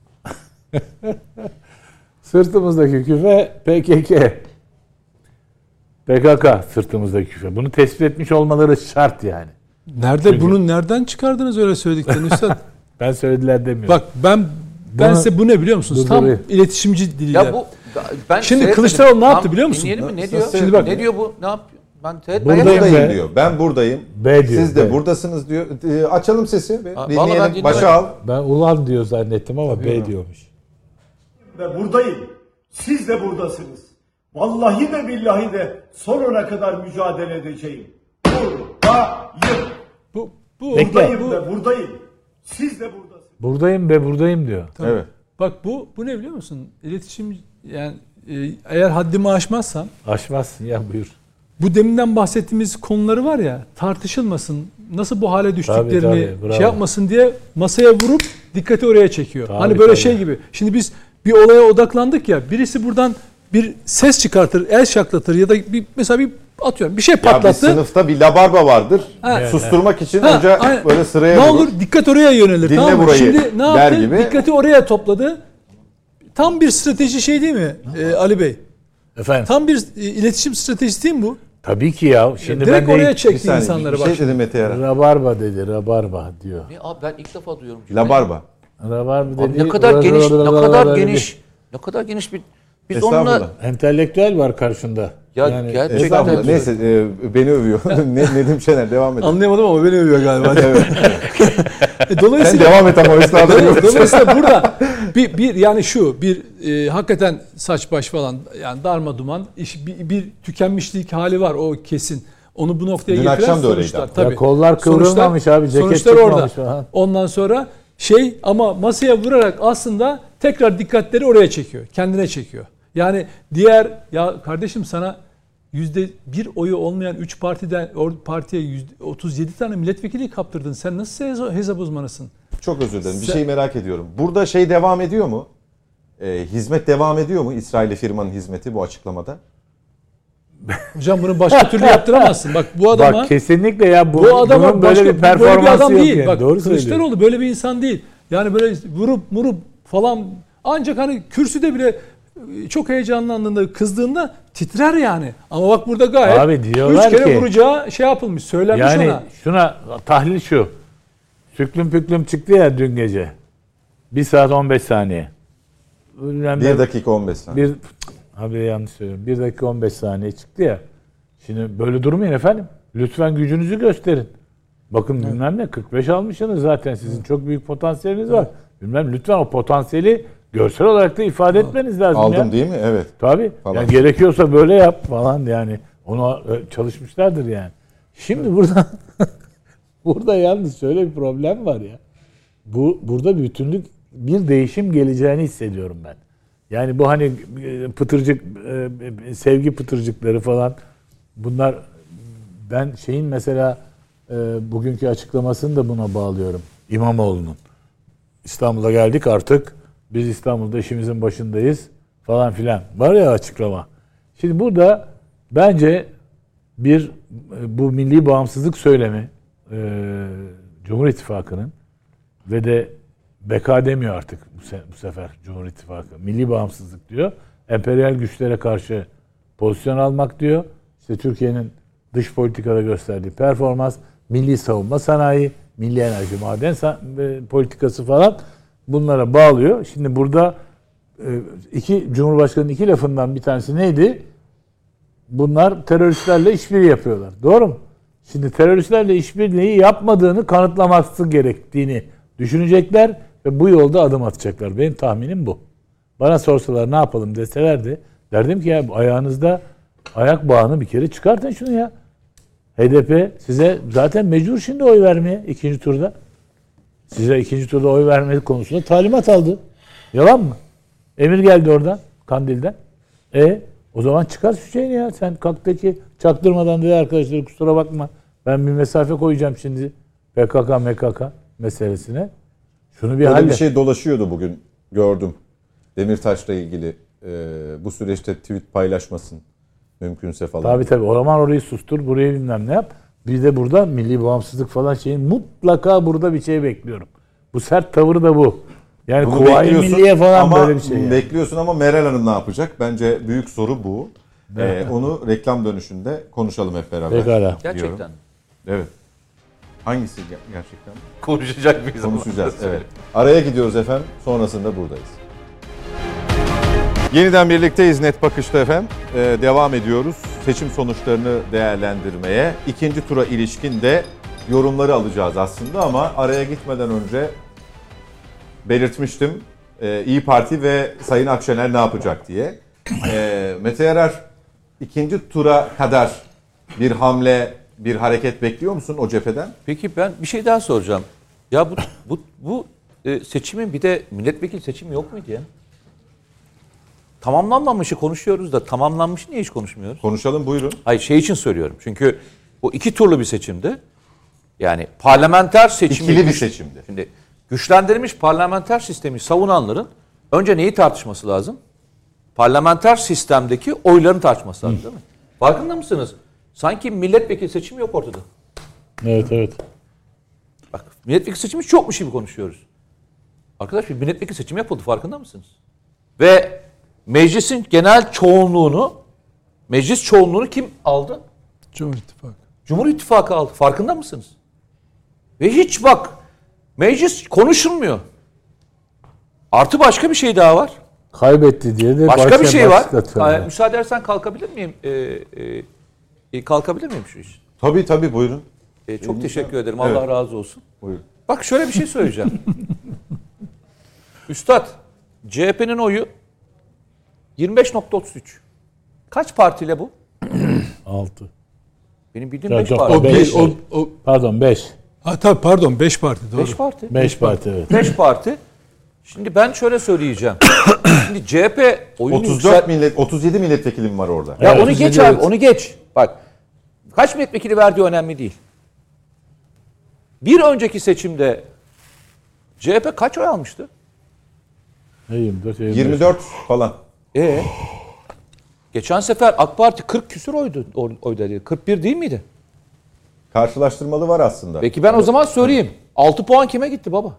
[SPEAKER 3] Sırtımızdaki küfe PKK. PKK sırtımızdaki küfe. Bunu tespit etmiş olmaları şart yani.
[SPEAKER 4] bunu nereden çıkardınız öyle söylediklerini Üstad?
[SPEAKER 3] Ben söylediler demiyorum.
[SPEAKER 4] Bak ben
[SPEAKER 3] Bunu-
[SPEAKER 4] size bu ne biliyor musunuz?
[SPEAKER 3] Dur,
[SPEAKER 4] Tam
[SPEAKER 3] dur.
[SPEAKER 4] iletişimci diliyle.
[SPEAKER 2] Ya bu ben
[SPEAKER 4] Şimdi
[SPEAKER 2] seyretmedim.
[SPEAKER 4] Kılıçdaroğlu ne yaptı
[SPEAKER 2] Tam
[SPEAKER 4] biliyor musun?
[SPEAKER 2] Dinleyelim mi? Ne diyor?
[SPEAKER 1] Şimdi
[SPEAKER 4] bak-
[SPEAKER 2] Ne diyor bu? Ne yapıyor? Ben
[SPEAKER 3] Buradayım
[SPEAKER 2] seyretmedim.
[SPEAKER 1] Buradayım
[SPEAKER 3] be.
[SPEAKER 1] diyor. Ben buradayım.
[SPEAKER 3] B diyor,
[SPEAKER 1] Siz de
[SPEAKER 3] B.
[SPEAKER 1] buradasınız diyor. Açalım sesi.
[SPEAKER 2] vallahi ben
[SPEAKER 1] Dinleyelim.
[SPEAKER 2] dinlemedim.
[SPEAKER 1] Başa al.
[SPEAKER 3] Ben ulan diyor zannettim ama B diyormuş.
[SPEAKER 5] Ve buradayım. Siz de buradasınız. Vallahi de billahi de sonuna kadar mücadele edeceğim. Buradayım.
[SPEAKER 4] Bu
[SPEAKER 3] Bekle.
[SPEAKER 5] Buradayım ve buradayım. Siz de buradasınız.
[SPEAKER 3] Buradayım be buradayım diyor.
[SPEAKER 1] Evet.
[SPEAKER 4] Bak bu ne biliyor musun? İletişim yani eğer haddimi aşmazsam
[SPEAKER 3] Aşmazsın ya buyur.
[SPEAKER 4] bu deminden bahsettiğimiz konuları var ya tartışılmasın. Nasıl bu hale düştüklerini
[SPEAKER 3] tabii, bravo.
[SPEAKER 4] şey yapmasın diye masaya vurup dikkati oraya çekiyor.
[SPEAKER 3] Tabii,
[SPEAKER 4] hani böyle
[SPEAKER 3] tabii.
[SPEAKER 4] şey gibi. Şimdi biz bir olaya odaklandık ya birisi buradan bir ses çıkartır, el şaklatır ya da mesela bir atıyorum bir şey
[SPEAKER 1] Ya bir
[SPEAKER 4] patlattı.
[SPEAKER 1] sınıfta bir labarba vardır.
[SPEAKER 4] Ha.
[SPEAKER 1] Susturmak için
[SPEAKER 4] Ha,
[SPEAKER 1] hoca
[SPEAKER 4] aynen.
[SPEAKER 1] böyle sıraya
[SPEAKER 4] ne
[SPEAKER 1] vurur.
[SPEAKER 4] olur dikkat oraya yönelir.
[SPEAKER 1] Dinle
[SPEAKER 4] tamam mı?
[SPEAKER 1] burayı
[SPEAKER 4] Şimdi ne
[SPEAKER 1] der
[SPEAKER 4] yaptı?
[SPEAKER 1] gibi.
[SPEAKER 4] Dikkati oraya topladı. Tam bir strateji şey değil mi Ali Bey?
[SPEAKER 3] Efendim?
[SPEAKER 4] Tam bir iletişim stratejisi değil mi bu?
[SPEAKER 3] Tabii ki ya. Şimdi
[SPEAKER 4] Direkt
[SPEAKER 3] ben
[SPEAKER 4] oraya
[SPEAKER 3] de
[SPEAKER 1] Bir
[SPEAKER 4] çekti
[SPEAKER 1] saniye,
[SPEAKER 4] insanları
[SPEAKER 1] bir
[SPEAKER 4] bak.
[SPEAKER 1] şey
[SPEAKER 4] şimdi.
[SPEAKER 1] dedi Mete Yarar.
[SPEAKER 3] rabarba dedi. Rabarba diyor.
[SPEAKER 2] Ne abi ben ilk defa duyuyorum.
[SPEAKER 1] Labarba.
[SPEAKER 3] Rabarba
[SPEAKER 2] Abi
[SPEAKER 3] dedi.
[SPEAKER 2] ne kadar geniş, ne kadar geniş. Ne kadar geniş bir biz
[SPEAKER 1] Estağfurullah.
[SPEAKER 2] onunla
[SPEAKER 3] Entelektüel var karşında.
[SPEAKER 2] ya
[SPEAKER 3] Yani
[SPEAKER 2] gerçekten
[SPEAKER 1] Estağfurullah. Neyse beni övüyor. Nedim Şener devam et.
[SPEAKER 4] Anlayamadım ama beni övüyor galiba.
[SPEAKER 1] Sen
[SPEAKER 4] Dolayısıyla
[SPEAKER 1] devam et ama o esnada.
[SPEAKER 4] Dolayısıyla burada bir yani hakikaten saç baş falan yani darma duman bir tükenmişlik hali var o kesin. Onu bu noktaya
[SPEAKER 1] Dün
[SPEAKER 4] getiren
[SPEAKER 1] akşam da öyleydi
[SPEAKER 4] sonuçlar.
[SPEAKER 1] abi.
[SPEAKER 4] Tabii.
[SPEAKER 3] Ya kollar kıvrılmamış abi, ceket
[SPEAKER 4] sonuçlar
[SPEAKER 3] çıkmamış
[SPEAKER 4] orada.
[SPEAKER 3] falan.
[SPEAKER 4] Ondan sonra ama masaya vurarak aslında tekrar dikkatleri oraya çekiyor. Kendine çekiyor. Yani ya kardeşim sana %1 oyu olmayan 3 partiye 37 tane milletvekili kaptırdın. Sen nasıl hesap uzmanısın?
[SPEAKER 1] Çok özür dilerim. Bir şey merak ediyorum. Burada şey devam ediyor mu? Hizmet devam ediyor mu? İsrail'li firmanın hizmeti bu açıklamada.
[SPEAKER 4] Hocam bunu başka türlü yaptıramazsın. Bak bu adama
[SPEAKER 3] Bak kesinlikle ya
[SPEAKER 4] bu adama
[SPEAKER 3] bunun böyle bir
[SPEAKER 4] böyle bir
[SPEAKER 3] performansı
[SPEAKER 4] adam
[SPEAKER 3] yok
[SPEAKER 4] değil.
[SPEAKER 3] yani.
[SPEAKER 4] Bak
[SPEAKER 3] Doğru söylüyor.
[SPEAKER 4] Kılıçdaroğlu böyle bir insan değil. Yani böyle vurup falan ancak hani kürsüde bile çok heyecanlandığında, kızdığında titrer yani. Ama bak burada gayet
[SPEAKER 3] Abi diyorlar
[SPEAKER 4] 3 kere
[SPEAKER 3] ki-
[SPEAKER 4] vuracağı şey yapılmış, söylenmiş
[SPEAKER 3] Yani
[SPEAKER 4] ona.
[SPEAKER 3] şuna tahlil şu. Süklüm püklüm çıktı ya dün gece. 1 saat 15 saniye.
[SPEAKER 1] 1 dakika 15 saniye.
[SPEAKER 3] Abi yanlış söylüyorum. 1 dakika 15 saniye çıktı ya. Şimdi böyle durmayın efendim. Lütfen gücünüzü gösterin. Bakın bilmem ne 45 almışsınız zaten. Sizin çok büyük potansiyeliniz var. Bilmem lütfen o potansiyeli görsel olarak da ifade etmeniz lazım
[SPEAKER 1] Aldım
[SPEAKER 3] ya.
[SPEAKER 1] değil mi? Evet.
[SPEAKER 3] Tabii.
[SPEAKER 1] Falan.
[SPEAKER 3] Yani gerekiyorsa böyle yap falan yani. Onu çalışmışlardır yani. Şimdi burada yalnız şöyle bir problem var ya. Burada bütünlük bir değişim geleceğini hissediyorum ben. Yani bu hani pıtırcık sevgi pıtırcıkları falan bunlar ben şeyin mesela bugünkü açıklamasını da buna bağlıyorum. İmamoğlu'nun. İstanbul'a geldik artık. Biz İstanbul'da işimizin başındayız falan filan. Var ya açıklama. Şimdi burada bence bu milli bağımsızlık söylemi Cumhur İttifakı'nın ve de beka demiyor artık bu sefer Cumhur İttifakı. Milli bağımsızlık diyor. Emperyal güçlere karşı pozisyon almak diyor. İşte Türkiye'nin dış politikada gösterdiği performans, milli savunma sanayi, milli enerji maden politikası falan bunlara bağlıyor. Şimdi burada Cumhurbaşkanı'nın iki lafından bir tanesi neydi? Bunlar teröristlerle işbirliği yapıyorlar. Doğru mu? Şimdi teröristlerle işbirliği yapmadığını kanıtlaması gerektiğini düşünecekler ve bu yolda adım atacaklar. Benim tahminim bu. Bana sorsalar ne yapalım deselerdi derdim ki ya ayağınızda ayak bağını bir kere çıkartın şunu ya. HDP size zaten mecbur şimdi oy vermeye ikinci turda. Size ikinci turda oy verme konusunda talimat aldı. Yalan mı? Emir geldi oradan, Kandil'den. O zaman çıkar şu şeyini ya. Sen kalktaki çaktırmadan dedi arkadaşlar kusura bakma. Ben bir mesafe koyacağım şimdi PKK meselesine. Şunu bir
[SPEAKER 1] Öyle bir şey dolaşıyordu bugün. Gördüm. Demirtaş'la ilgili bu süreçte tweet paylaşmasın mümkünse falan.
[SPEAKER 3] Tabii. O zaman orayı sustur. Buraya bilmem ne yap. Bir de burada milli bağımsızlık falan şeyin mutlaka burada bir şey bekliyorum. Bu sert tavır da bu. Yani Kuvayi Milliye falan
[SPEAKER 1] ama
[SPEAKER 3] böyle bir şey. Yani.
[SPEAKER 1] Bekliyorsun ama Meral Hanım ne yapacak? Bence büyük soru bu. Onu reklam dönüşünde konuşalım hep beraber.
[SPEAKER 3] Pekala.
[SPEAKER 2] Gerçekten.
[SPEAKER 1] Evet. Hangisi gerçekten?
[SPEAKER 2] Konuşacak mıyız?
[SPEAKER 1] Konuşacağız. Evet. Araya gidiyoruz efendim. Sonrasında buradayız. Yeniden birlikteyiz Net Bakış'ta efendim. Devam ediyoruz. Seçim sonuçlarını değerlendirmeye. İkinci tura ilişkin de yorumları alacağız aslında ama araya gitmeden önce belirtmiştim. İYİ Parti ve Sayın Akşener ne yapacak diye. Mete Yarar ikinci tura kadar bir hamle, bir hareket bekliyor musun o cepheden?
[SPEAKER 2] Peki ben bir şey daha soracağım. Ya bu seçimin bir de milletvekili seçimi yok muydu ya? Tamamlanmamışı konuşuyoruz da tamamlanmış niye hiç konuşmuyoruz?
[SPEAKER 1] Konuşalım buyurun.
[SPEAKER 2] Hayır şey için söylüyorum. Çünkü bu iki turlu bir seçimdi. Yani parlamenter seçimi...
[SPEAKER 1] İkili bir seçimdi.
[SPEAKER 2] Şimdi güçlendirilmiş parlamenter sistemi savunanların önce neyi tartışması lazım? Parlamenter sistemdeki oyların tartışması lazım değil mi? Farkında mısınız? Sanki milletvekili seçimi yok ortada.
[SPEAKER 3] Evet.
[SPEAKER 2] Bak milletvekili seçimi çokmuş gibi konuşuyoruz. Arkadaş bir milletvekili seçimi yapıldı farkında mısınız? Ve meclisin genel çoğunluğunu, meclis çoğunluğunu kim aldı?
[SPEAKER 4] Cumhur İttifakı.
[SPEAKER 2] Cumhur İttifakı aldı. Farkında mısınız? Ve hiç bak meclis konuşulmuyor. Artı başka bir şey daha var.
[SPEAKER 3] Kaybetti diye de
[SPEAKER 2] başka bir şey var. Müsaade edersen kalkabilir miyim? Kalkabilir miyim şu iş?
[SPEAKER 1] Tabii buyurun.
[SPEAKER 2] Çok teşekkür ederim. Allah razı olsun.
[SPEAKER 1] Buyurun.
[SPEAKER 2] Bak şöyle bir şey söyleyeceğim. Üstad, CHP'nin oyu 25.33. Kaç partiyle bu?
[SPEAKER 3] 6.
[SPEAKER 2] Benim bildiğim 5
[SPEAKER 3] Çok
[SPEAKER 2] parti.
[SPEAKER 3] beş. Pardon 5.
[SPEAKER 4] Tabii pardon 5 parti doğru.
[SPEAKER 2] 5 parti.
[SPEAKER 3] 5 parti evet.
[SPEAKER 2] 5 parti. Şimdi ben şöyle söyleyeceğim. Şimdi CHP oyunu
[SPEAKER 1] 37 milletvekilim var orada.
[SPEAKER 2] Ya
[SPEAKER 3] Evet,
[SPEAKER 2] onu geç
[SPEAKER 3] evet.
[SPEAKER 2] abi, onu geç. Bak. Kaç milletvekili verdiği önemli değil. Bir önceki seçimde CHP kaç oy almıştı?
[SPEAKER 1] 24 falan.
[SPEAKER 2] Geçen sefer AK Parti 40 küsur oydu. 41 değil miydi?
[SPEAKER 1] Karşılaştırmalı var aslında.
[SPEAKER 2] Peki ben o zaman söyleyeyim. 6 puan kime gitti baba?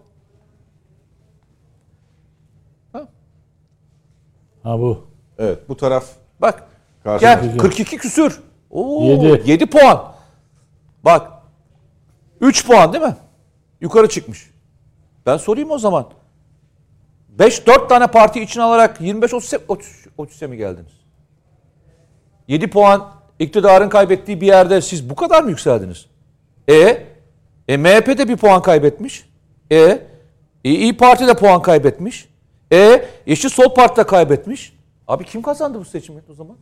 [SPEAKER 3] Ha bu.
[SPEAKER 1] Evet bu taraf.
[SPEAKER 2] Bak.
[SPEAKER 1] Karşılaştırma.
[SPEAKER 2] Gel 42 küsür.
[SPEAKER 3] 7.
[SPEAKER 2] 7 puan. Bak. 3 puan değil mi? Yukarı çıkmış. Ben sorayım o zaman. 4 tane parti içine alarak 25-33'e mi geldiniz? 7 puan iktidarın kaybettiği bir yerde siz bu kadar mı yükseldiniz? MHP de bir puan kaybetmiş. İYİ Parti de puan kaybetmiş. Yeşil Sol Parti de kaybetmiş. Abi kim kazandı bu seçimi o zaman?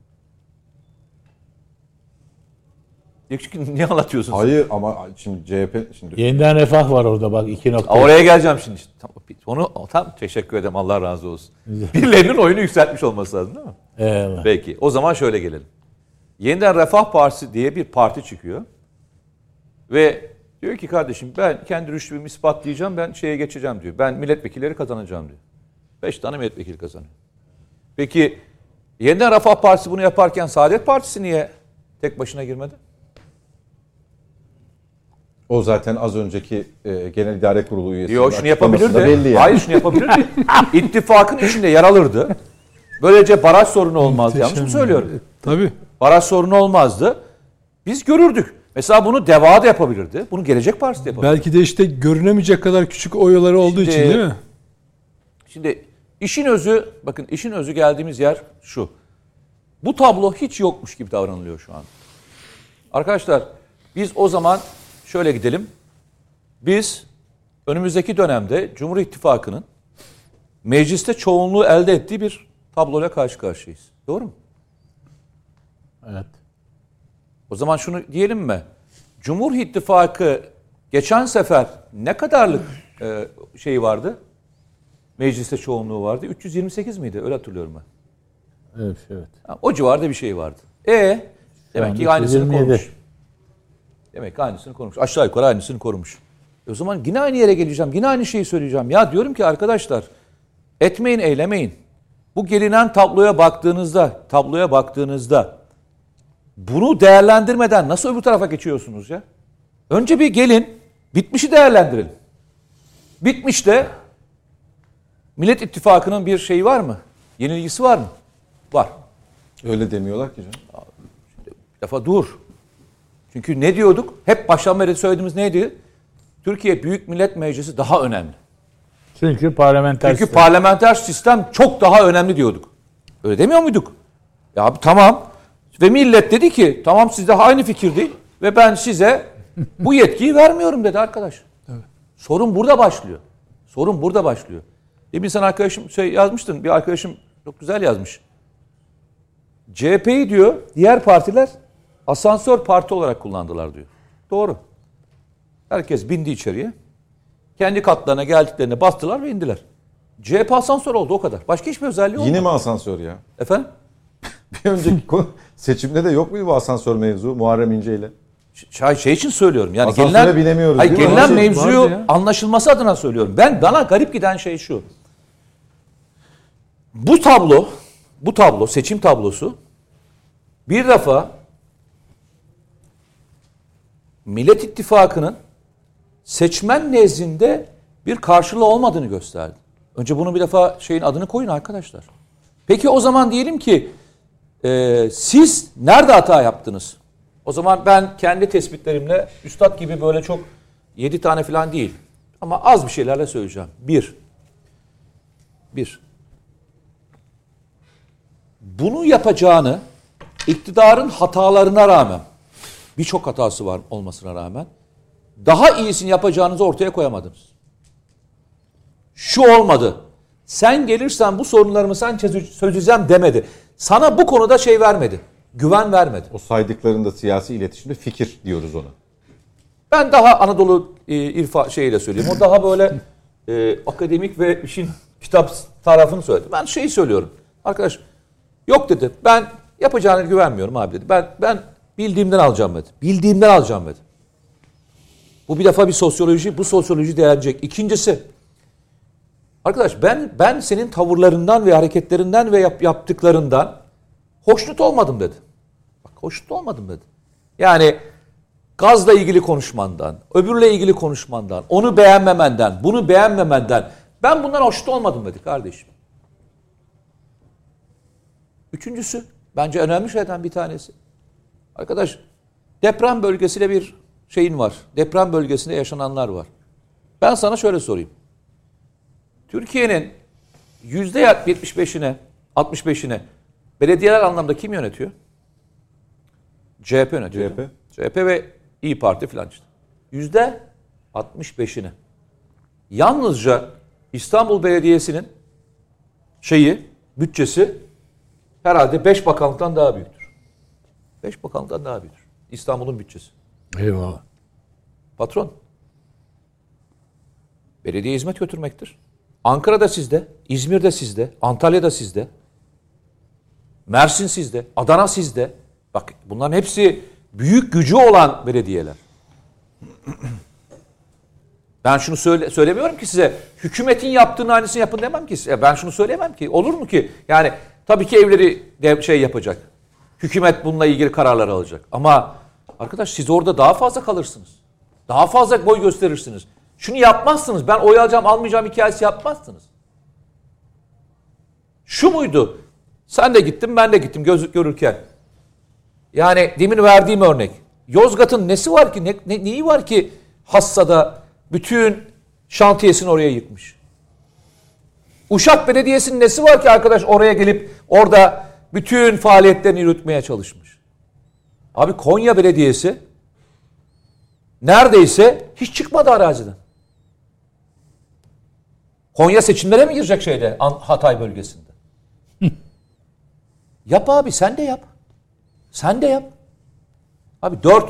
[SPEAKER 2] Niye anlatıyorsun sen?
[SPEAKER 1] Hayır ama şimdi CHP şimdi
[SPEAKER 3] Yeniden Refah var orada bak 2 nokta.
[SPEAKER 2] Oraya geleceğim şimdi. Tam teşekkür ederim Allah razı olsun. Birilerinin oyunu yükseltmiş olması lazım değil mi?
[SPEAKER 3] Evet.
[SPEAKER 2] Peki o zaman şöyle gelelim. Yeniden Refah Partisi diye bir parti çıkıyor. Ve diyor ki kardeşim ben kendi rüştümü ispatlayacağım ben şeye geçeceğim diyor. Ben milletvekilleri kazanacağım diyor. 5 tane milletvekili kazanıyor. Peki Yeniden Refah Partisi bunu yaparken Saadet Partisi niye tek başına girmedi?
[SPEAKER 1] O zaten az önceki Genel İdare Kurulu üyesi.
[SPEAKER 2] Yok, şunu yapabilirdi.
[SPEAKER 1] Belli yani.
[SPEAKER 2] Hayır, şunu yapabilirdi. İttifakın içinde yer alırdı. Böylece baraj sorunu olmazdı. Yanlış mı söylüyorum?
[SPEAKER 4] Tabii.
[SPEAKER 2] Baraj sorunu olmazdı. Biz görürdük. Mesela bunu DEVA da yapabilirdi. Bunu Gelecek Partisi de yapabilirdi.
[SPEAKER 4] Belki de işte görünemeyecek kadar küçük oyaları olduğu için değil mi?
[SPEAKER 2] Şimdi işin özü, bakın işin özü geldiğimiz yer şu. Bu tablo hiç yokmuş gibi davranılıyor şu an. Arkadaşlar biz o zaman şöyle gidelim. Biz önümüzdeki dönemde Cumhur İttifakı'nın mecliste çoğunluğu elde ettiği bir tabloyla karşı karşıyayız. Doğru mu?
[SPEAKER 3] Evet.
[SPEAKER 2] O zaman şunu diyelim mi? Cumhur İttifakı geçen sefer ne kadarlık şeyi vardı? Mecliste çoğunluğu vardı. 328 miydi? Öyle hatırlıyorum ben.
[SPEAKER 3] Evet, evet.
[SPEAKER 2] O civarda bir şey vardı. Demek ki aynısını korumuş. Demek ki aynısını korumuş. Aşağı yukarı aynısını korumuş. O zaman yine aynı yere geleceğim. Yine aynı şeyi söyleyeceğim. Ya diyorum ki arkadaşlar, etmeyin, eylemeyin. Bu gelinen tabloya baktığınızda bunu değerlendirmeden nasıl öbür tarafa geçiyorsunuz ya? Önce bir gelin, bitmişi değerlendirelim. Bitmişte Millet İttifakı'nın bir şeyi var mı? Yenilgisi var mı? Var.
[SPEAKER 1] Öyle demiyorlar ki canım.
[SPEAKER 2] Bir defa dur. Çünkü ne diyorduk? Hep baştan beri söylediğimiz neydi? Türkiye Büyük Millet Meclisi daha önemli.
[SPEAKER 3] Çünkü parlamenter
[SPEAKER 2] sistem çok daha önemli diyorduk. Öyle demiyor muyduk? Ya abi tamam. Ve millet dedi ki tamam, siz de aynı fikir değil ve ben size bu yetkiyi vermiyorum dedi arkadaş. Evet. Sorun burada başlıyor. Demin sen arkadaşım yazmıştın. Bir arkadaşım çok güzel yazmış. CHP'yi diyor diğer partiler asansör parti olarak kullandılar diyor. Doğru. Herkes bindi içeriye. Kendi katlarına geldiklerinde bastılar ve indiler. CHP asansör oldu, o kadar. Başka hiçbir özelliği olmadı.
[SPEAKER 1] Yine mi asansör ya?
[SPEAKER 2] Efendim?
[SPEAKER 1] Bir önceki seçimde de yok muydu bu asansör mevzu Muharrem İnce ile?
[SPEAKER 2] Şey için söylüyorum. Yani
[SPEAKER 1] asansöre binemiyoruz.
[SPEAKER 2] Hayır, gelinen mevzuyu
[SPEAKER 4] anlaşılması
[SPEAKER 2] adına söylüyorum. Bana garip giden şey şu. Bu tablo, seçim tablosu bir defa Millet İttifakı'nın seçmen nezdinde bir karşılığı olmadığını gösterdi. Önce bunu bir defa şeyin adını koyun arkadaşlar. Peki o zaman diyelim ki siz nerede hata yaptınız? O zaman ben kendi tespitlerimle üstad gibi böyle çok 7 tane falan değil ama az bir şeylerle söyleyeceğim. Bir. Bunu yapacağını iktidarın hatalarına rağmen, birçok hatası var olmasına rağmen daha iyisini yapacağınızı ortaya koyamadınız. Şu olmadı. Sen gelirsen bu sorunlarımı sen çözeceğim demedi. Sana bu konuda şey vermedi. Güven vermedi.
[SPEAKER 1] O saydıklarında siyasi iletişimde fikir diyoruz ona.
[SPEAKER 2] Ben daha Anadolu şeyiyle söyleyeyim. O daha böyle akademik ve işin kitap tarafını söyledi. Ben şeyi söylüyorum. Arkadaş yok dedi. Ben yapacağına güvenmiyorum abi dedi. Ben bildiğimden alacağım dedi. Bu bir defa bir sosyoloji. Bu sosyoloji değerlenecek. İkincisi, arkadaş ben senin tavırlarından ve hareketlerinden ve yaptıklarından hoşnut olmadım dedi. Bak, hoşnut olmadım dedi. Yani gazla ilgili konuşmandan, öbürle ilgili konuşmandan, onu beğenmemenden, bunu beğenmemenden ben bundan hoşnut olmadım dedi kardeşim. Üçüncüsü, bence önemli şeylerden bir tanesi. Arkadaş, deprem bölgesiyle bir şeyin var. Deprem bölgesinde yaşananlar var. Ben sana şöyle sorayım. Türkiye'nin %75'ine, 65'ine belediyeler anlamda kim yönetiyor? CHP yönetiyor. CHP ve İYİ Parti filan işte. %65'ine. Yalnızca İstanbul Belediyesi'nin bütçesi herhalde 5 bakanlıktan daha büyüktür. 5 bakanlıktan daha büyüktür. İstanbul'un bütçesi.
[SPEAKER 3] Eyvallah.
[SPEAKER 2] Patron. Belediye hizmet götürmektir. Ankara'da sizde, İzmir'de sizde, Antalya'da sizde, Mersin sizde, Adana sizde. Bak, bunların hepsi büyük gücü olan belediyeler. Ben şunu söylemiyorum ki size, hükümetin yaptığını aynısını yapın demem ki. Ben şunu söyleyemem ki. Olur mu ki? Yani tabii ki evleri yapacak. Hükümet bununla ilgili kararlar alacak. Ama arkadaş siz orada daha fazla kalırsınız. Daha fazla boy gösterirsiniz. Şunu yapmazsınız. Ben oy alacağım almayacağım hikayesi yapmazsınız. Şu muydu? Sen de gittin ben de gittim gözlük görürken. Yani demin verdiğim örnek. Yozgat'ın nesi var ki? Neyi var ki Hassa'da bütün şantiyesini oraya yıkmış? Uşak Belediyesi'nin nesi var ki arkadaş oraya gelip orada bütün faaliyetlerini yürütmeye çalışmış? Abi Konya Belediyesi neredeyse hiç çıkmadı araziden. Konya seçimlere mi girecek şeyde Hatay bölgesinde? Yap abi sen de yap. Sen de yap. Abi 4.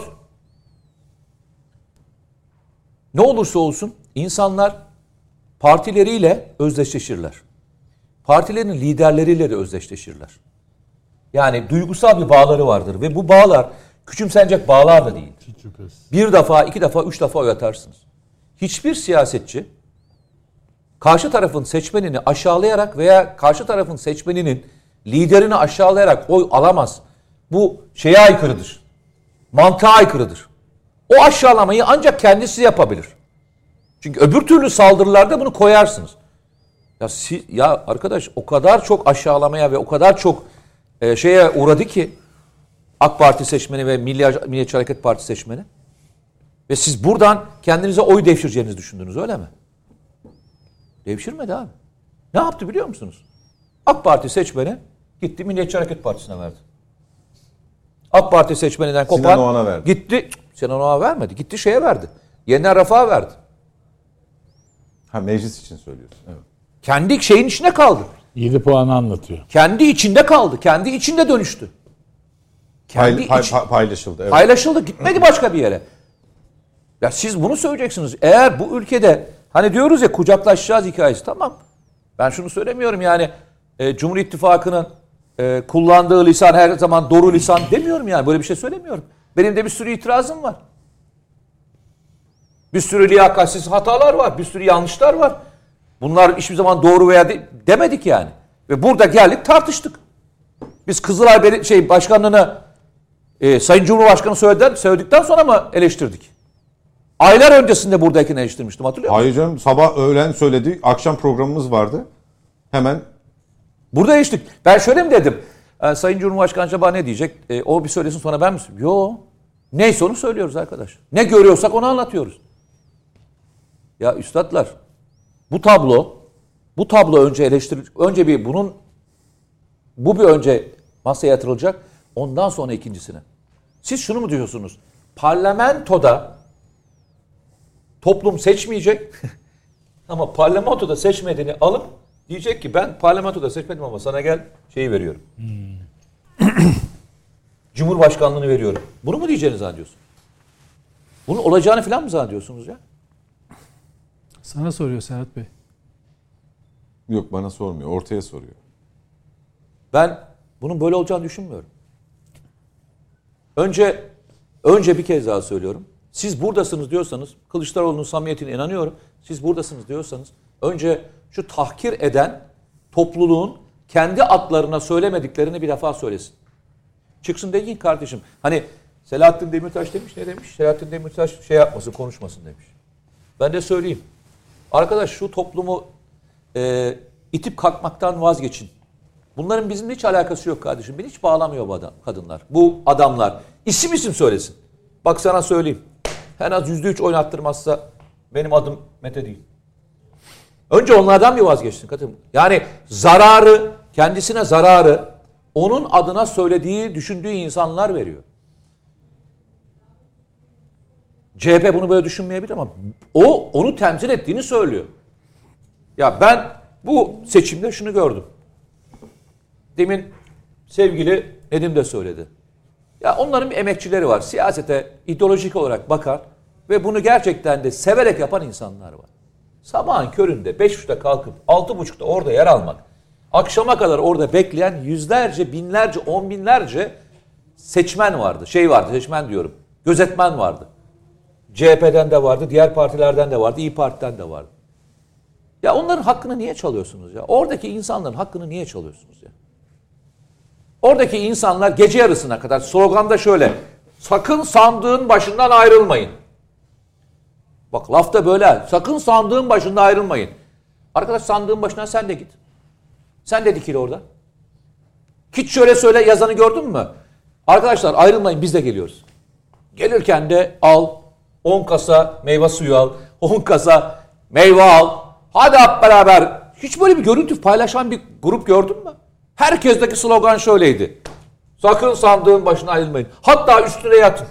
[SPEAKER 2] Ne olursa olsun insanlar partileriyle özdeşleşirler. Partilerin liderleriyle de özdeşleşirler. Yani duygusal bir bağları vardır ve bu bağlar küçümsenecek bağlar da değildir. Bir defa, 2 defa, 3 defa oy atarsınız. Hiçbir siyasetçi karşı tarafın seçmenini aşağılayarak veya karşı tarafın seçmeninin liderini aşağılayarak oy alamaz. Bu şeye aykırıdır. Mantığa aykırıdır. O aşağılamayı ancak kendisi yapabilir. Çünkü öbür türlü saldırılarda bunu koyarsınız. Ya arkadaş o kadar çok aşağılamaya ve o kadar çok şeye uğradı ki AK Parti seçmeni ve Milliyetçi Hareket Partisi seçmeni. Ve siz buradan kendinize oy devşireceğinizi düşündünüz öyle mi? Devşirmedi abi. Ne yaptı biliyor musunuz? AK Parti seçmeni gitti Milliyetçi Hareket Partisi'ne verdi. AK Parti seçmeninden kopan
[SPEAKER 1] Sinan Oğan'a verdi.
[SPEAKER 2] Gitti Sinan Oğan'a vermedi. Gitti şeye verdi. Yeniden Refah'a verdi.
[SPEAKER 1] Ha meclis için söylüyorsun. Evet.
[SPEAKER 2] Kendi şeyin içine kaldı.
[SPEAKER 3] 7 puanı anlatıyor.
[SPEAKER 2] Kendi içinde kaldı. Kendi içinde dönüştü.
[SPEAKER 1] Paylaşıldı. Evet.
[SPEAKER 2] Paylaşıldı. Gitmedi başka bir yere. Ya siz bunu söyleyeceksiniz. Eğer bu ülkede hani diyoruz ya kucaklaşacağız hikayesi. Tamam. Ben şunu söylemiyorum yani Cumhur İttifakı'nın kullandığı lisan her zaman doğru lisan demiyorum yani. Böyle bir şey söylemiyorum. Benim de bir sürü itirazım var. Bir sürü liyakatsiz hatalar var. Bir sürü yanlışlar var. Bunlar hiçbir zaman doğru veya demedik yani. Ve burada geldik tartıştık. Biz Kızılay Başkanlığı'nı Sayın Cumhurbaşkanı söyledikten sonra mı eleştirdik? Aylar öncesinde buradayken eleştirmiştim hatırlıyor musun?
[SPEAKER 1] Hayır canım sabah öğlen söyledi. Akşam programımız vardı. Hemen.
[SPEAKER 2] Burada eleştirdik. Ben şöyle mi dedim? Sayın Cumhurbaşkanı acaba ne diyecek? O bir söylesin sonra ben mi söyleyeyim? Yok. Neyse onu söylüyoruz arkadaş. Ne görüyorsak onu anlatıyoruz. Ya üstadlar bu tablo önce önce bu bir önce masaya yatırılacak. Ondan sonra ikincisine. Siz şunu mu diyorsunuz? Parlamentoda toplum seçmeyecek ama parlamentoda seçmediğini alıp diyecek ki ben parlamentoda seçmedim ama sana gel şeyi veriyorum. Cumhurbaşkanlığını veriyorum. Bunu mu diyeceğini zannediyorsun? Bunun olacağını falan mı zannediyorsunuz ya?
[SPEAKER 4] Sana soruyor Serhat Bey.
[SPEAKER 1] Yok bana sormuyor. Ortaya soruyor.
[SPEAKER 2] Ben bunun böyle olacağını düşünmüyorum. Önce bir kez daha söylüyorum. Siz buradasınız diyorsanız, Kılıçdaroğlu'nun samimiyetine inanıyorum. Siz buradasınız diyorsanız, önce şu tahkir eden topluluğun kendi adlarına söylemediklerini bir defa söylesin. Çıksın deyin kardeşim. Hani Selahattin Demirtaş demiş, ne demiş? Selahattin Demirtaş şey yapmasın, konuşmasın demiş. Ben de söyleyeyim. Arkadaş şu toplumu itip kalkmaktan vazgeçin. Bunların bizimle hiç alakası yok kardeşim. Beni hiç bağlamıyor bu kadınlar. Bu adamlar. İsim söylesin. Bak sana söyleyeyim. En az %3 oynattırmazsa benim adım Mete değil. Önce onlardan bir vazgeçsin. Yani kendisine zararı onun adına söylediği, düşündüğü insanlar veriyor. CHP bunu böyle düşünmeyebilir ama o onu temsil ettiğini söylüyor. Ya ben bu seçimde şunu gördüm. Demin sevgili Nedim de söyledi. Ya onların bir emekçileri var. Siyasete ideolojik olarak bakar ve bunu gerçekten de severek yapan insanlar var. Sabahın köründe 5.30'da kalkıp 6.30'da orada yer almak, akşama kadar orada bekleyen yüzlerce, binlerce, on binlerce seçmen vardı. Seçmen diyorum. Gözetmen vardı. CHP'den de vardı, diğer partilerden de vardı, İYİ Parti'den de vardı. Ya onların hakkını niye çalıyorsunuz ya? Oradaki insanların hakkını niye çalıyorsunuz ya? Oradaki insanlar gece yarısına kadar sloganda şöyle. Sakın sandığın başından ayrılmayın. Bak lafta böyle. Sakın sandığın başında ayrılmayın. Arkadaş sandığın başına sen de git. Sen de dikil orada. Hiç şöyle söyle yazanı gördün mü? Arkadaşlar ayrılmayın biz de geliyoruz. Gelirken de al 10 kasa meyve suyu al. 10 kasa meyve al. Hadi hep beraber. Hiç böyle bir görüntü paylaşan bir grup gördün mü? Herkesteki slogan şöyleydi. Sakın sandığın başına ayrılmayın. Hatta üstüne yatın.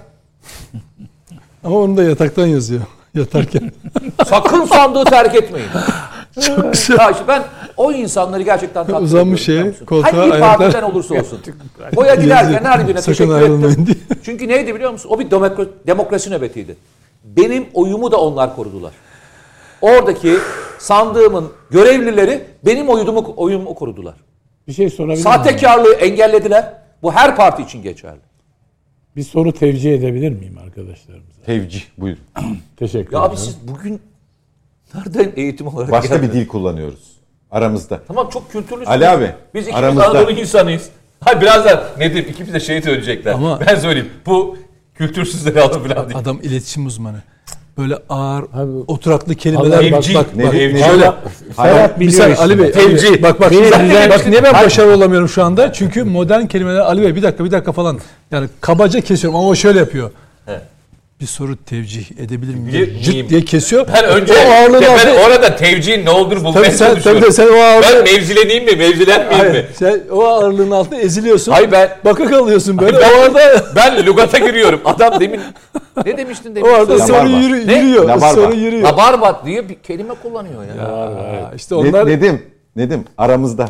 [SPEAKER 4] Ama onu da yataktan yazıyor. Yatarken.
[SPEAKER 2] Sakın sandığı terk etmeyin.
[SPEAKER 4] Çok güzel.
[SPEAKER 2] Ya işte ben o insanları gerçekten takdir
[SPEAKER 4] Uzanmış
[SPEAKER 2] ediyorum,
[SPEAKER 4] şeye,
[SPEAKER 2] biliyor musun?
[SPEAKER 4] koltuğa
[SPEAKER 2] Hangi
[SPEAKER 4] ayaklar-
[SPEAKER 2] partiden olursa olsun. Oya giderken her birine
[SPEAKER 4] Sakın
[SPEAKER 2] teşekkür
[SPEAKER 4] ayrılmayın
[SPEAKER 2] ettim.
[SPEAKER 4] diye.
[SPEAKER 2] Çünkü neydi biliyor musun? O bir demokrasi nöbetiydi. Benim oyumu da onlar korudular. Oradaki sandığımın görevlileri benim oyumu korudular.
[SPEAKER 3] Bir şey sorabilir miyim?
[SPEAKER 2] Sahtekarlığı engellediler. Bu her parti için geçerli.
[SPEAKER 3] Bir soru tevcih edebilir miyim arkadaşlarımıza?
[SPEAKER 1] Tevcih buyurun.
[SPEAKER 3] Teşekkür
[SPEAKER 2] Ya
[SPEAKER 3] ederim.
[SPEAKER 2] abi siz bugün nereden eğitim olarak
[SPEAKER 1] Başka bir
[SPEAKER 2] geldiniz?
[SPEAKER 1] dil kullanıyoruz aramızda.
[SPEAKER 2] Tamam çok kültürlüsünüz.
[SPEAKER 1] Ali abi,
[SPEAKER 2] Biz ikimiz
[SPEAKER 1] aramızda.
[SPEAKER 2] Anadolu insanıyız. Hayır birazdan Nedim ikimiz de şey söyleyecekler.
[SPEAKER 4] Ama-
[SPEAKER 2] Ben söyleyeyim. Bu kültürsüzleri alın falan diye.
[SPEAKER 4] Adam iletişim uzmanı. Böyle ağır,
[SPEAKER 3] Abi,
[SPEAKER 4] oturaklı kelimeler.
[SPEAKER 3] Allah-
[SPEAKER 2] Evci.
[SPEAKER 4] Bak.
[SPEAKER 2] Evci.
[SPEAKER 4] Şöyle,
[SPEAKER 3] Serhat biliyor
[SPEAKER 4] Misal
[SPEAKER 3] işte.
[SPEAKER 4] Ali Bey,
[SPEAKER 2] Tevcih.
[SPEAKER 4] bak
[SPEAKER 3] Benim-
[SPEAKER 4] bak niye ben başarılı olamıyorum şu anda? Çünkü modern kelimeler Ali Bey bir dakika falan. Yani kabaca kesiyorum ama o şöyle yapıyor.
[SPEAKER 2] He.
[SPEAKER 4] Bir soru tevcih edebilir miyim?
[SPEAKER 2] Bilir miyim?
[SPEAKER 4] Cırt diye kesiyor.
[SPEAKER 2] Ben önce
[SPEAKER 4] o ağırlığın
[SPEAKER 2] ben
[SPEAKER 4] altında-
[SPEAKER 2] orada tevcihin ne olduğunu bulmaya
[SPEAKER 4] Tabii
[SPEAKER 2] çalışıyorum.
[SPEAKER 4] sen o ağırlığı...
[SPEAKER 2] Ben mevzileneyim mi, mevzilenmeyeyim mi?
[SPEAKER 4] Hayır, sen o ağırlığın altında eziliyorsun.
[SPEAKER 2] Hayır ben
[SPEAKER 4] Baka kalıyorsun böyle.
[SPEAKER 2] ben-
[SPEAKER 4] O arada
[SPEAKER 2] ben lügata giriyorum. Adam demin ne demiştin demin?
[SPEAKER 4] o arada
[SPEAKER 1] Labarba.
[SPEAKER 4] soru
[SPEAKER 2] Ne?
[SPEAKER 4] yürüyor.
[SPEAKER 1] Labarba.
[SPEAKER 4] Soru yürüyor.
[SPEAKER 2] Labarbat diye bir kelime kullanıyor ya.
[SPEAKER 4] İşte onlar
[SPEAKER 1] Nedim aramızda.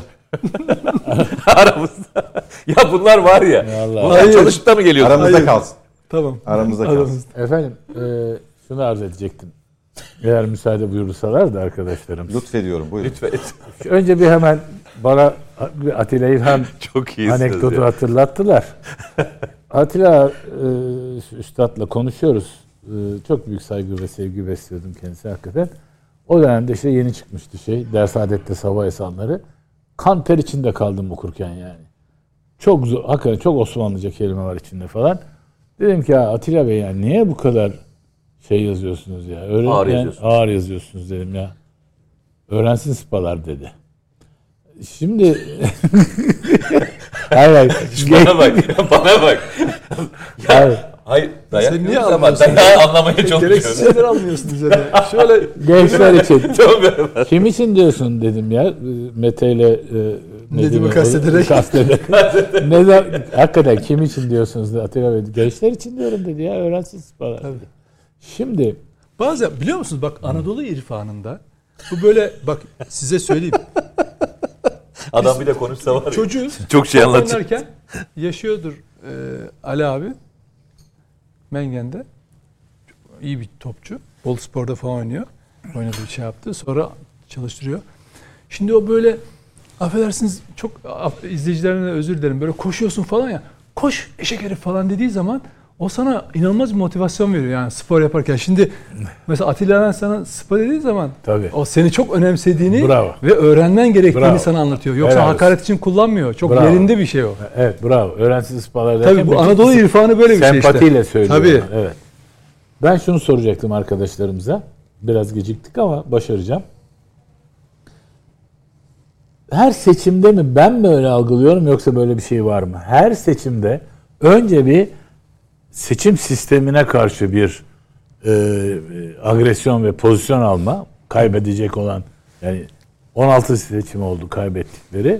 [SPEAKER 2] Aramızda. Ya bunlar var ya. Bunlar
[SPEAKER 4] Hayır.
[SPEAKER 2] çalışıp da mı geliyor?
[SPEAKER 1] Aramızda
[SPEAKER 4] Hayır.
[SPEAKER 1] kalsın.
[SPEAKER 4] tamam.
[SPEAKER 1] Aramızda kalsın.
[SPEAKER 3] Efendim şunu arz edecektim. Eğer müsaade buyurursalar da arkadaşlarım.
[SPEAKER 1] Lütfediyorum buyurun.
[SPEAKER 2] Lütfen.
[SPEAKER 3] Önce bir hemen bana bir Atilla İlhan
[SPEAKER 2] Çok iyisiniz
[SPEAKER 3] anekdotu
[SPEAKER 2] ya.
[SPEAKER 3] hatırlattılar. Atilla Üstad'la konuşuyoruz. Çok büyük saygı ve sevgi besliyordum kendisi hakikaten. O dönemde işte yeni çıkmıştı Ders Adette Sabah Esanları. Kan ter içinde kaldım okurken yani. Çok zor, hakikaten çok Osmanlıca kelime var içinde falan. Dedim ki ya Atilla Bey yani niye bu kadar yazıyorsunuz ya?
[SPEAKER 2] Ağır yazıyorsunuz.
[SPEAKER 3] Ağır yazıyorsunuz dedim ya. Öğrensin sıpalar dedi. Şimdi hayır.
[SPEAKER 2] Bana bak.
[SPEAKER 3] Hayır.
[SPEAKER 2] Hayır, dayak
[SPEAKER 4] Sen niye
[SPEAKER 2] yiyoruz ama
[SPEAKER 4] anlamıyorsun?
[SPEAKER 2] dayağı anlamaya
[SPEAKER 4] gereksiz
[SPEAKER 2] çalışıyorum.
[SPEAKER 4] şeyler anlıyorsun üzerine. Şöyle
[SPEAKER 3] Gençler için.
[SPEAKER 2] Tabii.
[SPEAKER 3] Kim için diyorsun dedim ya. Mete ile
[SPEAKER 4] Nedim'i kastederek.
[SPEAKER 3] Neden? Hakikaten kim için diyorsunuz? Atilla Bey. Gençler için diyorum dedi ya. Öğrensin sıpalar dedi. Şimdi
[SPEAKER 4] bazen biliyor musunuz bak Anadolu irfanında bu böyle bak size söyleyeyim.
[SPEAKER 2] Adam bir de konuşsa var ya.
[SPEAKER 4] Çocuğu
[SPEAKER 2] Çok şey
[SPEAKER 4] top
[SPEAKER 2] anlatacak.
[SPEAKER 4] oynarken yaşıyordur Ali abi Mengen'de. İyi bir topçu. Bolu Spor'da falan oynuyor. Oynadığı bir şey yaptı. Sonra çalıştırıyor. Şimdi o böyle affedersiniz çok izleyicilerine özür dilerim. Böyle koşuyorsun falan ya. Koş eşek herif falan dediği zaman o sana inanılmaz bir motivasyon veriyor yani spor yaparken. Şimdi mesela Atilla'dan sana spor dediği zaman
[SPEAKER 3] Tabii.
[SPEAKER 4] o seni çok önemsediğini
[SPEAKER 3] Bravo.
[SPEAKER 4] ve öğrenmen gerektiğini
[SPEAKER 3] Bravo.
[SPEAKER 4] sana anlatıyor. Yoksa
[SPEAKER 3] Helal
[SPEAKER 4] hakaret için kullanmıyor. Çok
[SPEAKER 3] Bravo.
[SPEAKER 4] yerinde bir şey o.
[SPEAKER 3] evet bravo. Öğrensin sıpalar derken
[SPEAKER 4] Tabii bu Anadolu irfanı böyle bir şey işte.
[SPEAKER 3] sempatiyle söylüyorum.
[SPEAKER 4] Tabii.
[SPEAKER 3] Evet. Ben şunu soracaktım arkadaşlarımıza. Biraz geciktik ama başaracağım. Her seçimde mi ben mi öyle algılıyorum yoksa böyle bir şey var mı? Her seçimde önce bir seçim sistemine karşı bir agresyon ve pozisyon alma, kaybedecek olan yani 16 seçim oldu kaybettikleri.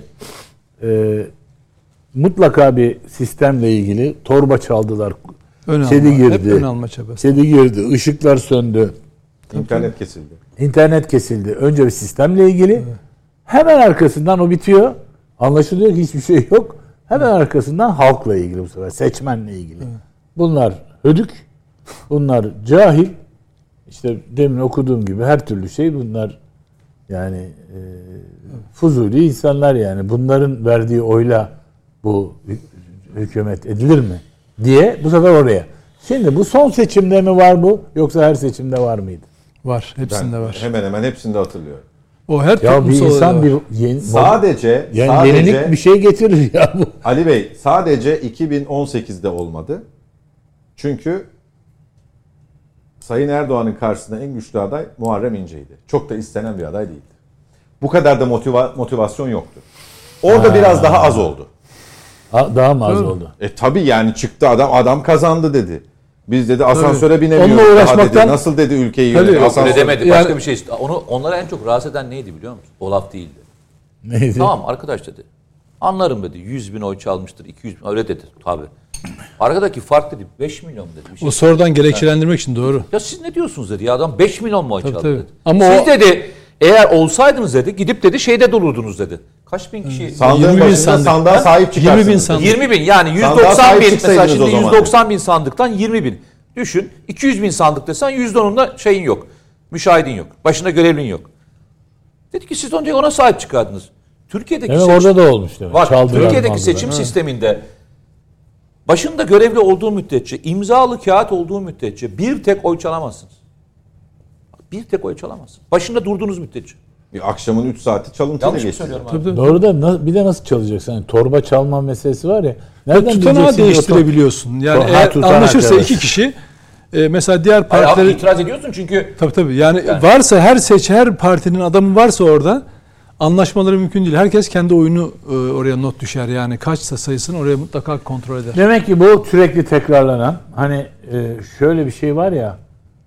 [SPEAKER 3] Mutlaka bir sistemle ilgili torba çaldılar.
[SPEAKER 4] Ön
[SPEAKER 3] Kedi
[SPEAKER 4] alma, hep
[SPEAKER 3] girdi.
[SPEAKER 4] ön alma çabası.
[SPEAKER 3] Kedi girdi, ışıklar söndü,
[SPEAKER 1] İnternet kesildi.
[SPEAKER 3] internet kesildi. Önce bir sistemle ilgili. Hemen arkasından o bitiyor. Anlaşılıyor ki hiçbir şey yok. Hemen arkasından halkla ilgili bu sefer. Seçmenle ilgili. Bunlar hödük. Bunlar cahil. İşte demin okuduğum gibi her türlü şey bunlar yani fuzuli insanlar yani. Bunların verdiği oyla bu hükümet edilir mi? Diye bu sefer oraya. Şimdi bu son seçimde mi var bu? Yoksa her seçimde var mıydı?
[SPEAKER 4] Var. Hepsinde
[SPEAKER 1] Ben
[SPEAKER 4] var.
[SPEAKER 1] hemen hemen hepsinde hatırlıyorum.
[SPEAKER 4] O her
[SPEAKER 3] Ya bir
[SPEAKER 4] toplumsal
[SPEAKER 3] insan
[SPEAKER 4] olayda var.
[SPEAKER 1] Sadece
[SPEAKER 3] yenilik bir şey getirir ya bu.
[SPEAKER 1] Ali Bey, sadece 2018'de olmadı. Çünkü Sayın Erdoğan'ın karşısında en güçlü aday Muharrem İnce'ydi. Çok da istenen bir aday değildi. Bu kadar da motivasyon yoktu. Orada biraz daha az oldu.
[SPEAKER 3] Daha mı az oldu?
[SPEAKER 1] Tabii yani çıktı adam kazandı dedi. Biz dedi asansöre binemiyoruz.
[SPEAKER 4] Onunla uğraşmaktan...
[SPEAKER 1] dedi. Nasıl dedi ülkeyi
[SPEAKER 4] Tabii,
[SPEAKER 1] yönetiyor?
[SPEAKER 2] Öyle demedi. Başka
[SPEAKER 4] Yani-
[SPEAKER 2] bir şey. Onlara en çok rahatsız eden neydi biliyor musun? O laf değildi.
[SPEAKER 3] Neydi?
[SPEAKER 2] Tamam arkadaş dedi. Anlarım dedi. 100 bin oy çalmıştır. 200 bin. Öyle dedi tabii. Arkadaki fark dedi 5 milyon dedi. Bir şey.
[SPEAKER 4] O sorudan gerekçelendirmek için doğru.
[SPEAKER 2] Ya siz ne diyorsunuz dedi. Ya adam 5 milyon mu oy çaldı
[SPEAKER 4] tabii.
[SPEAKER 2] dedi.
[SPEAKER 4] Ama
[SPEAKER 2] siz
[SPEAKER 4] o-
[SPEAKER 2] dedi eğer olsaydınız dedi gidip dedi şeyde dururdunuz dedi. Kaç bin kişi?
[SPEAKER 1] Sandığın
[SPEAKER 4] 20 bin
[SPEAKER 1] başında
[SPEAKER 4] sandık.
[SPEAKER 1] sandığa sahip çıkarsınız.
[SPEAKER 4] 20 bin sandık.
[SPEAKER 2] 20 bin yani
[SPEAKER 1] Sandığa
[SPEAKER 2] 190
[SPEAKER 1] sahip
[SPEAKER 2] bin mesela
[SPEAKER 1] çıksaydınız
[SPEAKER 2] şimdi
[SPEAKER 1] o zaman
[SPEAKER 2] 190 bin sandıktan 20 bin. Düşün 200 bin sandık desen %10'unda şeyin yok. Müşahidin yok. Başında görevlin yok. Dedi ki siz ona sahip çıkardınız. Türkiye'deki
[SPEAKER 3] Evet, orada da olmuş demek.
[SPEAKER 2] Bak,
[SPEAKER 3] Çaldılar,
[SPEAKER 2] Türkiye'deki
[SPEAKER 3] maldılar.
[SPEAKER 2] seçim sisteminde başında görevli olduğu müddetçe, imzalı kağıt olduğu müddetçe bir tek oy çalamazsınız. Bir tek oy çalamazsınız. Başında durduğunuz müddetçe.
[SPEAKER 1] Akşamın 3 saati çalıntıyla
[SPEAKER 2] Yanlış mı
[SPEAKER 1] geçti.
[SPEAKER 2] söylüyorum abi?
[SPEAKER 4] Tabii.
[SPEAKER 3] Doğru da bir de nasıl çalacaksın? Yani torba çalma meselesi var ya. Nereden
[SPEAKER 4] Tutanağı
[SPEAKER 3] bileceksin ki o
[SPEAKER 4] değiştirebiliyorsun. Yani
[SPEAKER 3] Ha,
[SPEAKER 4] eğer
[SPEAKER 3] tutanak,
[SPEAKER 4] anlaşırsa
[SPEAKER 3] evet.
[SPEAKER 4] iki kişi mesela diğer
[SPEAKER 2] Hayır, abi,
[SPEAKER 4] partileri
[SPEAKER 2] itiraz ediyorsun çünkü
[SPEAKER 4] tabii yani varsa her partinin adamı varsa orada anlaşmaları mümkün değil. Herkes kendi oyunu oraya not düşer. Yani kaçsa sayısını oraya mutlaka kontrol eder.
[SPEAKER 3] Demek ki bu sürekli tekrarlanan, hani şöyle bir şey var ya,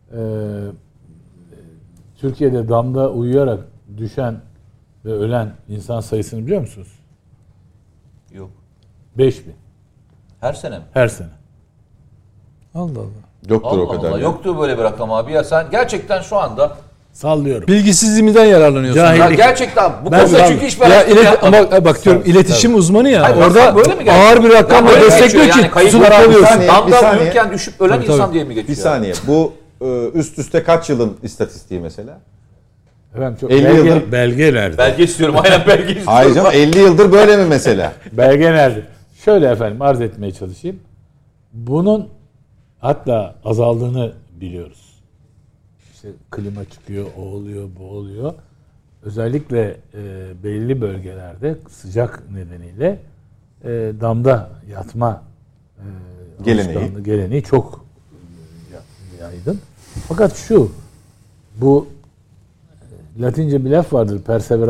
[SPEAKER 3] Türkiye'de damda uyuyarak düşen ve ölen insan sayısını biliyor musunuz?
[SPEAKER 2] yok.
[SPEAKER 3] 5000
[SPEAKER 2] Her sene mi?
[SPEAKER 3] her sene.
[SPEAKER 4] Allah Allah.
[SPEAKER 1] Yoktur o
[SPEAKER 2] Allah
[SPEAKER 1] kadar.
[SPEAKER 2] Allah.
[SPEAKER 1] ya.
[SPEAKER 2] Yoktur böyle bir rakam abi. Ya sen gerçekten şu anda
[SPEAKER 3] Sallıyorum.
[SPEAKER 4] Bilgisizliğimizden yararlanıyorsun.
[SPEAKER 3] Cahil-
[SPEAKER 2] ya gerçekten bu
[SPEAKER 3] Ben
[SPEAKER 2] konuda
[SPEAKER 3] abi-
[SPEAKER 2] çünkü hiçbir
[SPEAKER 4] Ya
[SPEAKER 2] araştırma yapmadım.
[SPEAKER 4] ama bak diyorum iletişim uzmanı ya.
[SPEAKER 2] Hayır,
[SPEAKER 4] orada
[SPEAKER 2] rakam böyle mi gerçekten?
[SPEAKER 4] ağır bir rakamla
[SPEAKER 2] Ya böyle
[SPEAKER 4] destekliyor
[SPEAKER 2] geçiyor,
[SPEAKER 4] ki
[SPEAKER 2] yani kayıplar
[SPEAKER 4] pusuluk
[SPEAKER 2] abi,
[SPEAKER 4] kalıyorsun.
[SPEAKER 1] saniye. bir
[SPEAKER 2] Damda
[SPEAKER 1] saniye.
[SPEAKER 2] uyurken düşüp ölen
[SPEAKER 4] Tabii,
[SPEAKER 2] insan
[SPEAKER 4] tabii.
[SPEAKER 2] diye mi geçiyor?
[SPEAKER 1] Bir saniye. Bu üst üste kaç yılın istatistiği mesela?
[SPEAKER 3] Efendim çok
[SPEAKER 1] 50 yıldır-
[SPEAKER 3] belge nerede?
[SPEAKER 2] Belge istiyorum. Aynen belge istiyorum.
[SPEAKER 1] Hayır canım 50 yıldır böyle mi mesela?
[SPEAKER 3] Belge nerede? Şöyle efendim arz etmeye çalışayım. Bunun hatta azaldığını biliyoruz. İşte klima çıkıyor, o oluyor, bu oluyor. Özellikle belli bölgelerde sıcak nedeniyle damda yatma geleneği çok yaygın. Fakat bu Latince bir laf vardır,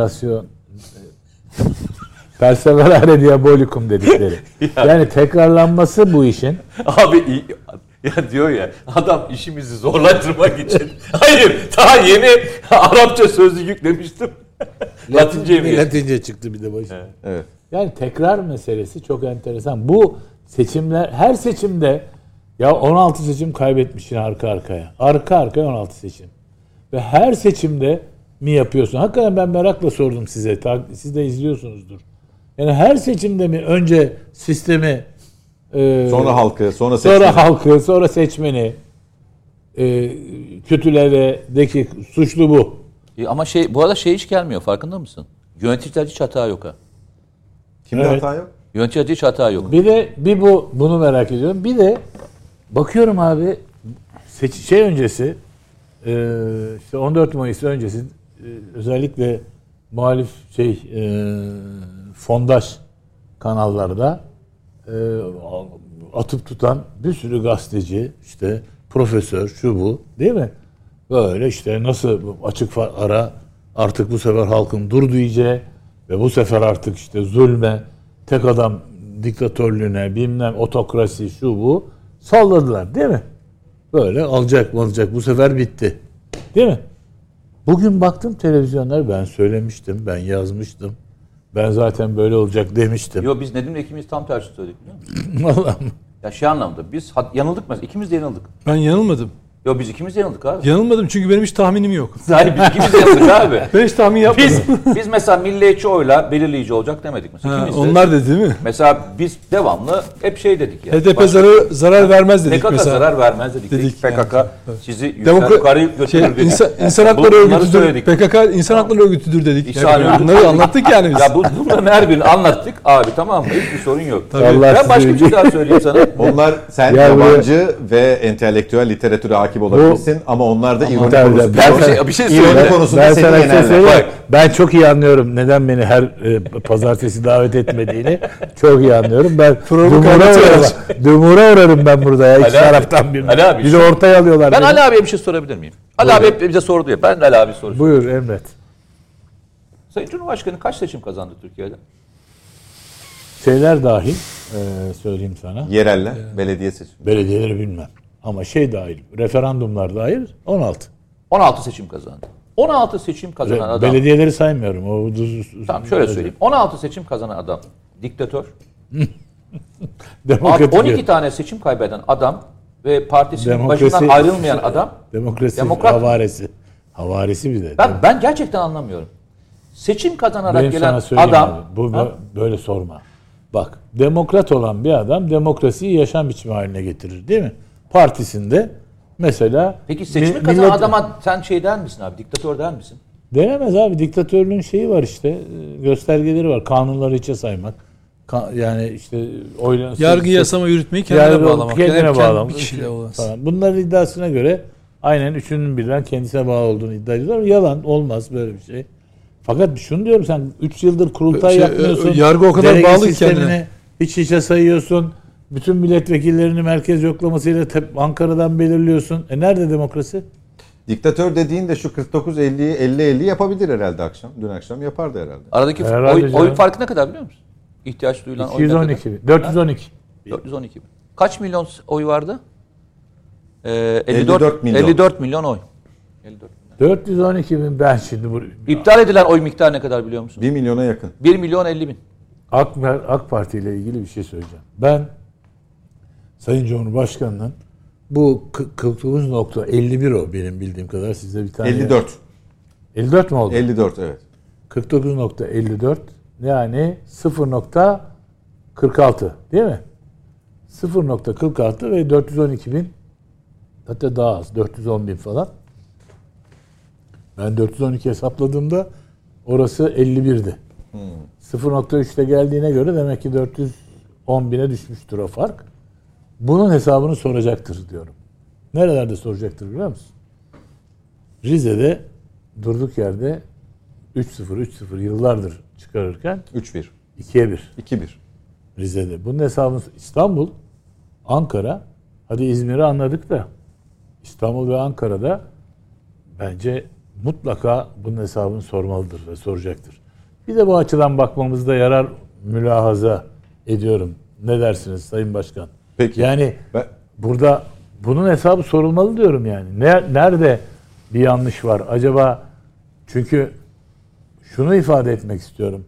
[SPEAKER 3] perseverare diabolicum dedikleri. Yani tekrarlanması bu işin.
[SPEAKER 2] Abi ya diyor ya adam işimizi zorlaştırmak için. Hayır daha yeni Arapça sözlük yüklemiştim. Latince mi?
[SPEAKER 3] Latince çıktı bir de başına.
[SPEAKER 1] Evet.
[SPEAKER 3] Yani tekrar meselesi çok enteresan. Bu seçimler, her seçimde ya 16 seçim kaybetmişsin arka arkaya. Arka arkaya 16 seçim. Ve her seçimde mi yapıyorsun? Hakikaten ben merakla sordum size. Siz de izliyorsunuzdur. Yani her seçimde mi önce sistemi
[SPEAKER 1] Sonra halkı, sonra seçmeni.
[SPEAKER 3] sonra halkı, sonra seçmeni kötülerdeki suçlu bu.
[SPEAKER 2] Ama bu arada hiç gelmiyor farkında mısın? Yöneticilerde hiç hata yok ha.
[SPEAKER 1] Kimde
[SPEAKER 3] Evet.
[SPEAKER 1] hata yok?
[SPEAKER 2] Yöneticilerde hiç hata yok.
[SPEAKER 3] Bir de bunu merak ediyorum. Bir de bakıyorum abi öncesi işte 14 Mayıs öncesi özellikle muhalif fondaş kanallarda atıp tutan bir sürü gazeteci, işte profesör, şu bu, değil mi? Böyle işte nasıl açık ara artık bu sefer halkın dur diyeceği ve bu sefer artık işte zulme, tek adam diktatörlüğüne, bilmem otokrasi, şu bu salladılar, değil mi? Böyle alacak bu sefer bitti. Değil mi? Bugün baktım televizyonlar, ben söylemiştim, ben yazmıştım. Ben zaten böyle olacak demiştim.
[SPEAKER 2] Yok biz Nedim'le ikimiz tam tersi söyledik biliyor musun?
[SPEAKER 3] Vallahi.
[SPEAKER 2] Ya anlamda biz yanıldık mesela. İkimiz de yanıldık.
[SPEAKER 4] Ben yanılmadım.
[SPEAKER 2] Yok biz ikimiz de yanıldık abi.
[SPEAKER 4] Yanılmadım çünkü benim hiç tahminim yok.
[SPEAKER 2] Hayır biz ikimiz de yanıldık abi.
[SPEAKER 4] Ben hiç tahmin yapmadım.
[SPEAKER 2] Biz mesela milliyetçi oyla belirleyici olacak demedik mesela.
[SPEAKER 4] Ha,
[SPEAKER 2] İkimiz de.
[SPEAKER 4] onlar dedi değil mi?
[SPEAKER 2] Mesela biz devamlı hep dedik ya.
[SPEAKER 4] HDP zarar vermez dedik
[SPEAKER 2] PKK
[SPEAKER 4] mesela.
[SPEAKER 2] zarar vermez dedik.
[SPEAKER 4] Dedik
[SPEAKER 2] PKK
[SPEAKER 4] yani.
[SPEAKER 2] sizi
[SPEAKER 4] Demokra-
[SPEAKER 2] yukarı götürür dedik.
[SPEAKER 4] İnsan hakları
[SPEAKER 2] Bunları
[SPEAKER 4] örgütüdür.
[SPEAKER 2] söyledik.
[SPEAKER 4] PKK insan hakları örgütüdür dedik.
[SPEAKER 2] İnsan
[SPEAKER 4] Yani
[SPEAKER 2] örgütü.
[SPEAKER 4] bunları anlattık yani biz.
[SPEAKER 2] Ya bunların her birini anlattık abi, tamam mı? Hiçbir sorun yok.
[SPEAKER 3] Allah
[SPEAKER 2] Ben başka bir
[SPEAKER 3] sizi
[SPEAKER 2] şey daha söyleyeyim sana.
[SPEAKER 1] Onlar sen
[SPEAKER 3] Ya
[SPEAKER 1] yabancı ve entelektüel literatüre rakip olabilirsin ama onlar da ironi
[SPEAKER 3] Tabii,
[SPEAKER 1] konusunda.
[SPEAKER 2] bir şey
[SPEAKER 1] İroni
[SPEAKER 2] söyle.
[SPEAKER 1] konusunda
[SPEAKER 3] Ben
[SPEAKER 1] seni
[SPEAKER 3] sana bir şey
[SPEAKER 1] yenerler.
[SPEAKER 3] söyleyeyim.
[SPEAKER 1] Bak,
[SPEAKER 3] Ben çok iyi anlıyorum neden beni her pazartesi davet etmediğini. Çok iyi anlıyorum. Ben dumura uğrarım ben burada ya. İki
[SPEAKER 2] Ali abi,
[SPEAKER 3] taraftan birini.
[SPEAKER 2] Ali abi,
[SPEAKER 3] Bizi ortaya alıyorlar.
[SPEAKER 2] Ben
[SPEAKER 3] beni.
[SPEAKER 2] Ali abiye bir şey sorabilir miyim? Ali abi hep bize sordu ya. Ben de Ali abi soracağım.
[SPEAKER 3] Buyur emret.
[SPEAKER 2] Sayın Cumhurbaşkanı kaç seçim kazandı Türkiye'de?
[SPEAKER 3] Şeyler dahil söyleyeyim sana.
[SPEAKER 1] yereller, belediye seçimi.
[SPEAKER 3] Belediyeleri bilmem. Ama şey dahil, referandumlar dahil 16.
[SPEAKER 2] 16 seçim kazandı. 16 seçim kazanan adam.
[SPEAKER 3] Belediyeleri saymıyorum.
[SPEAKER 2] Tamam şöyle söyleyeyim. 16 seçim kazanan adam diktatör.
[SPEAKER 3] Demokratik
[SPEAKER 2] 12 tane seçim kaybeden adam ve partisinin
[SPEAKER 3] Demokrasi-
[SPEAKER 2] başından ayrılmayan adam.
[SPEAKER 3] Demokrasi
[SPEAKER 2] Demokrat-
[SPEAKER 3] havarisi. Havarisi bir de.
[SPEAKER 2] Ben gerçekten anlamıyorum. Seçim kazanarak
[SPEAKER 3] Benim
[SPEAKER 2] gelen
[SPEAKER 3] sana söyleyeyim
[SPEAKER 2] adam
[SPEAKER 3] abi, bu böyle sorma. Bak, demokrat olan bir adam demokrasiyi yaşam biçimi haline getirir, değil mi? Partisinde mesela
[SPEAKER 2] peki seçimi kazanan adama sen şey der misin abi? Diktatör der misin?
[SPEAKER 3] denemez abi, diktatörlüğün şeyi var işte, göstergeleri var. Kanunları hiçe saymak. Yani işte
[SPEAKER 4] Yargı, yasama, yürütmeyi kendine bağlamak.
[SPEAKER 3] Kendine
[SPEAKER 4] Yani
[SPEAKER 3] bağlamak.
[SPEAKER 4] bir kişiyle olmaz.
[SPEAKER 3] Falan. Bunların iddiasına göre aynen üçünün birden kendisine bağlı olduğunu iddia ediyorlar. Yalan, olmaz böyle bir şey. Fakat şunu diyorum, sen 3 yıldır kurultay yapmıyorsun.
[SPEAKER 4] Yargı o kadar
[SPEAKER 3] delege
[SPEAKER 4] bağlı ki
[SPEAKER 3] sistemini
[SPEAKER 4] kendine.
[SPEAKER 3] hiç hiçe sayıyorsun. Bütün milletvekillerini merkez yoklamasıyla Ankara'dan belirliyorsun. Nerede demokrasi?
[SPEAKER 1] Diktatör dediğin de şu 49-50'yi 50-50 yapabilir herhalde akşam. Dün akşam yapardı herhalde.
[SPEAKER 2] Aradaki
[SPEAKER 3] Herhalde
[SPEAKER 2] oy farkı ne kadar biliyor musun? İhtiyaç duyulan oy ne kadar?
[SPEAKER 3] 212 bin. 412.
[SPEAKER 2] 412 bin. Kaç milyon oy vardı?
[SPEAKER 1] 54 milyon.
[SPEAKER 2] 54 milyon oy. 54 milyon.
[SPEAKER 3] 412 bin, ben şimdi
[SPEAKER 2] İptal edilen oy miktarı ne kadar biliyor musun?
[SPEAKER 1] 1 milyona yakın.
[SPEAKER 2] 1 milyon 50 bin.
[SPEAKER 3] AK Parti ile ilgili bir şey söyleyeceğim. Ben Sayın Cumhurbaşkanı'nın bu 49.51 o benim bildiğim kadar, sizde bir tane
[SPEAKER 1] 54.
[SPEAKER 3] 54 mi oldu?
[SPEAKER 1] 54 evet.
[SPEAKER 3] 49.54 yani 0.46 değil mi? 0.46 ve 412 bin, hatta daha az, 410 bin falan. Ben 412 hesapladığımda orası 51'di. 0.3'te geldiğine göre demek ki 410 bine düşmüştür o fark. Bunun hesabını soracaktır diyorum. Nerelerde soracaktır biliyor musun? Rize'de durduk yerde 3-0 yıllardır çıkarırken
[SPEAKER 1] 3-1.
[SPEAKER 3] 2'ye 1
[SPEAKER 1] 2-1.
[SPEAKER 3] Rize'de. Bunun hesabını İstanbul, Ankara, hadi İzmir'i anladık da İstanbul ve Ankara'da bence mutlaka bunun hesabını sormalıdır ve soracaktır. Bir de bu açıdan bakmamızda yarar mülahaza ediyorum. Ne dersiniz Sayın Başkan?
[SPEAKER 1] Peki.
[SPEAKER 3] Yani burada bunun hesabı sorulmalı diyorum yani. Nerede bir yanlış var? Acaba, çünkü şunu ifade etmek istiyorum.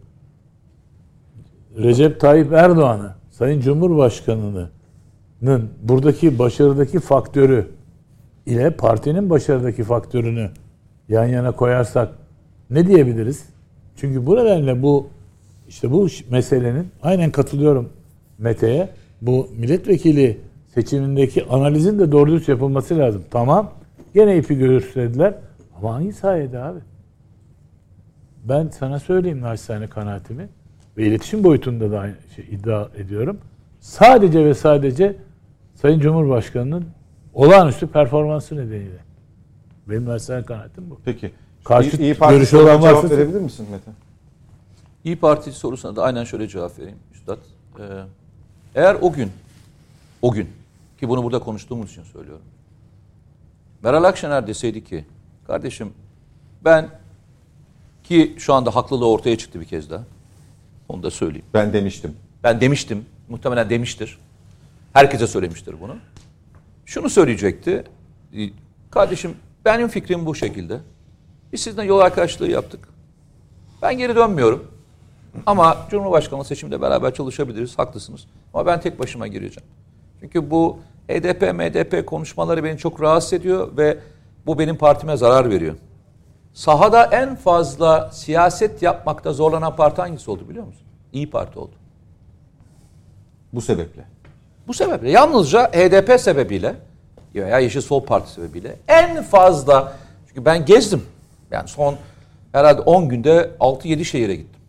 [SPEAKER 3] Recep Tayyip Erdoğan'ı, Sayın Cumhurbaşkanı'nın buradaki başarıdaki faktörü ile partinin başarıdaki faktörünü yan yana koyarsak ne diyebiliriz? Çünkü bu nedenle bu meselenin, aynen katılıyorum Mete'ye, bu milletvekili seçimindeki analizin de doğru düz yapılması lazım. Tamam, gene ipi gösterdiler ama hangi sayede abi? Ben sana söyleyeyim naçizane kanaatimi ve iletişim boyutunda da aynı iddia ediyorum. Sadece ve sadece Sayın Cumhurbaşkanı'nın olağanüstü performansı nedeniyle. Benim naçizane kanaatim bu.
[SPEAKER 1] Peki.
[SPEAKER 3] Karşı
[SPEAKER 1] İyi Parti
[SPEAKER 3] görüşü
[SPEAKER 1] sorusuna
[SPEAKER 3] olan
[SPEAKER 1] cevap
[SPEAKER 3] varsa
[SPEAKER 1] verebilir misin Mete?
[SPEAKER 2] İyi Parti sorusuna da aynen şöyle cevap vereyim Üstad. Eğer o gün ki bunu burada konuştuğumuz için söylüyorum. Meral Akşener deseydi ki kardeşim ben, ki şu anda haklılığı ortaya çıktı bir kez daha. Onu da söyleyeyim.
[SPEAKER 1] Ben demiştim.
[SPEAKER 2] Ben demiştim. Muhtemelen demiştir. Herkese söylemiştir bunu. Şunu söyleyecekti. Kardeşim benim fikrim bu şekilde. Biz sizinle yol arkadaşlığı yaptık. Ben geri dönmüyorum. Ama Cumhurbaşkanlığı seçiminde beraber çalışabiliriz. Haklısınız. Ama ben tek başıma gireceğim. Çünkü bu HDP, MDP konuşmaları beni çok rahatsız ediyor ve bu benim partime zarar veriyor. Sahada en fazla siyaset yapmakta zorlanan parti hangisi oldu biliyor musun? İyi Parti oldu.
[SPEAKER 1] Bu sebeple.
[SPEAKER 2] Bu sebeple, yalnızca HDP sebebiyle veya Yeşil Sol Parti sebebiyle en fazla, çünkü ben gezdim. Yani son herhalde 10 günde 6-7 şehire gittim.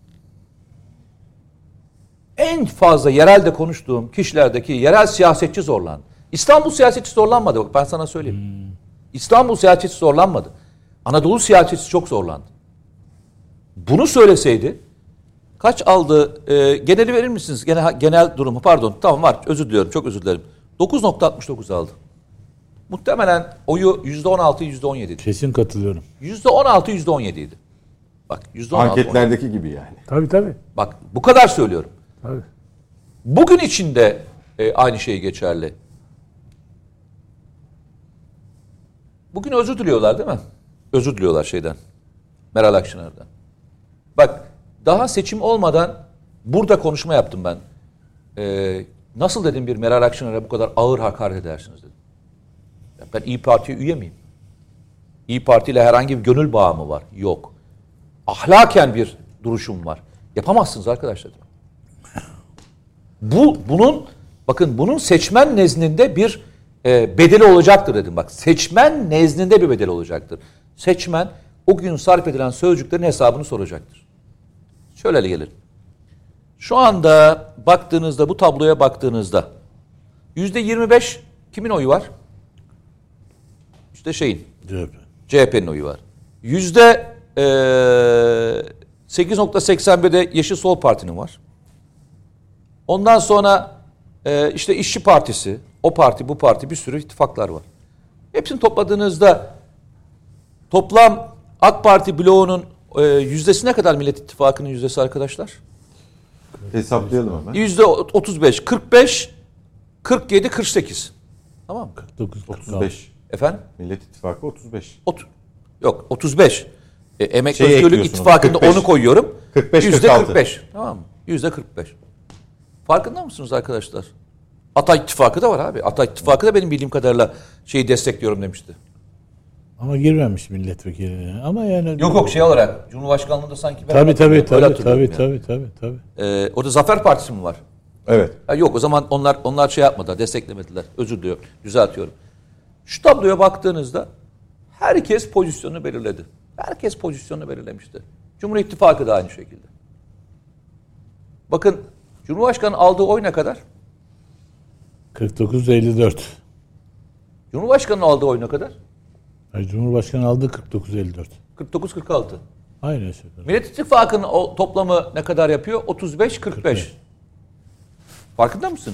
[SPEAKER 2] En fazla yerelde konuştuğum kişilerdeki yerel siyasetçi zorlandı. İstanbul siyasetçi zorlanmadı, bak ben sana söyleyeyim. İstanbul siyasetçisi zorlanmadı. Anadolu siyasetçisi çok zorlandı. Bunu söyleseydi kaç aldı? Geneli verir misiniz? Genel durumu. Pardon. Tamam var. Özür diliyorum. Çok özür dilerim. 9.69 aldı. Muhtemelen oyu %16, %17 idi.
[SPEAKER 3] Kesin katılıyorum.
[SPEAKER 2] %16, %17 idi. Bak %16.
[SPEAKER 1] Anketlerdeki gibi yani.
[SPEAKER 3] Tabii.
[SPEAKER 2] Bak bu kadar söylüyorum.
[SPEAKER 3] Tabii.
[SPEAKER 2] Bugün için de aynı şey geçerli. Bugün özür diliyorlar değil mi? Özür diliyorlar şeyden. Meral Akşener'den. Bak daha seçim olmadan burada konuşma yaptım ben. Nasıl dedim bir Meral Akşener'e bu kadar ağır hakaret edersiniz dedim. Ben İYİ Parti'ye üye miyim? İYİ Parti ile herhangi bir gönül bağı mı var? Yok. Ahlaken bir duruşum var. Yapamazsınız arkadaşlar. Bunun seçmen nezdinde bir bedeli olacaktır dedim. Bak seçmen nezdinde bir bedeli olacaktır. Seçmen o gün sarf edilen sözcüklerin hesabını soracaktır. Şöyle gelir. Şu anda baktığınızda bu tabloya baktığınızda %25 kimin oyu var? İşte CHP'nin oyu var. %8.81'de Yeşil Sol Parti'nin var. Ondan sonra işte İşçi Partisi, o parti, bu parti bir sürü ittifaklar var. Hepsini topladığınızda toplam AK Parti bloğunun yüzdesi ne kadar Millet İttifakı'nın yüzdesi arkadaşlar?
[SPEAKER 1] Hesaplayalım hemen.
[SPEAKER 2] %35, 45, 47, 48. Tamam mı?
[SPEAKER 3] 49,
[SPEAKER 1] 35.
[SPEAKER 2] Efendim?
[SPEAKER 1] Millet İttifakı 35.
[SPEAKER 2] Yok 35. Emek
[SPEAKER 1] Şeyi
[SPEAKER 2] Özgürlük
[SPEAKER 1] ekliyorsunuz,
[SPEAKER 2] İttifakı'nda
[SPEAKER 1] 45.
[SPEAKER 2] onu koyuyorum.
[SPEAKER 1] 45,
[SPEAKER 2] %45. Tamam mı? %45. Farkında mısınız arkadaşlar? Ata İttifakı da var abi. Ata İttifakı da benim bildiğim kadarıyla şeyi destekliyorum demişti.
[SPEAKER 3] Ama girmemiş milletvekiline. Ama yani
[SPEAKER 2] Yok şey olarak Cumhurbaşkanlığında sanki ben
[SPEAKER 3] tabii.
[SPEAKER 2] yani. Orada Zafer Partisi mi var?
[SPEAKER 1] Evet.
[SPEAKER 2] Yok o zaman onlar şey yapmadılar, desteklemediler. Özür diliyorum. Düzeltiyorum. Şu tabloya baktığınızda herkes pozisyonunu belirledi. Herkes pozisyonunu belirlemişti. Cumhur İttifakı da aynı şekilde. Bakın Cumhurbaşkanı aldığı oy ne kadar?
[SPEAKER 3] 49-54.
[SPEAKER 2] Cumhurbaşkanı'nın aldığı oy ne kadar?
[SPEAKER 3] Cumhurbaşkanı aldı 49-54.
[SPEAKER 2] 49-46.
[SPEAKER 3] Aynı şey.
[SPEAKER 2] Millet İttifakı'nın o toplamı ne kadar yapıyor? 35-45. Farkında mısınız?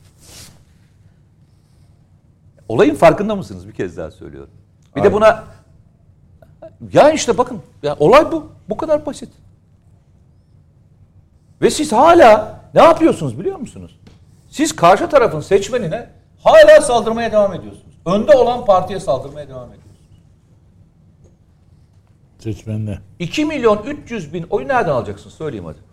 [SPEAKER 2] Olayın farkında mısınız? Bir kez daha söylüyorum. Bir de buna ya işte bakın ya olay bu. Bu kadar basit. Ve siz hala ne yapıyorsunuz biliyor musunuz? Siz karşı tarafın seçmenine hala saldırmaya devam ediyorsunuz. Önde olan partiye saldırmaya devam ediyorsunuz.
[SPEAKER 3] Seçmenle.
[SPEAKER 2] 2.300.000 oyu nereden alacaksınız? Söyleyeyim hadi.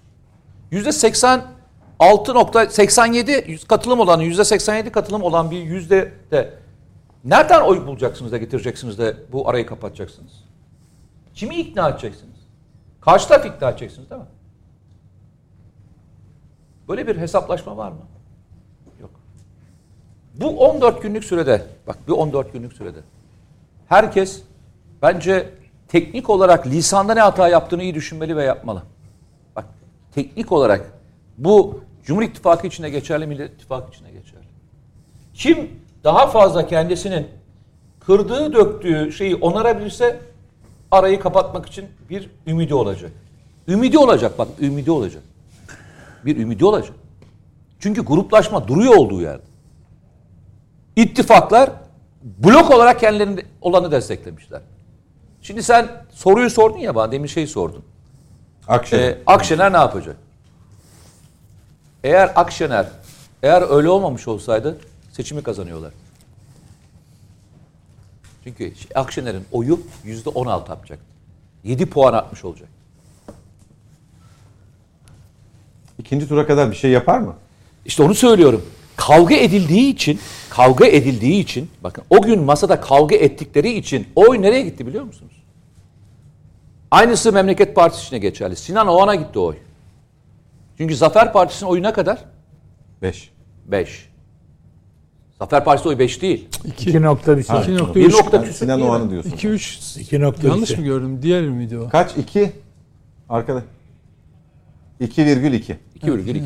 [SPEAKER 2] %86.87 katılım olan, %87 katılım olan bir yüzde de nereden oy bulacaksınız da getireceksiniz de bu arayı kapatacaksınız? Kimi ikna edeceksiniz? Karşı tarafı ikna edeceksiniz değil mi? Böyle bir hesaplaşma var mı? Yok. Bu 14 günlük sürede, bak bu 14 günlük sürede herkes bence teknik olarak lisanda ne hata yaptığını iyi düşünmeli ve yapmalı. Bak teknik olarak bu Cumhur İttifakı içinde geçerli, Millet İttifakı içinde geçerli. Kim daha fazla kendisinin kırdığı, döktüğü şeyi onarabilirse arayı kapatmak için bir ümidi olacak. Ümidi olacak bak, ümidi olacak. Bir ümidi olacak. Çünkü gruplaşma duruyor olduğu yerde. İttifaklar blok olarak kendilerinin olanı desteklemişler. Şimdi sen soruyu sordun ya bana, demin sordun. Akşener ne yapacak? Eğer öyle olmamış olsaydı seçimi kazanıyorlar. Çünkü Akşener'in oyu %16 yapacaktı. 7 puan artmış olacak.
[SPEAKER 1] İkinci tura kadar bir şey yapar mı?
[SPEAKER 2] İşte onu söylüyorum. Kavga edildiği için bakın o gün masada kavga ettikleri için oy nereye gitti biliyor musunuz? Aynısı Memleket Partisi içine geçerli. Sinan Oğan'a gitti oy. Çünkü Zafer Partisi'nin oyu ne kadar?
[SPEAKER 1] 5.
[SPEAKER 2] 5. Zafer Partisi oyu 5 değil.
[SPEAKER 3] 2 nokta bir şey.
[SPEAKER 2] 1.3
[SPEAKER 1] Sinan Oğan'ı diyorsun.
[SPEAKER 4] 2-3
[SPEAKER 3] 2 nokta
[SPEAKER 4] yanlış mı gördüm? Diğer miydi o?
[SPEAKER 1] Kaç? 2? Arkada. 2,2.
[SPEAKER 2] 2,2.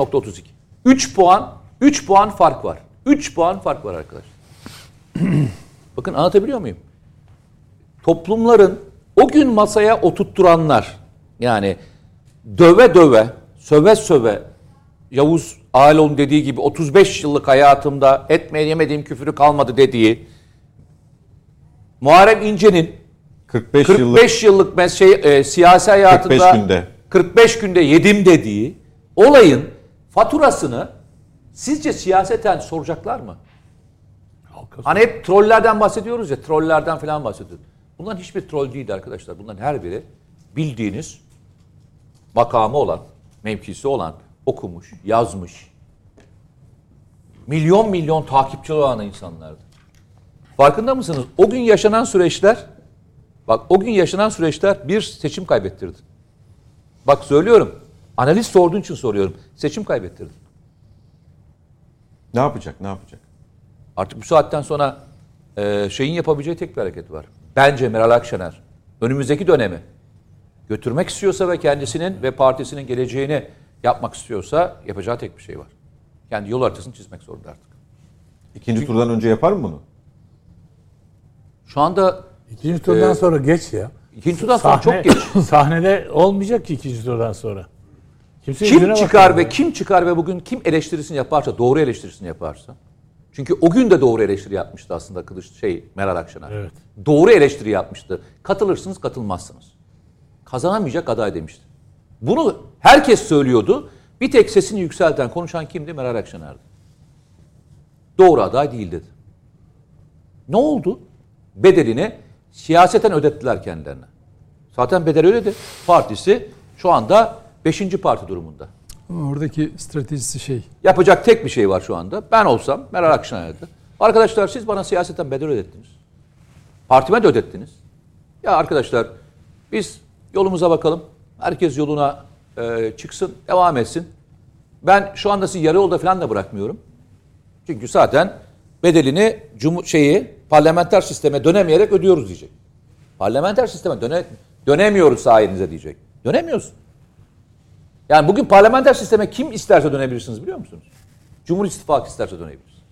[SPEAKER 2] 5.32. 3 puan fark var. 3 puan fark var arkadaşlar. Bakın anlatabiliyor muyum? Toplumların o gün masaya oturtturanlar, yani döve döve, söve söve, Yavuz Ağaoğlu'nun dediği gibi 35 yıllık hayatımda yemediğim küfürü kalmadı dediği, Muharrem İnce'nin 45 yıllık siyasi hayatında 45 günde yedim dediği olayın faturasını sizce siyaseten soracaklar mı? Hani hep trollerden bahsediyoruz ya, trollerden falan bahsediyoruz. Bunların hiçbir troll değildi arkadaşlar. Bunların her biri bildiğiniz makamı olan, mevkisi olan, okumuş, yazmış, milyon milyon takipçi olan insanlardı. Farkında mısınız? O gün yaşanan süreçler bir seçim kaybettirdi. Bak söylüyorum, analist sorduğun için soruyorum. Seçim kaybettirdi.
[SPEAKER 1] Ne yapacak?
[SPEAKER 2] Artık bu saatten sonra şeyin yapabileceği tek bir hareket var. Bence Meral Akşener önümüzdeki dönemi götürmek istiyorsa ve kendisinin ve partisinin geleceğini yapmak istiyorsa yapacağı tek bir şey var. Kendi yol haritasını çizmek zorunda artık.
[SPEAKER 1] İkinci turdan önce yapar mı bunu?
[SPEAKER 2] Şu anda
[SPEAKER 3] İkinci turdan sonra geç ya.
[SPEAKER 2] İkinci turdan sonra çok geç.
[SPEAKER 3] Sahnede olmayacak ki ikinci turdan sonra.
[SPEAKER 2] Kim çıkar ve bugün kim eleştirisini yaparsa, doğru eleştirisini yaparsa. Çünkü o gün de doğru eleştiri yapmıştı aslında Meral Akşener.
[SPEAKER 3] Evet.
[SPEAKER 2] Doğru eleştiri yapmıştı. Katılırsınız, katılmazsınız. Kazanamayacak aday demişti. Bunu herkes söylüyordu. Bir tek sesini yükselten, konuşan kimdi? Meral Akşener'di. Doğru aday değil dedi. Ne oldu? Bedelini siyaseten ödettiler kendilerine. Zaten bedel ödedi. Partisi şu anda 5. parti durumunda.
[SPEAKER 4] Ama oradaki stratejisi
[SPEAKER 2] Yapacak tek bir şey var şu anda. Ben olsam Meral Akşener'de. Arkadaşlar siz bana siyaseten bedel ödettiniz. Partime de ödettiniz. Ya arkadaşlar biz yolumuza bakalım. Herkes yoluna çıksın, devam etsin. Ben şu anda sizi yarı yolda falan da bırakmıyorum. Çünkü zaten bedelini parlamenter sisteme dönemeyerek ödüyoruz diyecek. Parlamenter sisteme dönemiyoruz sayenizde diyecek. Dönemiyoruz. Yani bugün parlamenter sisteme kim isterse dönebilirsiniz biliyor musunuz? Cumhur İttifakı isterse dönebilirsiniz.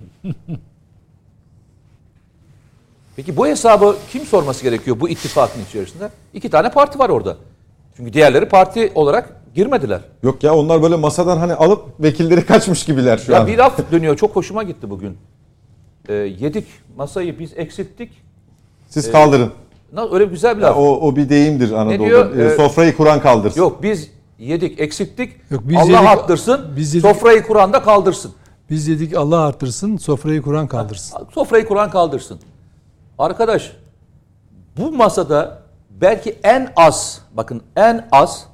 [SPEAKER 2] Peki bu hesabı kim sorması gerekiyor bu ittifakın içerisinde? 2 tane parti var orada. Çünkü diğerleri parti olarak girmediler.
[SPEAKER 1] Yok ya, onlar böyle masadan hani alıp vekilleri kaçmış gibiler şu an.
[SPEAKER 2] Bir laf dönüyor, çok hoşuma gitti bugün. Yedik masayı biz eksilttik.
[SPEAKER 1] Siz kaldırın.
[SPEAKER 2] Öyle güzel bir laf.
[SPEAKER 1] O bir deyimdir Anadolu'da.
[SPEAKER 2] Ne diyor?
[SPEAKER 1] Sofrayı kuran kaldırsın.
[SPEAKER 2] Yok biz yedik eksilttik.
[SPEAKER 4] Yok, biz
[SPEAKER 2] Allah
[SPEAKER 4] yedik,
[SPEAKER 2] arttırsın.
[SPEAKER 4] biz yedik,
[SPEAKER 2] sofrayı kuran da kaldırsın.
[SPEAKER 4] Biz yedik Allah arttırsın, sofrayı kuran kaldırsın.
[SPEAKER 2] Sofrayı kuran kaldırsın. Arkadaş bu masada belki en az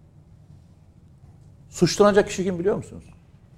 [SPEAKER 2] suçlanacak kişi kim biliyor musunuz?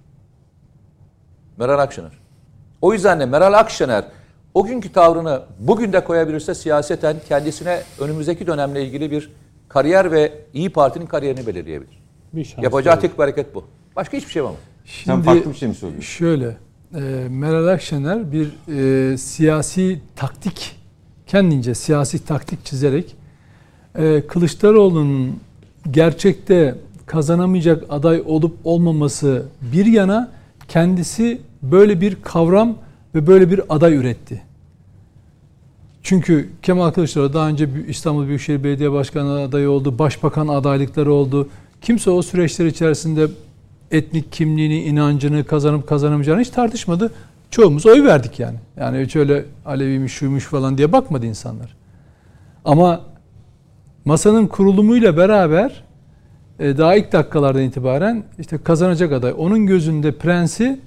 [SPEAKER 2] Meral Akşener. O yüzden de Meral Akşener o günkü tavrını bugün de koyabilirse siyaseten kendisine önümüzdeki dönemle ilgili bir kariyer ve İYİ Parti'nin kariyerini belirleyebilir. Yapacağı tek bir hareket bu. Başka hiçbir şey var mı?
[SPEAKER 1] Sen farklı bir şey mi söylüyorsun?
[SPEAKER 4] Şöyle, Meral Akşener bir siyasi taktik, kendince siyasi taktik çizerek Kılıçdaroğlu'nun gerçekte kazanamayacak aday olup olmaması bir yana kendisi böyle bir kavram ve böyle bir aday üretti. Çünkü Kemal Kılıçdaroğlu daha önce İstanbul Büyükşehir Belediye Başkanı adayı oldu, başbakan adaylıkları oldu. Kimse o süreçler içerisinde etnik kimliğini, inancını kazanıp kazanamayacağını hiç tartışmadı. Çoğumuz oy verdik yani. Yani hiç öyle Aleviymiş, şuymuş falan diye bakmadı insanlar. Ama masanın kurulumuyla beraber daha ilk dakikalardan itibaren işte kazanacak aday. Onun gözünde prensi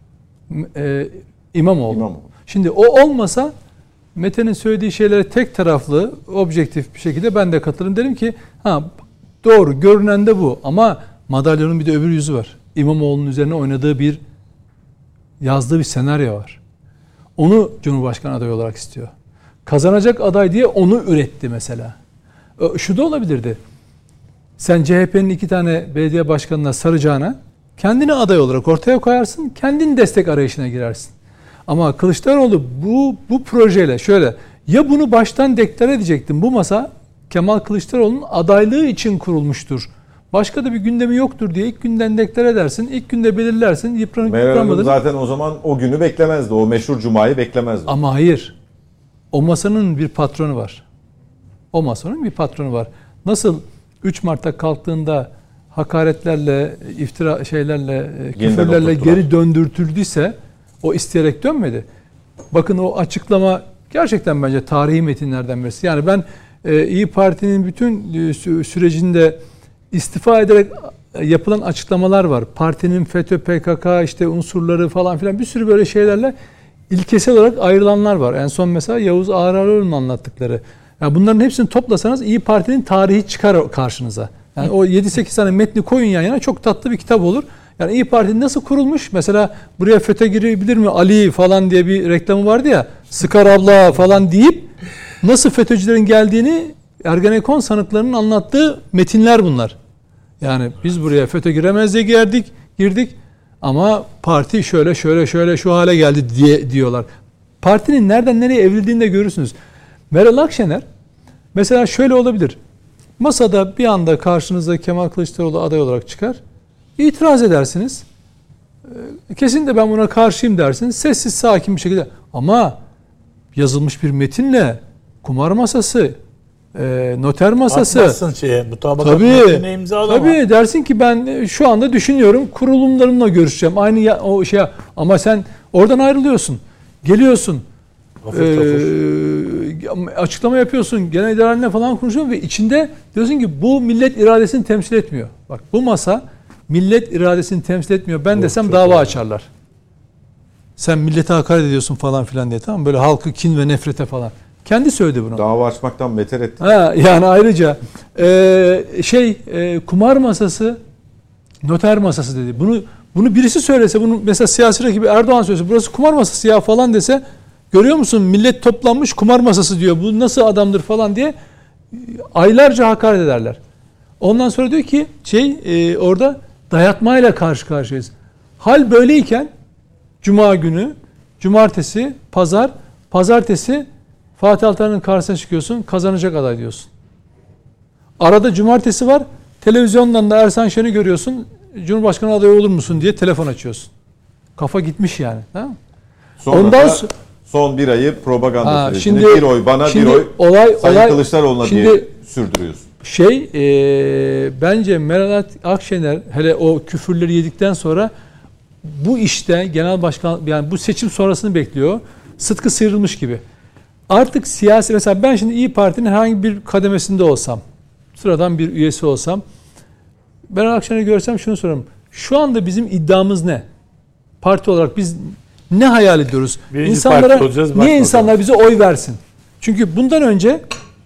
[SPEAKER 4] İmamoğlu. Şimdi o olmasa Mete'nin söylediği şeylere tek taraflı, objektif bir şekilde ben de katılırım. Derim ki doğru, görünen de bu ama madalyonun bir de öbür yüzü var. İmamoğlu'nun üzerine oynadığı yazdığı bir senaryo var. Onu Cumhurbaşkanı adayı olarak istiyor. Kazanacak aday diye onu üretti mesela. Şu da olabilirdi. Sen CHP'nin 2 tane belediye başkanına saracağına kendini aday olarak ortaya koyarsın, kendin destek arayışına girersin. Ama Kılıçdaroğlu bu projeyle şöyle, ya bunu baştan deklar edecektin, bu masa Kemal Kılıçdaroğlu'nun adaylığı için kurulmuştur, başka da bir gündemi yoktur diye ilk günden deklar edersin, ilk günde belirlersin,
[SPEAKER 1] Meral Hanım zaten o zaman o günü beklemezdi, o meşhur cumayı beklemezdi.
[SPEAKER 4] Ama hayır, o masanın bir patronu var. O masanın bir patronu var. Nasıl 3 Mart'ta kalktığında hakaretlerle, iftira şeylerle, küfürlerle geri döndürtüldüyse o isteyerek dönmedi. Bakın o açıklama gerçekten bence tarihi metinlerden birisi. Yani ben İYİ Parti'nin bütün sürecinde istifa ederek yapılan açıklamalar var. Partinin FETÖ, PKK işte unsurları falan filan bir sürü böyle şeylerle ilkesel olarak ayrılanlar var. En son mesela Yavuz Ağraroğlu'nun anlattıkları. Yani bunların hepsini toplasanız İYİ Parti'nin tarihi çıkar karşınıza. Yani o 7-8 tane metni koyun yan yana çok tatlı bir kitap olur. Yani İYİ Parti nasıl kurulmuş? Mesela buraya FETÖ girebilir mi Ali falan diye bir reklamı vardı ya. Sıkar abla falan deyip nasıl FETÖ'cülerin geldiğini Ergenekon sanıklarının anlattığı metinler bunlar. Yani biz buraya FETÖ giremez diye girdik ama parti şöyle şu hale geldi diye diyorlar. Partinin nereden nereye evrildiğini de görürsünüz. Meral Akşener mesela şöyle olabilir. Masada bir anda karşınıza Kemal Kılıçdaroğlu aday olarak çıkar. İtiraz edersiniz. Kesinlikle ben buna karşıyım dersiniz. Sessiz sakin bir şekilde. Ama yazılmış bir metinle kumar masası, noter masası.
[SPEAKER 3] Atmazsın mutabakat metnine imzalama. Tabii
[SPEAKER 4] dersin ki ben şu anda düşünüyorum. Kurulumlarımla görüşeceğim. Aynı o şey ama sen oradan ayrılıyorsun. Geliyorsun. Açıklama yapıyorsun. Genel idarenle falan konuşuyorsun ve içinde diyorsun ki bu millet iradesini temsil etmiyor. Bak bu masa millet iradesini temsil etmiyor. Ben desem dava açarlar. Sen millete hakaret ediyorsun falan filan diye, tamam mı? Böyle halkı kin ve nefrete falan. Kendi söyledi bunu.
[SPEAKER 1] Dava açmaktan beter etti.
[SPEAKER 4] Yani ayrıca kumar masası, noter masası dedi. Bunu birisi söylese, bunu mesela siyasi rakibi Erdoğan söylese, burası kumar masası ya falan dese, görüyor musun millet toplanmış kumar masası diyor. Bu nasıl adamdır falan diye aylarca hakaret ederler. Ondan sonra diyor ki orada dayatmayla karşı karşıyayız. Hal böyleyken Cuma günü, cumartesi, pazartesi Fatih Altaylı'nın karşısına çıkıyorsun, kazanacak aday diyorsun. Arada cumartesi var, televizyondan da Ersan Şen'i görüyorsun, Cumhurbaşkanı adayı olur musun diye telefon açıyorsun. Kafa gitmiş yani. Tamam mı?
[SPEAKER 1] Sonra son bir ayı propaganda sürecinde bir oy bana bir oy Sayın Kılıçdaroğlu'na diye sürdürüyorsun.
[SPEAKER 4] Bence Meral Akşener hele o küfürleri yedikten sonra bu işte genel başkan, yani bu seçim sonrasını bekliyor. Sıtkı sıyrılmış gibi. Artık siyasi, mesela ben şimdi İYİ Parti'nin herhangi bir kademesinde olsam, sıradan bir üyesi olsam, Meral Akşener'i görsem şunu sorarım. Şu anda bizim iddiamız ne? Parti olarak biz ne hayal ediyoruz? İnsanlara, niye insanlar bize oy versin? Çünkü bundan önce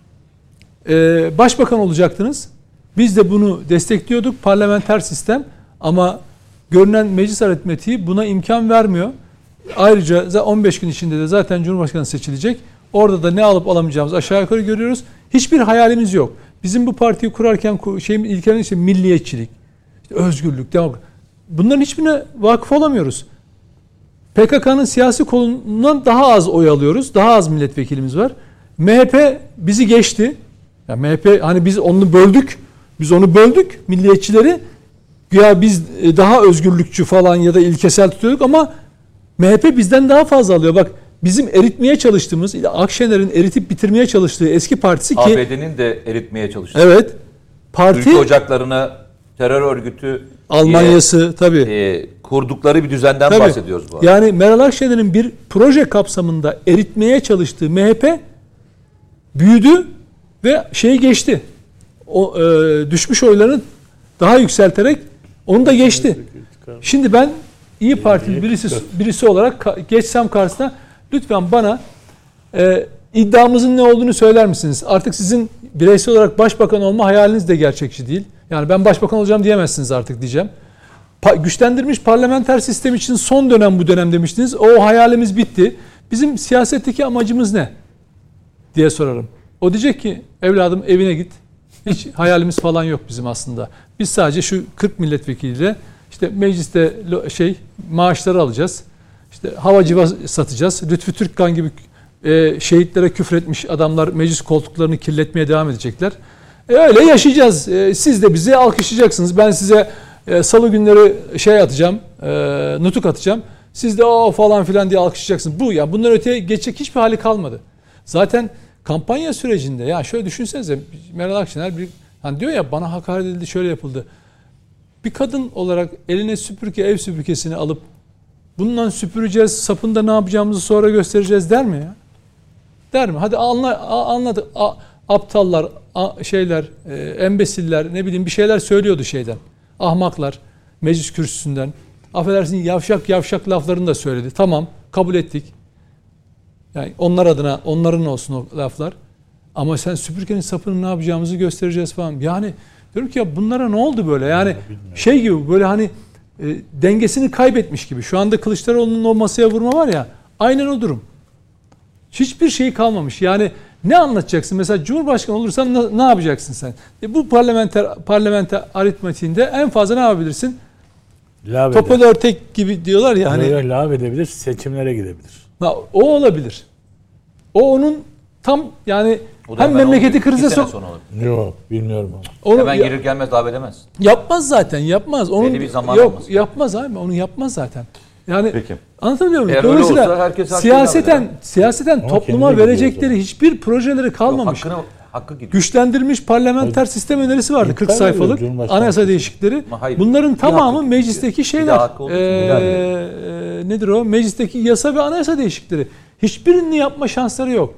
[SPEAKER 4] başbakan olacaktınız. Biz de bunu destekliyorduk. Parlamenter sistem, ama görünen meclis aritmetiği buna imkan vermiyor. Ayrıca 15 gün içinde de zaten Cumhurbaşkanı seçilecek. Orada da ne alıp alamayacağımızı aşağı yukarı görüyoruz. Hiçbir hayalimiz yok. Bizim bu partiyi kurarken ilkelerinin işte milliyetçilik, işte özgürlük, demokrasi. Bunların hiçbirine vakıf olamıyoruz. PKK'nın siyasi kolundan daha az oy alıyoruz. Daha az milletvekilimiz var. MHP bizi geçti. Yani MHP, hani biz onu böldük. Biz onu böldük, milliyetçileri. Ya biz daha özgürlükçü falan ya da ilkesel tutuyorduk ama MHP bizden daha fazla alıyor. Bak, bizim eritmeye çalıştığımız, Akşener'in eritip bitirmeye çalıştığı eski partisi ki
[SPEAKER 2] ABD'nin de eritmeye çalıştığı.
[SPEAKER 4] Evet. Parti
[SPEAKER 2] ülke ocaklarına terör örgütü
[SPEAKER 4] Almanya'sı tabii
[SPEAKER 2] kurdukları bir düzenden bahsediyoruz bu arada.
[SPEAKER 4] Yani Meral Akşener'in bir proje kapsamında eritmeye çalıştığı MHP büyüdü ve geçti. O düşmüş oylarını daha yükselterek onu da geçti. Şimdi ben İYİ Partili birisi olarak geçsem karşısına, lütfen bana iddiamızın ne olduğunu söyler misiniz? Artık sizin bireysel olarak başbakan olma hayaliniz de gerçekçi değil. Yani ben başbakan olacağım diyemezsiniz artık diyeceğim. Güçlendirilmiş parlamenter sistem için son dönem bu dönem demiştiniz. O hayalimiz bitti. Bizim siyasetteki amacımız ne diye sorarım. O diyecek ki evladım evine git. Hiç hayalimiz falan yok bizim aslında. Biz sadece şu 40 milletvekiliyle işte mecliste maaşları alacağız. İşte havacıva satacağız. Lütfü Türkkan gibi şehitlere küfretmiş adamlar meclis koltuklarını kirletmeye devam edecekler. Öyle yaşayacağız. Siz de bizi alkışlayacaksınız. Ben size salı günleri atacağım, nutuk atacağım. Siz de o falan filan diye alkışlayacaksınız. Bu ya, bundan öteye geçecek hiçbir hali kalmadı. Zaten kampanya sürecinde ya şöyle düşünsenize, Meral Akşener hani diyor ya, bana hakaret edildi, şöyle yapıldı. Bir kadın olarak eline süpürge, ev süpürgesini alıp bundan süpüreceğiz, sapında ne yapacağımızı sonra göstereceğiz der mi ya? Der mi? Hadi anladık. Aptallar, embesiller, ne bileyim bir şeyler söylüyordu şeyden. Ahmaklar, meclis kürsüsünden. Affedersin, yavşak laflarını da söyledi. Tamam, kabul ettik. Yani onlar adına, onların olsun o laflar. Ama sen süpürgenin sapını ne yapacağımızı göstereceğiz falan. Yani diyorum ki ya bunlara ne oldu böyle? Yani şey gibi böyle hani dengesini kaybetmiş gibi. Şu anda Kılıçdaroğlu'nun o masaya vurma var ya, aynen o durum. Hiçbir şey kalmamış. Yani ne anlatacaksın? Mesela Cumhurbaşkanı olursan ne yapacaksın sen? Bu parlamenter aritmatiğinde en fazla ne yapabilirsin? Topal örtek gibi diyorlar ya hani.
[SPEAKER 3] Lav edebilir, seçimlere gidebilir.
[SPEAKER 4] O olabilir. O onun tam yani hem memleketi krize
[SPEAKER 3] Yok, bilmiyorum ama.
[SPEAKER 2] Hemen gelir gelmez davet edemez.
[SPEAKER 4] Yapmaz zaten, yapmaz. Onun
[SPEAKER 2] bir zaman
[SPEAKER 4] yok,
[SPEAKER 2] olması.
[SPEAKER 4] Yapmaz abi. Onu yapmaz zaten. Yani
[SPEAKER 1] peki.
[SPEAKER 4] Anlatabiliyor muyum?
[SPEAKER 2] Eğer
[SPEAKER 4] Dolayısıyla siyaseten
[SPEAKER 3] Ama
[SPEAKER 4] topluma verecekleri hiçbir projeleri kalmamış.
[SPEAKER 2] Hakkı gidiyor.
[SPEAKER 4] Güçlendirilmiş parlamenter sistem önerisi vardı, 40 sayfalık anayasa değişiklikleri. Bunların tamamı meclisteki şeyler. Nedir o? Meclisteki yasa ve anayasa değişiklikleri. Hiçbirini yapma şansları yok.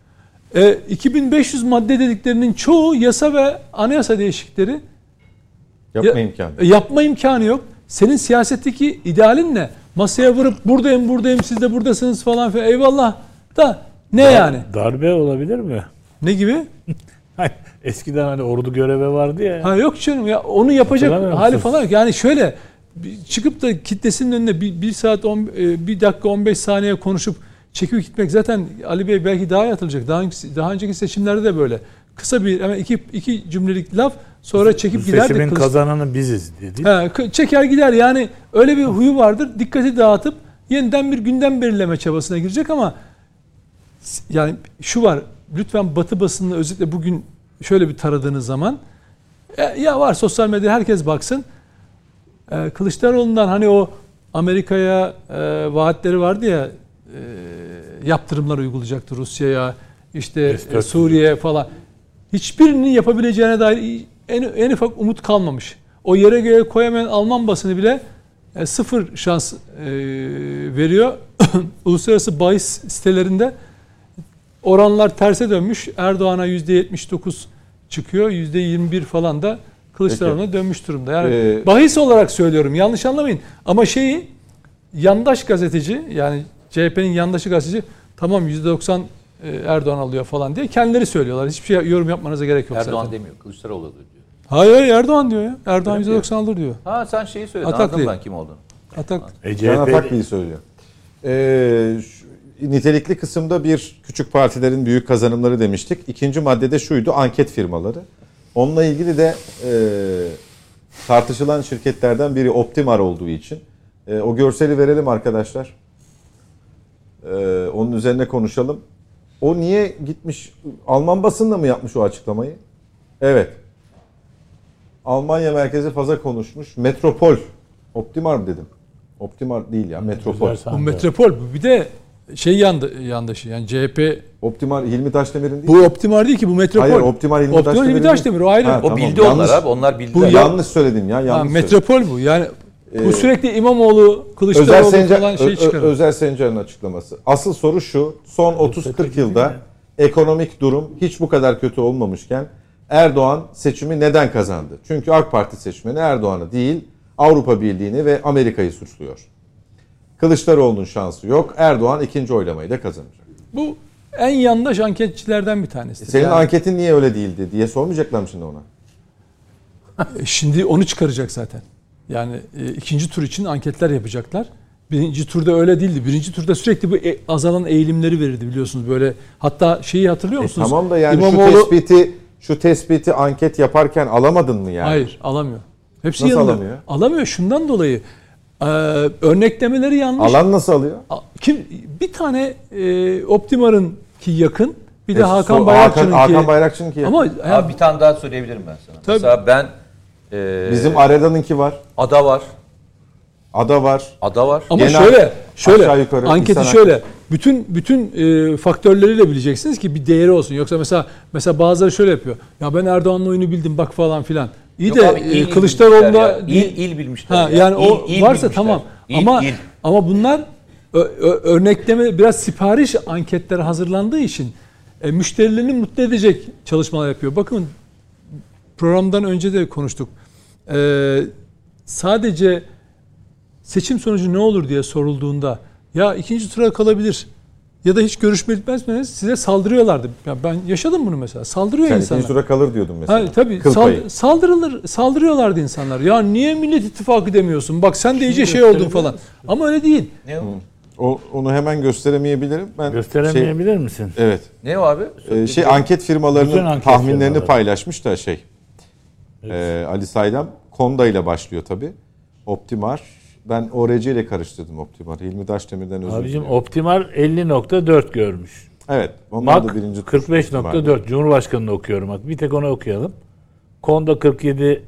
[SPEAKER 4] 2500 madde dediklerinin çoğu yasa ve anayasa değişiklikleri. Yapma imkanı yok. Senin siyasetteki idealin ne? Masaya vurup buradayım siz de buradasınız falan filan. Eyvallah da ne yani?
[SPEAKER 3] Darbe olabilir mi?
[SPEAKER 4] Ne gibi?
[SPEAKER 3] Eskiden hani ordu görevi vardı ya.
[SPEAKER 4] Ha yok canım ya, onu yapacak hali falan yok. Yani şöyle çıkıp da kitlesinin önünde 1 saat 1 dakika 15 saniye konuşup çekip gitmek zaten Ali Bey belki daha iyi hatırlayacak. Daha önceki seçimlerde de böyle. Kısa bir hemen iki cümlelik laf sonra çekip gider de.
[SPEAKER 3] Seçimin kazananı biziz dedi.
[SPEAKER 4] Çeker gider yani, öyle bir huyu vardır. Dikkati dağıtıp yeniden bir gündem belirleme çabasına girecek ama yani şu var, lütfen Batı basınını özellikle bugün şöyle bir taradığınız zaman ya var sosyal medyada herkes baksın. Kılıçdaroğlu'ndan hani o Amerika'ya vaatleri vardı ya, yaptırımlar uygulayacaktı Rusya'ya, işte Suriye'ye falan. Hiçbirinin yapabileceğine dair en ufak umut kalmamış. O yere göğe koyamayan Alman basını bile sıfır şans veriyor. Uluslararası bahis sitelerinde oranlar terse dönmüş. Erdoğan'a %79 çıkıyor. %21 falan da Kılıçdaroğlu'na dönmüş durumda. Yani bahis olarak söylüyorum, yanlış anlamayın. Ama yandaş gazeteci, yani CHP'nin yandaşı gazeteci tamam %90 Erdoğan alıyor falan diye kendileri söylüyorlar. Hiçbir şey yorum yapmanıza gerek yok
[SPEAKER 2] Erdoğan
[SPEAKER 4] zaten.
[SPEAKER 2] demiyor, Kılıçdaroğlu diyor.
[SPEAKER 4] Hayır Erdoğan diyor ya. Erdoğan %90 alır diyor.
[SPEAKER 2] Ha sen şeyi söyledin,
[SPEAKER 4] Ataklı.
[SPEAKER 2] anladım ben kim olduğunu.
[SPEAKER 1] Can Ataklı'yı söylüyor. Nitelikli kısımda bir küçük partilerin büyük kazanımları demiştik. İkinci maddede şuydu, anket firmaları. Onunla ilgili de tartışılan şirketlerden biri Optimar olduğu için. O görseli verelim arkadaşlar. Onun üzerine konuşalım. O niye gitmiş? Alman basınla mı yapmış o açıklamayı? Evet. Almanya merkezi fazla konuşmuş. Metropol. Optimar mı dedim? Optimar değil ya. Metropol.
[SPEAKER 4] Bu Metropol. Bu bir de yandaşı. Yani CHP.
[SPEAKER 1] Optimar Hilmi Taşdemir'in değil.
[SPEAKER 4] Bu Optimar değil ki, bu Metropol.
[SPEAKER 1] Hayır, Optimar Hilmi Taşdemir.
[SPEAKER 4] O ayrı.
[SPEAKER 1] Ha,
[SPEAKER 2] o
[SPEAKER 1] tamam,
[SPEAKER 2] bildi onlar abi. Onlar bildiler.
[SPEAKER 1] Yanlış söyledim ya.
[SPEAKER 4] Metropol bu. Yani bu sürekli İmamoğlu, Kılıçdaroğlu falan çıkarıyor.
[SPEAKER 1] Özel Sencer'in açıklaması. Asıl soru şu. Son 30-40 yılda ekonomik durum hiç bu kadar kötü olmamışken Erdoğan seçimi neden kazandı? Çünkü AK Parti seçmeni Erdoğan'ı değil, Avrupa Birliği'ni ve Amerika'yı suçluyor. Kılıçdaroğlu'nun şansı yok. Erdoğan ikinci oylamayı da kazanacak.
[SPEAKER 4] Bu en yandaş anketçilerden bir tanesi.
[SPEAKER 1] Senin anketin niye öyle değildi diye sormayacaklar mı şimdi ona?
[SPEAKER 4] Şimdi onu çıkaracak zaten. Yani ikinci tur için anketler yapacaklar. Birinci turda öyle değildi. Birinci turda sürekli bu azalan eğilimleri verirdi biliyorsunuz böyle. Hatta şeyi hatırlıyor musunuz?
[SPEAKER 1] Tamam da yani şu tespiti anket yaparken alamadın mı yani?
[SPEAKER 4] Hayır, alamıyor. Hepsi
[SPEAKER 1] nasıl
[SPEAKER 4] yanında.
[SPEAKER 1] alamıyor?
[SPEAKER 4] Alamıyor şundan dolayı. Örneklemeleri yanlış.
[SPEAKER 1] Alan nasıl alıyor?
[SPEAKER 4] Bir tane Optimar'ın ki yakın, bir de Hakan Bayrakçı'nınki.
[SPEAKER 1] Ama
[SPEAKER 2] abi bir tane daha söyleyebilirim ben sana.
[SPEAKER 4] Tabii.
[SPEAKER 2] Mesela ben
[SPEAKER 1] bizim Areda'nınki var.
[SPEAKER 2] Ada var.
[SPEAKER 1] Ada var.
[SPEAKER 4] Ama
[SPEAKER 1] genel,
[SPEAKER 4] şöyle
[SPEAKER 1] aşağı yukarı
[SPEAKER 4] anketi
[SPEAKER 1] İhsan
[SPEAKER 4] şöyle. bütün faktörleriyle bileceksiniz ki bir değeri olsun. Yoksa mesela bazıları şöyle yapıyor. Ya ben Erdoğan'ın oyunu bildim bak falan filan. İyi
[SPEAKER 2] Yok
[SPEAKER 4] de
[SPEAKER 2] abi, il
[SPEAKER 4] Kılıçdaroğlu'nda
[SPEAKER 2] il bilmişler.
[SPEAKER 4] ha, yani o
[SPEAKER 2] il
[SPEAKER 4] varsa
[SPEAKER 2] bilmişler.
[SPEAKER 4] tamam.
[SPEAKER 2] İl.
[SPEAKER 4] Ama bunlar örnekleme biraz sipariş anketleri hazırlandığı için müşterilerini mutlu edecek çalışmalar yapıyor. Bakın programdan önce de konuştuk. Sadece seçim sonucu ne olur diye sorulduğunda ya ikinci tura kalabilir ya da hiç görüşme bitmez size saldırıyorlardı. Ya ben yaşadım bunu mesela. Saldırıyor
[SPEAKER 1] Sen
[SPEAKER 4] insanlar.
[SPEAKER 1] ikinci tura kalır diyordun mesela.
[SPEAKER 4] Ha, tabii saldırıyorlardı insanlar. Ya niye Millet İttifakı demiyorsun? Bak sen de iyice şey oldun falan. Ama öyle değil.
[SPEAKER 2] Ne o?
[SPEAKER 1] Onu hemen gösteremeyebilirim. Ben
[SPEAKER 3] Gösteremeyebilir misin?
[SPEAKER 1] Evet.
[SPEAKER 2] Ne o abi?
[SPEAKER 1] Anket
[SPEAKER 3] Bütün
[SPEAKER 1] firmalarının
[SPEAKER 3] anket
[SPEAKER 1] tahminlerini
[SPEAKER 3] firmaları.
[SPEAKER 1] paylaşmış da Ali Saydam Konda ile başlıyor tabii. Optimar. Ben ORC ile karıştırdım Optimar. Hilmi Daşdemir'den özür
[SPEAKER 3] Abicim
[SPEAKER 1] diliyorum.
[SPEAKER 3] Optimar 50.4 görmüş.
[SPEAKER 1] Evet. Onlar da
[SPEAKER 3] MAK
[SPEAKER 1] birinci tur.
[SPEAKER 3] 45.4. Cumhurbaşkanı'nı okuyorum bak. Bir tek onu okuyalım. Konda 43.7.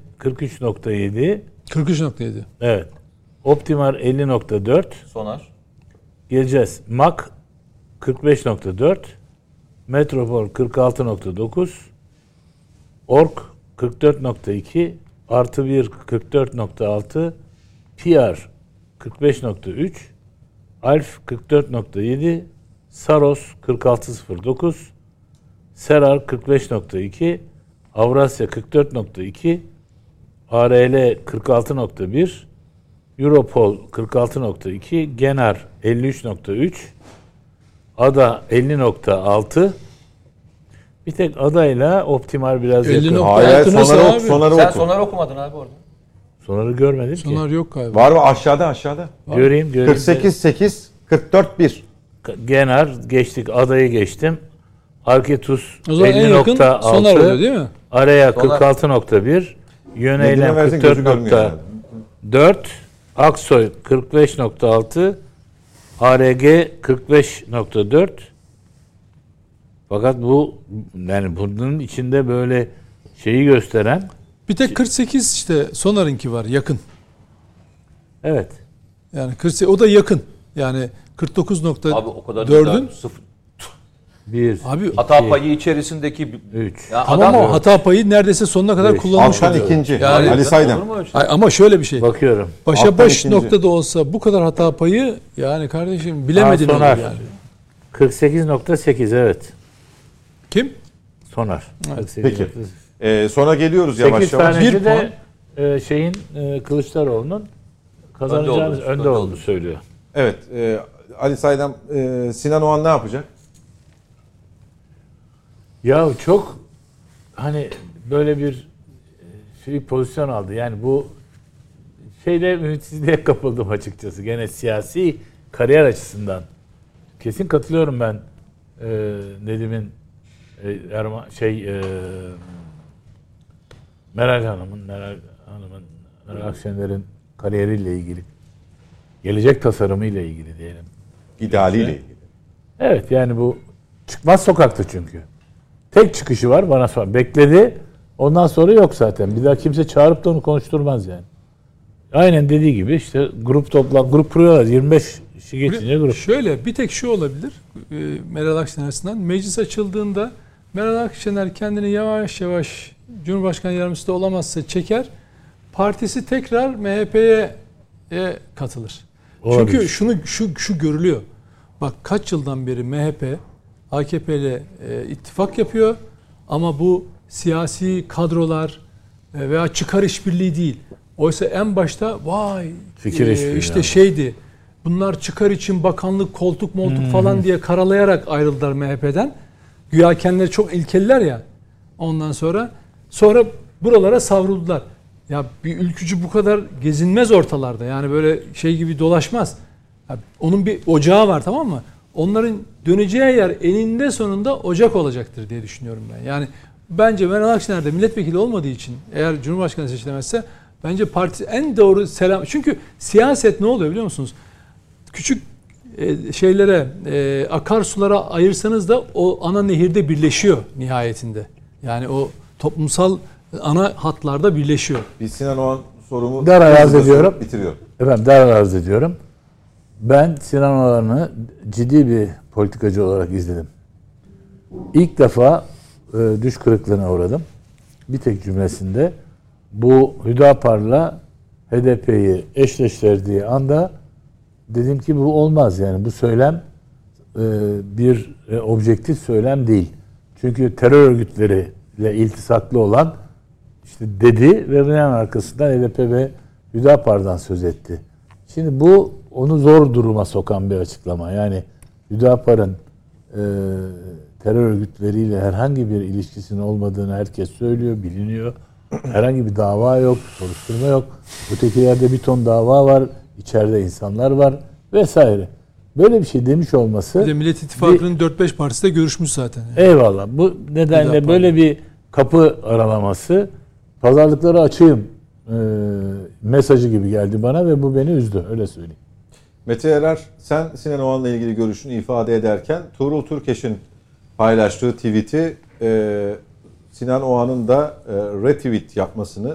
[SPEAKER 4] 43.7.
[SPEAKER 3] Evet. Optimar 50.4.
[SPEAKER 2] Sonar.
[SPEAKER 3] Geleceğiz. MAK 45.4. Metropol 46.9. ORK 44.2. Artı 1 44.6. PR 45.3. Alf 44.7. Saros 46.09. Serar 45.2. Avrasya 44.2. ARL 46.1. Europol 46.2. Genar 53.3. ADA 50.6. Bir tek ADA ile Optimal biraz
[SPEAKER 4] 50
[SPEAKER 3] yakın.
[SPEAKER 4] nokta-
[SPEAKER 1] Hayır,
[SPEAKER 4] Nasıl
[SPEAKER 1] Sonar'ı
[SPEAKER 4] abi?
[SPEAKER 1] oku. Sonar'ı
[SPEAKER 2] Sen
[SPEAKER 1] oku.
[SPEAKER 2] sonar okumadın abi orada.
[SPEAKER 3] Sonları görmedim ki.
[SPEAKER 4] Sonar yok galiba.
[SPEAKER 1] Var mı? Aşağıda.
[SPEAKER 3] Göreyim.
[SPEAKER 1] 48.8, 44.1.
[SPEAKER 3] Genar geçtik. ADA'yı geçtim. Arketus
[SPEAKER 4] O zaman en yakın
[SPEAKER 3] 50.6.
[SPEAKER 4] Sonar oluyor değil mi?
[SPEAKER 3] Araya
[SPEAKER 2] Sonar.
[SPEAKER 3] 46.1. Yöneylem
[SPEAKER 1] Dediğine versin, gözü görmüyor
[SPEAKER 3] 44.4. Aksoy 45.6. ARG 45.4. Fakat bu yani bunun içinde böyle şeyi gösteren
[SPEAKER 4] Bir tek 48 işte Sonar'ınki var yakın.
[SPEAKER 3] evet.
[SPEAKER 4] Yani 48 o da yakın. Yani
[SPEAKER 2] Abi o kadar
[SPEAKER 4] 49.4'ün
[SPEAKER 2] sıfır.
[SPEAKER 3] Bir.
[SPEAKER 2] Hata
[SPEAKER 3] iki,
[SPEAKER 2] payı içerisindeki
[SPEAKER 3] 3.
[SPEAKER 2] ya
[SPEAKER 4] tamam ama hata payı neredeyse sonuna kadar
[SPEAKER 3] Beş.
[SPEAKER 4] kullanılmış
[SPEAKER 1] Altan
[SPEAKER 4] oluyor.
[SPEAKER 1] ikinci.
[SPEAKER 4] Yani-
[SPEAKER 1] Ali
[SPEAKER 2] Olur
[SPEAKER 1] Saydam.
[SPEAKER 2] mu öyle şey?
[SPEAKER 4] Ama şöyle bir şey.
[SPEAKER 3] Bakıyorum.
[SPEAKER 4] Başa
[SPEAKER 1] Altan
[SPEAKER 4] baş
[SPEAKER 1] ikinci.
[SPEAKER 4] noktada olsa bu kadar hata payı yani kardeşim bilemedin onu
[SPEAKER 3] Sonar.
[SPEAKER 4] yani.
[SPEAKER 3] 48.8 evet.
[SPEAKER 4] Kim?
[SPEAKER 3] Sonar.
[SPEAKER 1] Peki. Sonra geliyoruz
[SPEAKER 3] 8
[SPEAKER 1] yavaş yavaş.
[SPEAKER 3] tanesi
[SPEAKER 4] Bir
[SPEAKER 3] de şeyin Kılıçdaroğlu'nun kazanacağını önde olduğunu söylüyor.
[SPEAKER 1] Evet. Ali Saydam, Sinan Oğan ne yapacak?
[SPEAKER 3] Ya çok hani böyle bir pozisyon aldı. Yani bu şeyde ümitsizliğe kapıldım açıkçası. Gene siyasi kariyer açısından. Kesin katılıyorum ben Nedim'in Meral Akşener'in kariyeriyle ilgili. Gelecek tasarımıyla ilgili diyelim.
[SPEAKER 1] İdealiyle ilgili.
[SPEAKER 3] Evet yani bu çıkmaz sokaktı çünkü. Tek çıkışı var bana sonra. Bekledi. Ondan sonra yok zaten. Bir daha kimse çağırıp da onu konuşturmaz yani. Aynen dediği gibi işte grup kuruyorlar. 25 kişi geçince grup.
[SPEAKER 4] Şöyle bir tek şu olabilir Meral Akşener açısından. Meclis açıldığında Meral Akşener kendini yavaş yavaş Cumhurbaşkanı yardımcısı da olamazsa çeker. Partisi tekrar MHP'ye katılır.
[SPEAKER 3] Olabilir.
[SPEAKER 4] Çünkü şu görülüyor. Bak kaç yıldan beri MHP AKP ile ittifak yapıyor ama bu siyasi kadrolar veya çıkar işbirliği değil. Oysa en başta
[SPEAKER 3] Fikir işbirliği
[SPEAKER 4] işte
[SPEAKER 3] yani.
[SPEAKER 4] şeydi. Bunlar çıkar için bakanlık, koltuk falan diye karalayarak ayrıldılar MHP'den. Güya kendileri çok ilkeliler ya. Ondan sonra buralara savruldular. Ya bir ülkücü bu kadar gezinmez ortalarda. Yani böyle şey gibi dolaşmaz. Ya onun bir ocağı var, tamam mı? Onların döneceği yer eninde sonunda ocak olacaktır diye düşünüyorum ben. Yani bence Meral Akşener de milletvekili olmadığı için eğer Cumhurbaşkanı seçilemezse bence parti en doğru selam. Çünkü siyaset ne oluyor biliyor musunuz? Küçük akarsulara ayırsanız da o ana nehirde birleşiyor nihayetinde. Yani o toplumsal ana hatlarda birleşiyor.
[SPEAKER 1] Biz Sinan Oğan sorumu
[SPEAKER 3] Dar arz
[SPEAKER 1] hızlıca
[SPEAKER 3] ediyorum.
[SPEAKER 1] sorup bitiriyor.
[SPEAKER 3] Efendim dar arz ediyorum. Ben Sinan Oğan'ı ciddi bir politikacı olarak izledim. İlk defa düş kırıklığına uğradım. Bir tek cümlesinde bu Hüdapar'la HDP'yi eşleştirdiği anda dedim ki bu olmaz, yani bu söylem bir objektif söylem değil. Çünkü terör örgütleriyle iltisaklı olan işte dedi ve bunun arkasından HDP ve Hüdapar'dan söz etti. Şimdi bu onu zor duruma sokan bir açıklama. Yani Hüdapar'ın terör örgütleriyle herhangi bir ilişkisinin olmadığını herkes söylüyor, biliniyor. Herhangi bir dava yok, soruşturma yok. Ötekilerde bir ton dava var, içeride insanlar var vesaire. Böyle bir şey demiş olması...
[SPEAKER 4] Bir de Millet İttifakı'nın 4-5 partisi de görüşmüş zaten. Yani.
[SPEAKER 3] Eyvallah. Bu nedenle böyle bir kapı aralaması, pazarlıkları açığım mesajı gibi geldi bana ve bu beni üzdü, öyle söyleyeyim.
[SPEAKER 1] Mete Yarar, sen Sinan Oğan'la ilgili görüşünü ifade ederken Tuğrul Türkeş'in paylaştığı tweet'i Sinan Oğan'ın da retweet yapmasını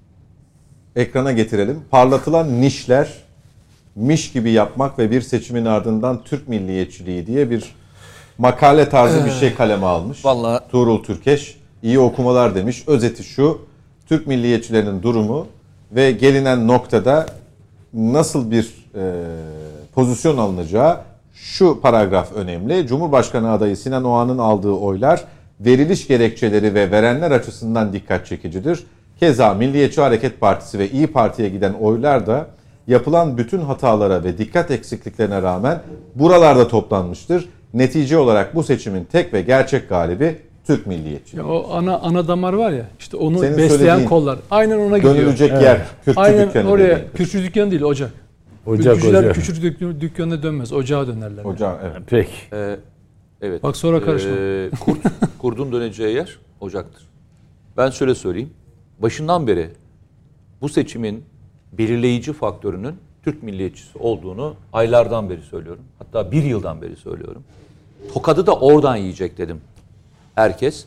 [SPEAKER 1] ekrana getirelim. Parlatılan nişler, miş gibi yapmak ve bir seçimin ardından Türk milliyetçiliği diye bir makale tarzı bir şey kaleme almış.
[SPEAKER 2] Vallahi
[SPEAKER 1] Tuğrul Türkeş iyi okumalar demiş. Özeti şu: Türk milliyetçilerinin durumu ve gelinen noktada nasıl bir pozisyon alınacağı, şu paragraf önemli. Cumhurbaşkanı adayı Sinan Oğan'ın aldığı oylar veriliş gerekçeleri ve verenler açısından dikkat çekicidir. Keza Milliyetçi Hareket Partisi ve İyi Parti'ye giden oylar da yapılan bütün hatalara ve dikkat eksikliklerine rağmen buralarda toplanmıştır. Netice olarak bu seçimin tek ve gerçek galibi Türk milliyetçiliği.
[SPEAKER 4] Ya o ana damar var ya, işte onu
[SPEAKER 1] Senin
[SPEAKER 4] besleyen kollar. Aynen ona gidiyor.
[SPEAKER 1] Dönülecek yer, Kürtçü
[SPEAKER 4] aynen
[SPEAKER 1] dükkanı.
[SPEAKER 4] Oraya, Kürtçü dükkanı değil, ocak.
[SPEAKER 3] Ocak.
[SPEAKER 4] Kürtçü dükkanına dönmez, ocağa dönerler.
[SPEAKER 1] Hocam, evet.
[SPEAKER 3] Peki.
[SPEAKER 2] evet.
[SPEAKER 4] Bak sonra karışma.
[SPEAKER 2] Kurdun döneceği yer ocaktır. Ben şöyle söyleyeyim. Başından beri bu seçimin belirleyici faktörünün Türk milliyetçisi olduğunu aylardan beri söylüyorum. Hatta bir yıldan beri söylüyorum. Tokadı da oradan yiyecek dedim. Herkes.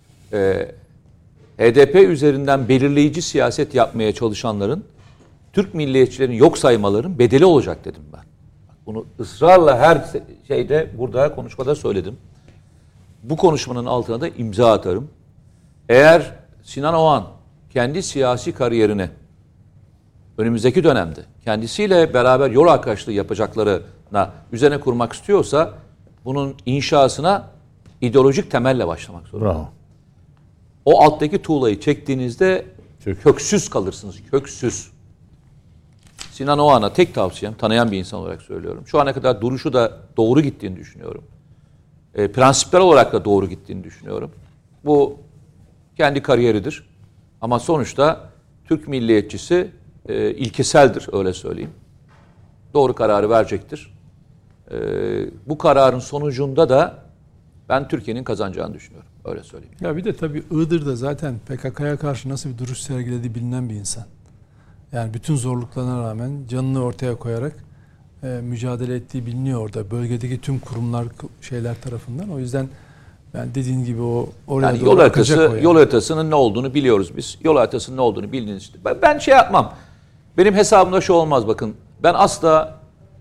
[SPEAKER 2] HDP üzerinden belirleyici siyaset yapmaya çalışanların, Türk milliyetçilerini yok saymaların bedeli olacak dedim ben. Bunu ısrarla her şeyde, burada konuşmada söyledim. Bu konuşmanın altına da imza atarım. Eğer Sinan Oğan kendi siyasi kariyerini önümüzdeki dönemde kendisiyle beraber yol arkadaşlığı yapacaklarına üzerine kurmak istiyorsa bunun inşasına ideolojik temelle başlamak zorunda.
[SPEAKER 3] Bravo.
[SPEAKER 2] O alttaki tuğlayı çektiğinizde köksüz kalırsınız. Köksüz. Sinan Oğan'a tek tavsiyem, tanıyan bir insan olarak söylüyorum. Şu ana kadar duruşu da doğru gittiğini düşünüyorum. Prensipler olarak da doğru gittiğini düşünüyorum. Bu kendi kariyeridir. Ama sonuçta Türk milliyetçisi ilkeseldir, öyle söyleyeyim. Doğru kararı verecektir. Bu kararın sonucunda da ben Türkiye'nin kazanacağını düşünüyorum. Öyle söyleyeyim.
[SPEAKER 4] Ya bir de tabii Iğdır'da zaten PKK'ya karşı nasıl bir duruş sergilediği bilinen bir insan. Yani bütün zorluklarına rağmen canını ortaya koyarak mücadele ettiği biliniyor orada. Bölgedeki tüm kurumlar, şeyler tarafından. O yüzden yani dediğin gibi oraya
[SPEAKER 2] yani
[SPEAKER 4] doğru akacak o yani.
[SPEAKER 2] Yol haritasının ne olduğunu biliyoruz biz. Yol haritasının ne olduğunu bildiğiniz için. Ben şey yapmam. Benim hesabımda şu olmaz bakın. Ben asla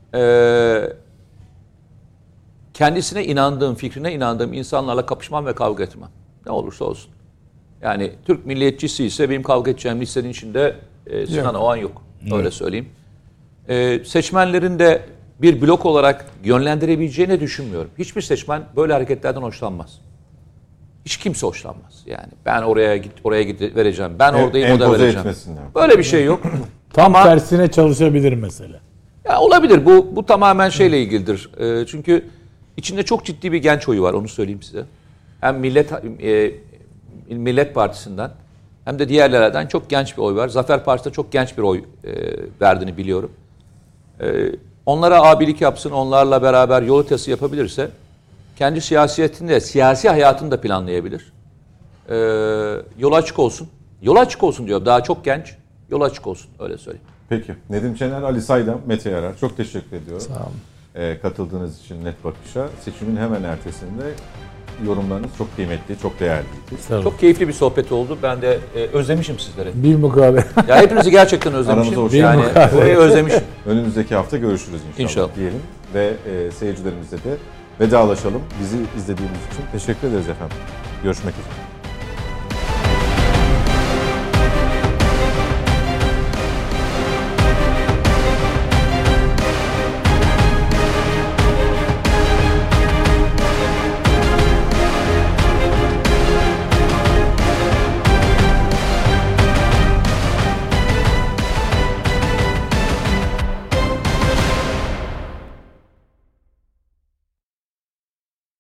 [SPEAKER 2] kendisine inandığım, fikrine inandığım insanlarla kapışmam ve kavga etmem. Ne olursa olsun. Yani Türk milliyetçisi ise benim kavga edeceğim listenin içinde Sinan Oğan yok. Öyle söyleyeyim. Seçmenlerin de bir blok olarak yönlendirebileceğini düşünmüyorum. Hiçbir seçmen böyle hareketlerden hoşlanmaz. Hiç kimse hoşlanmaz. Yani ben oraya git vereceğim. Ben oradayım, o da vereceğim.
[SPEAKER 1] Etmesinler.
[SPEAKER 2] Böyle bir şey yok.
[SPEAKER 3] Tam tersine çalışabilir mesela.
[SPEAKER 2] Ya olabilir. Bu tamamen şeyle ilgilidir. Çünkü içinde çok ciddi bir genç oyu var, onu söyleyeyim size. Hem Millet Partisi'nden hem de diğerlerden çok genç bir oy var. Zafer Partisi'de çok genç bir oy verdiğini biliyorum. Onlara abilik yapsın, onlarla beraber yol haritası yapabilirse kendi siyasi hayatını da planlayabilir. Yol açık olsun. Yol açık olsun diyor. Daha çok genç. Yol açık olsun. Öyle söyleyeyim.
[SPEAKER 1] Peki. Nedim Şener, Ali Saydam, Mete Yarar. Çok teşekkür ediyorum.
[SPEAKER 4] Sağ olun.
[SPEAKER 1] Katıldığınız için Net Bakış'a. Seçimin hemen ertesinde yorumlarınız çok kıymetli, çok değerliydi.
[SPEAKER 3] Sağ olun.
[SPEAKER 2] Çok keyifli bir sohbet oldu. Ben de özlemişim sizleri.
[SPEAKER 3] Bir mukabele.
[SPEAKER 2] Ya hepinizi gerçekten özlemişim.
[SPEAKER 1] Aramıza hoş
[SPEAKER 2] Yani
[SPEAKER 3] geldiniz.
[SPEAKER 2] orayı özlemişim.
[SPEAKER 1] Önümüzdeki hafta görüşürüz inşallah,
[SPEAKER 2] İnşallah.
[SPEAKER 1] diyelim. Ve seyircilerimize de vedalaşalım. Bizi izlediğiniz için teşekkür ederiz efendim. Görüşmek üzere.